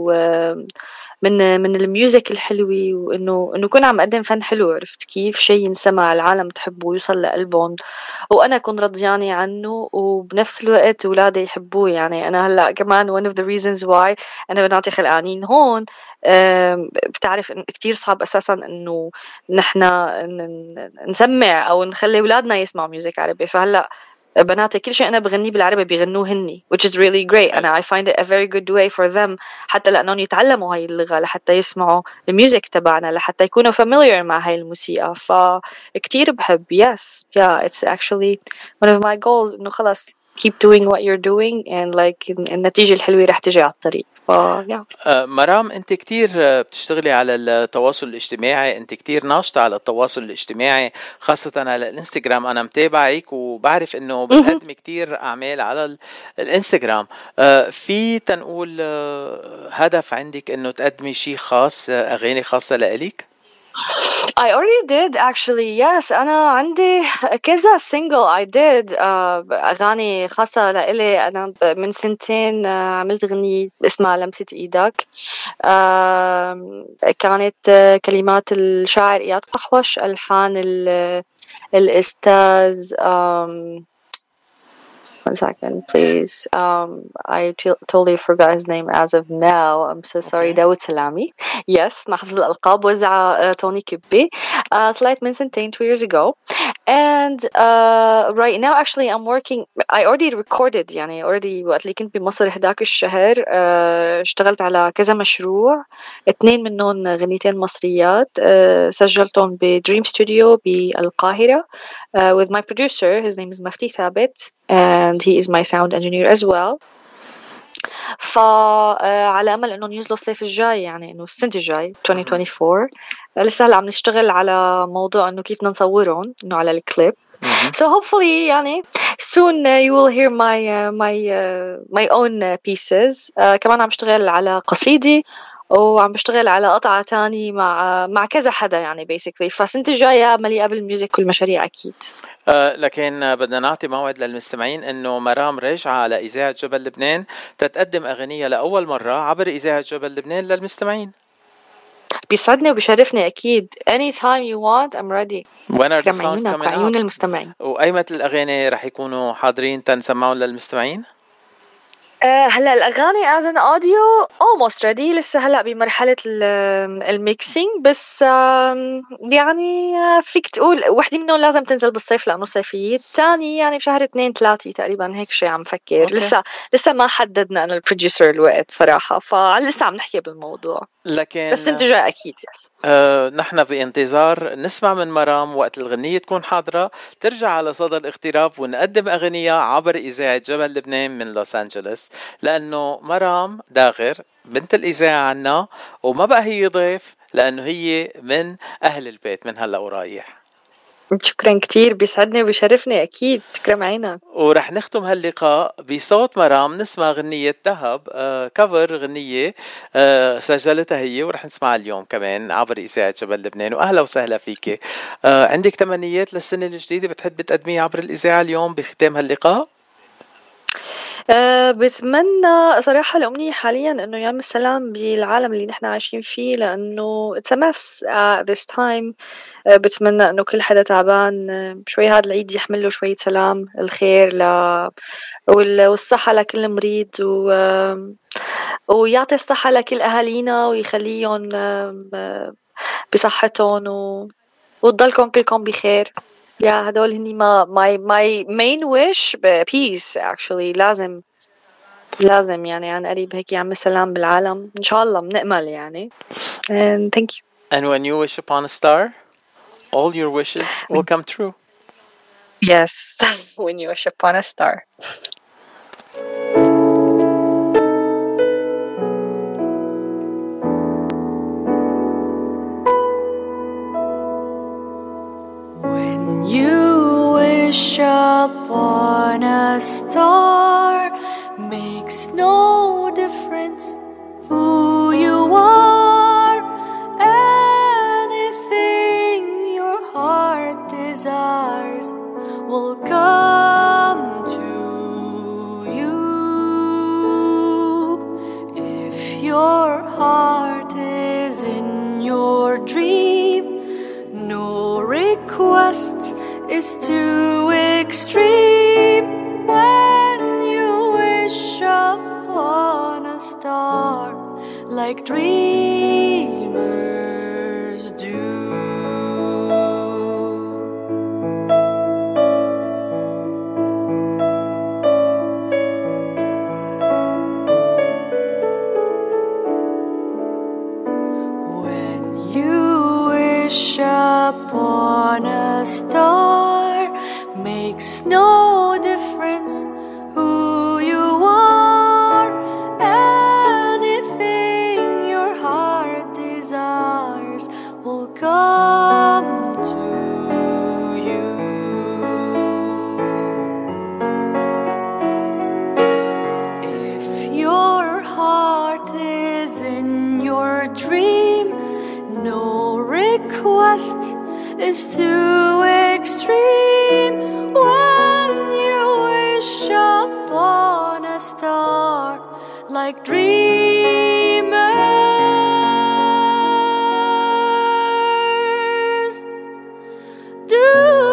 من الميوزك الحلوة وإنه كون عم أقدم فن حلو. عرفت كيف؟ شيء ينسمع العالم تحبه ويوصل لقلبهم وأنا أكون رضيانة عنه وبنفس الوقت أولادي يحبوه. يعني أنا هلأ كمان one of the reasons why أنا بناتي خلقانين هون. بتعرف إن كتير صعب أساساً إنه نحنا نسمع أو نخلي أولادنا يسمعوا ميوزك عربي. فهلأ بناتي كل شيء أنا بغنيه بالعربي بيغنوه هني which is really great. أنا I find it a very good way for them حتى لأنهم يتعلموا هاي اللغة لحتى يسمعوا الميوزك تبعنا لحتى يكونوا familiar مع هاي الموسيقى. فكتير بحب yes yeah it's actually one of my goals إنه خلاص keep doing what you're doing and like النتيجة الحلوة رح تجي على الطريق. مرام انت كتير بتشتغلي على التواصل الاجتماعي، انت كتير ناشطة على التواصل الاجتماعي خاصة على الانستغرام. انا متابعك وبعرف انه بتقدمي كتير اعمال على الانستغرام. في تنقول هدف عندك انه تقدمي شيء خاص، اغاني خاصة لإلك؟ I already did actually yes. أنا عندي كذا single I did أغاني خاصة لإلي. أنا من سنتين عملت غنية اسمها لمسة إيدك. كانت كلمات الشاعر إياد قحوش، ألحان الأستاذ one second please. I totally forgot his name as of now. I'm so sorry. داود سلامي. Yes مع حفظ الألقاب. وزع توني كبي. طلعت من سنتين 2 years ago and right now actually I'm working. I already recorded يعني already وقت اللي كنت بمصر 11 الشهر. اشتغلت على كذا مشروع، 2 منهم غنيتين مصريات. سجلتهم بدريم ستوديو بالقاهرة with my producer. His name is مفتي ثابت and he is my sound engineer as well. فعلى أمل إنه ينزلوا الصيف الجاي، يعني إنه السنة الجاي 2024. لسه هلا عم نشتغل على موضوع إنه كيف نصورهم إنه على الكليب. So hopefully يعني soon you will hear my own pieces. كمان عم بشتغل على قصيدة وعم بشتغل على قطعة تاني مع كذا حدا يعني basically. فسنة الجاية مليئة بالميوزك والمشاريع أكيد. لكن بدنا نعطي موعد للمستمعين إنه مرام راجعة على إذاعة جبل لبنان تتقدم أغنية لأول مرة عبر إذاعة جبل لبنان للمستمعين. بيسعدني وبيشرفني أكيد. Anytime you want I'm ready. When are the songs coming عيون المستمعين. وأي مثل الأغاني رح يكونوا حاضرين تنسمعون للمستمعين؟ هلا الأغاني as an audio almost ready. لسه هلا بمرحلة الميكسينج بس يعني فيك تقول واحدة منهم لازم تنزل بالصيف لأنه صيفية. الثاني يعني بشهر 2-3 تقريبا هيك شيء عم فكر. لسه ما حددنا أنا البروديوسر الوقت صراحة، فلسه عم نحكي بالموضوع. لكن بس انت جاي أكيد يس. نحن بانتظار نسمع من مرام وقت الغنية تكون حاضرة ترجع على صدى الاغتراب ونقدم أغنية عبر إذاعة جبل لبنان من لوس أنجلوس، لأنه مرام داغر بنت الإذاعة عنا وما بقى هي ضيف لأنه هي من أهل البيت من هلأ ورايح. شكرا كتير، بيسعدني وبيشرفني أكيد. تكرم عينك. ورح نختم هاللقاء بصوت مرام نسمع غنية ذهب، كفر غنية سجلتها هي ورح نسمعها اليوم كمان عبر إذاعة جبل لبنان. وأهلا وسهلا فيك. عندك تمنيات للسنة الجديدة بتحب تقدميها عبر الإذاعة اليوم بختام هاللقاء؟ بتمنى صراحة الأمنية حاليا إنه يعمل السلام بالعالم اللي نحن عايشين فيه لأنه it's a mess this time. بتمنى إنه كل حدا تعبان شوي هذا العيد يحمله شوية سلام الخير والصحة لكل مريض ويعطي الصحة لكل أهالينا ويخليهم بصحتهم وتضلكم كلكم بخير. يا هدول هني my main wish peace actually. لازم يعني عن قريب هيك يعمل سلام بالعالم إن شاء الله بنأمل يعني. And thank you. And when you wish upon a star, all your wishes will come true. Yes, when you wish upon a star. Wish upon a star makes no difference who you are. Anything your heart desires will come your heart is in your dream, no request is too extreme. When you wish upon a star like dreamers do. When you wish upon a star, makes no difference who you are. Anything your heart desires will come to you. If your heart is in your dream, no request is too extreme. When you wish upon a star like dreamers do.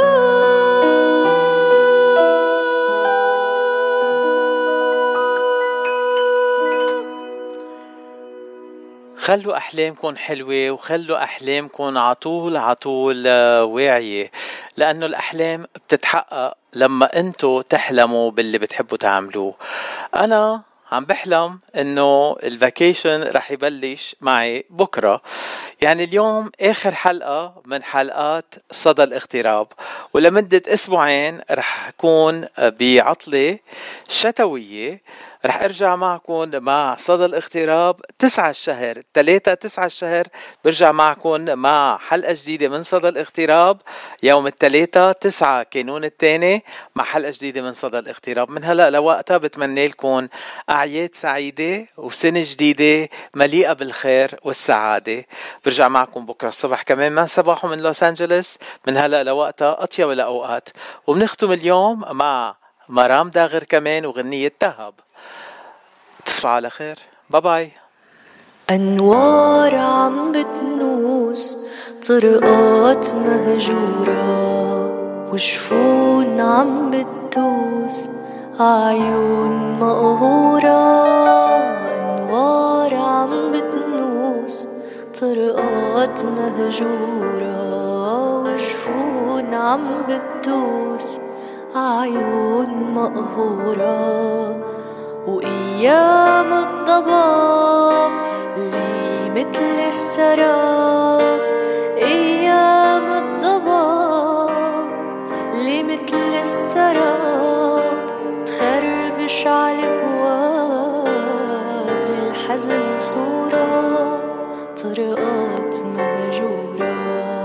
خلوا أحلامكم حلوة وخلوا أحلامكم عطول واعية، لأنه الأحلام بتتحقق لما أنتوا تحلموا باللي بتحبوا تعملوه. أنا عم بحلم انه الفاكيشن رح يبلش معي بكرة، يعني اليوم اخر حلقة من حلقات صدى الاغتراب، ولمدة اسبوعين رح اكون بعطلة شتوية. رح ارجع معكم مع صدى الاغتراب 9 الشهر 3/9 الشهر، برجع معكم مع حلقة جديدة من صدى الاغتراب يوم 3/9 كانون الثاني مع حلقة جديدة من صدى الاغتراب. من هلأ لوقتها بتمنى لكم أعياد سعيدة وسنة جديدة مليئة بالخير والسعادة. برجع معكم بكرة الصبح كمان من صباحه من لوس أنجلس. من هلأ لوقتها أطيب الأوقات، وبنختم اليوم مع مرام داغر كمان وغنية تهب. تصبحوا على خير، باي باي. أنوار عم بتنوس، طرقات مهجورة، وجفون عم بتدوس، عيون مقهورة. أنوار عم بتنوس، طرقات مهجورة، وجفون عم بتدوس، عيون مقهورة. وأيام الضباب اللي مثل السراب، أيام الضباب اللي مثل السراب، تخربش على البواب للحزن صورة، طرقات مهجورة.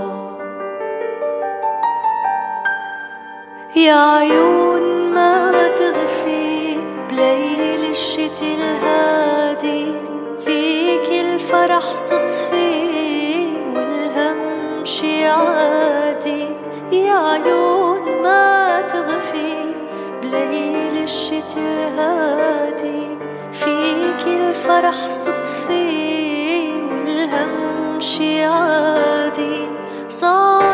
يا عيون ما تغفي بليل الشتي الهادي، فيك الفرح صدفي والهم شي عادي. يا عيون ما تغفي بليل الشتي الهادي، فيك الفرح صدفي والهم شي عادي. صار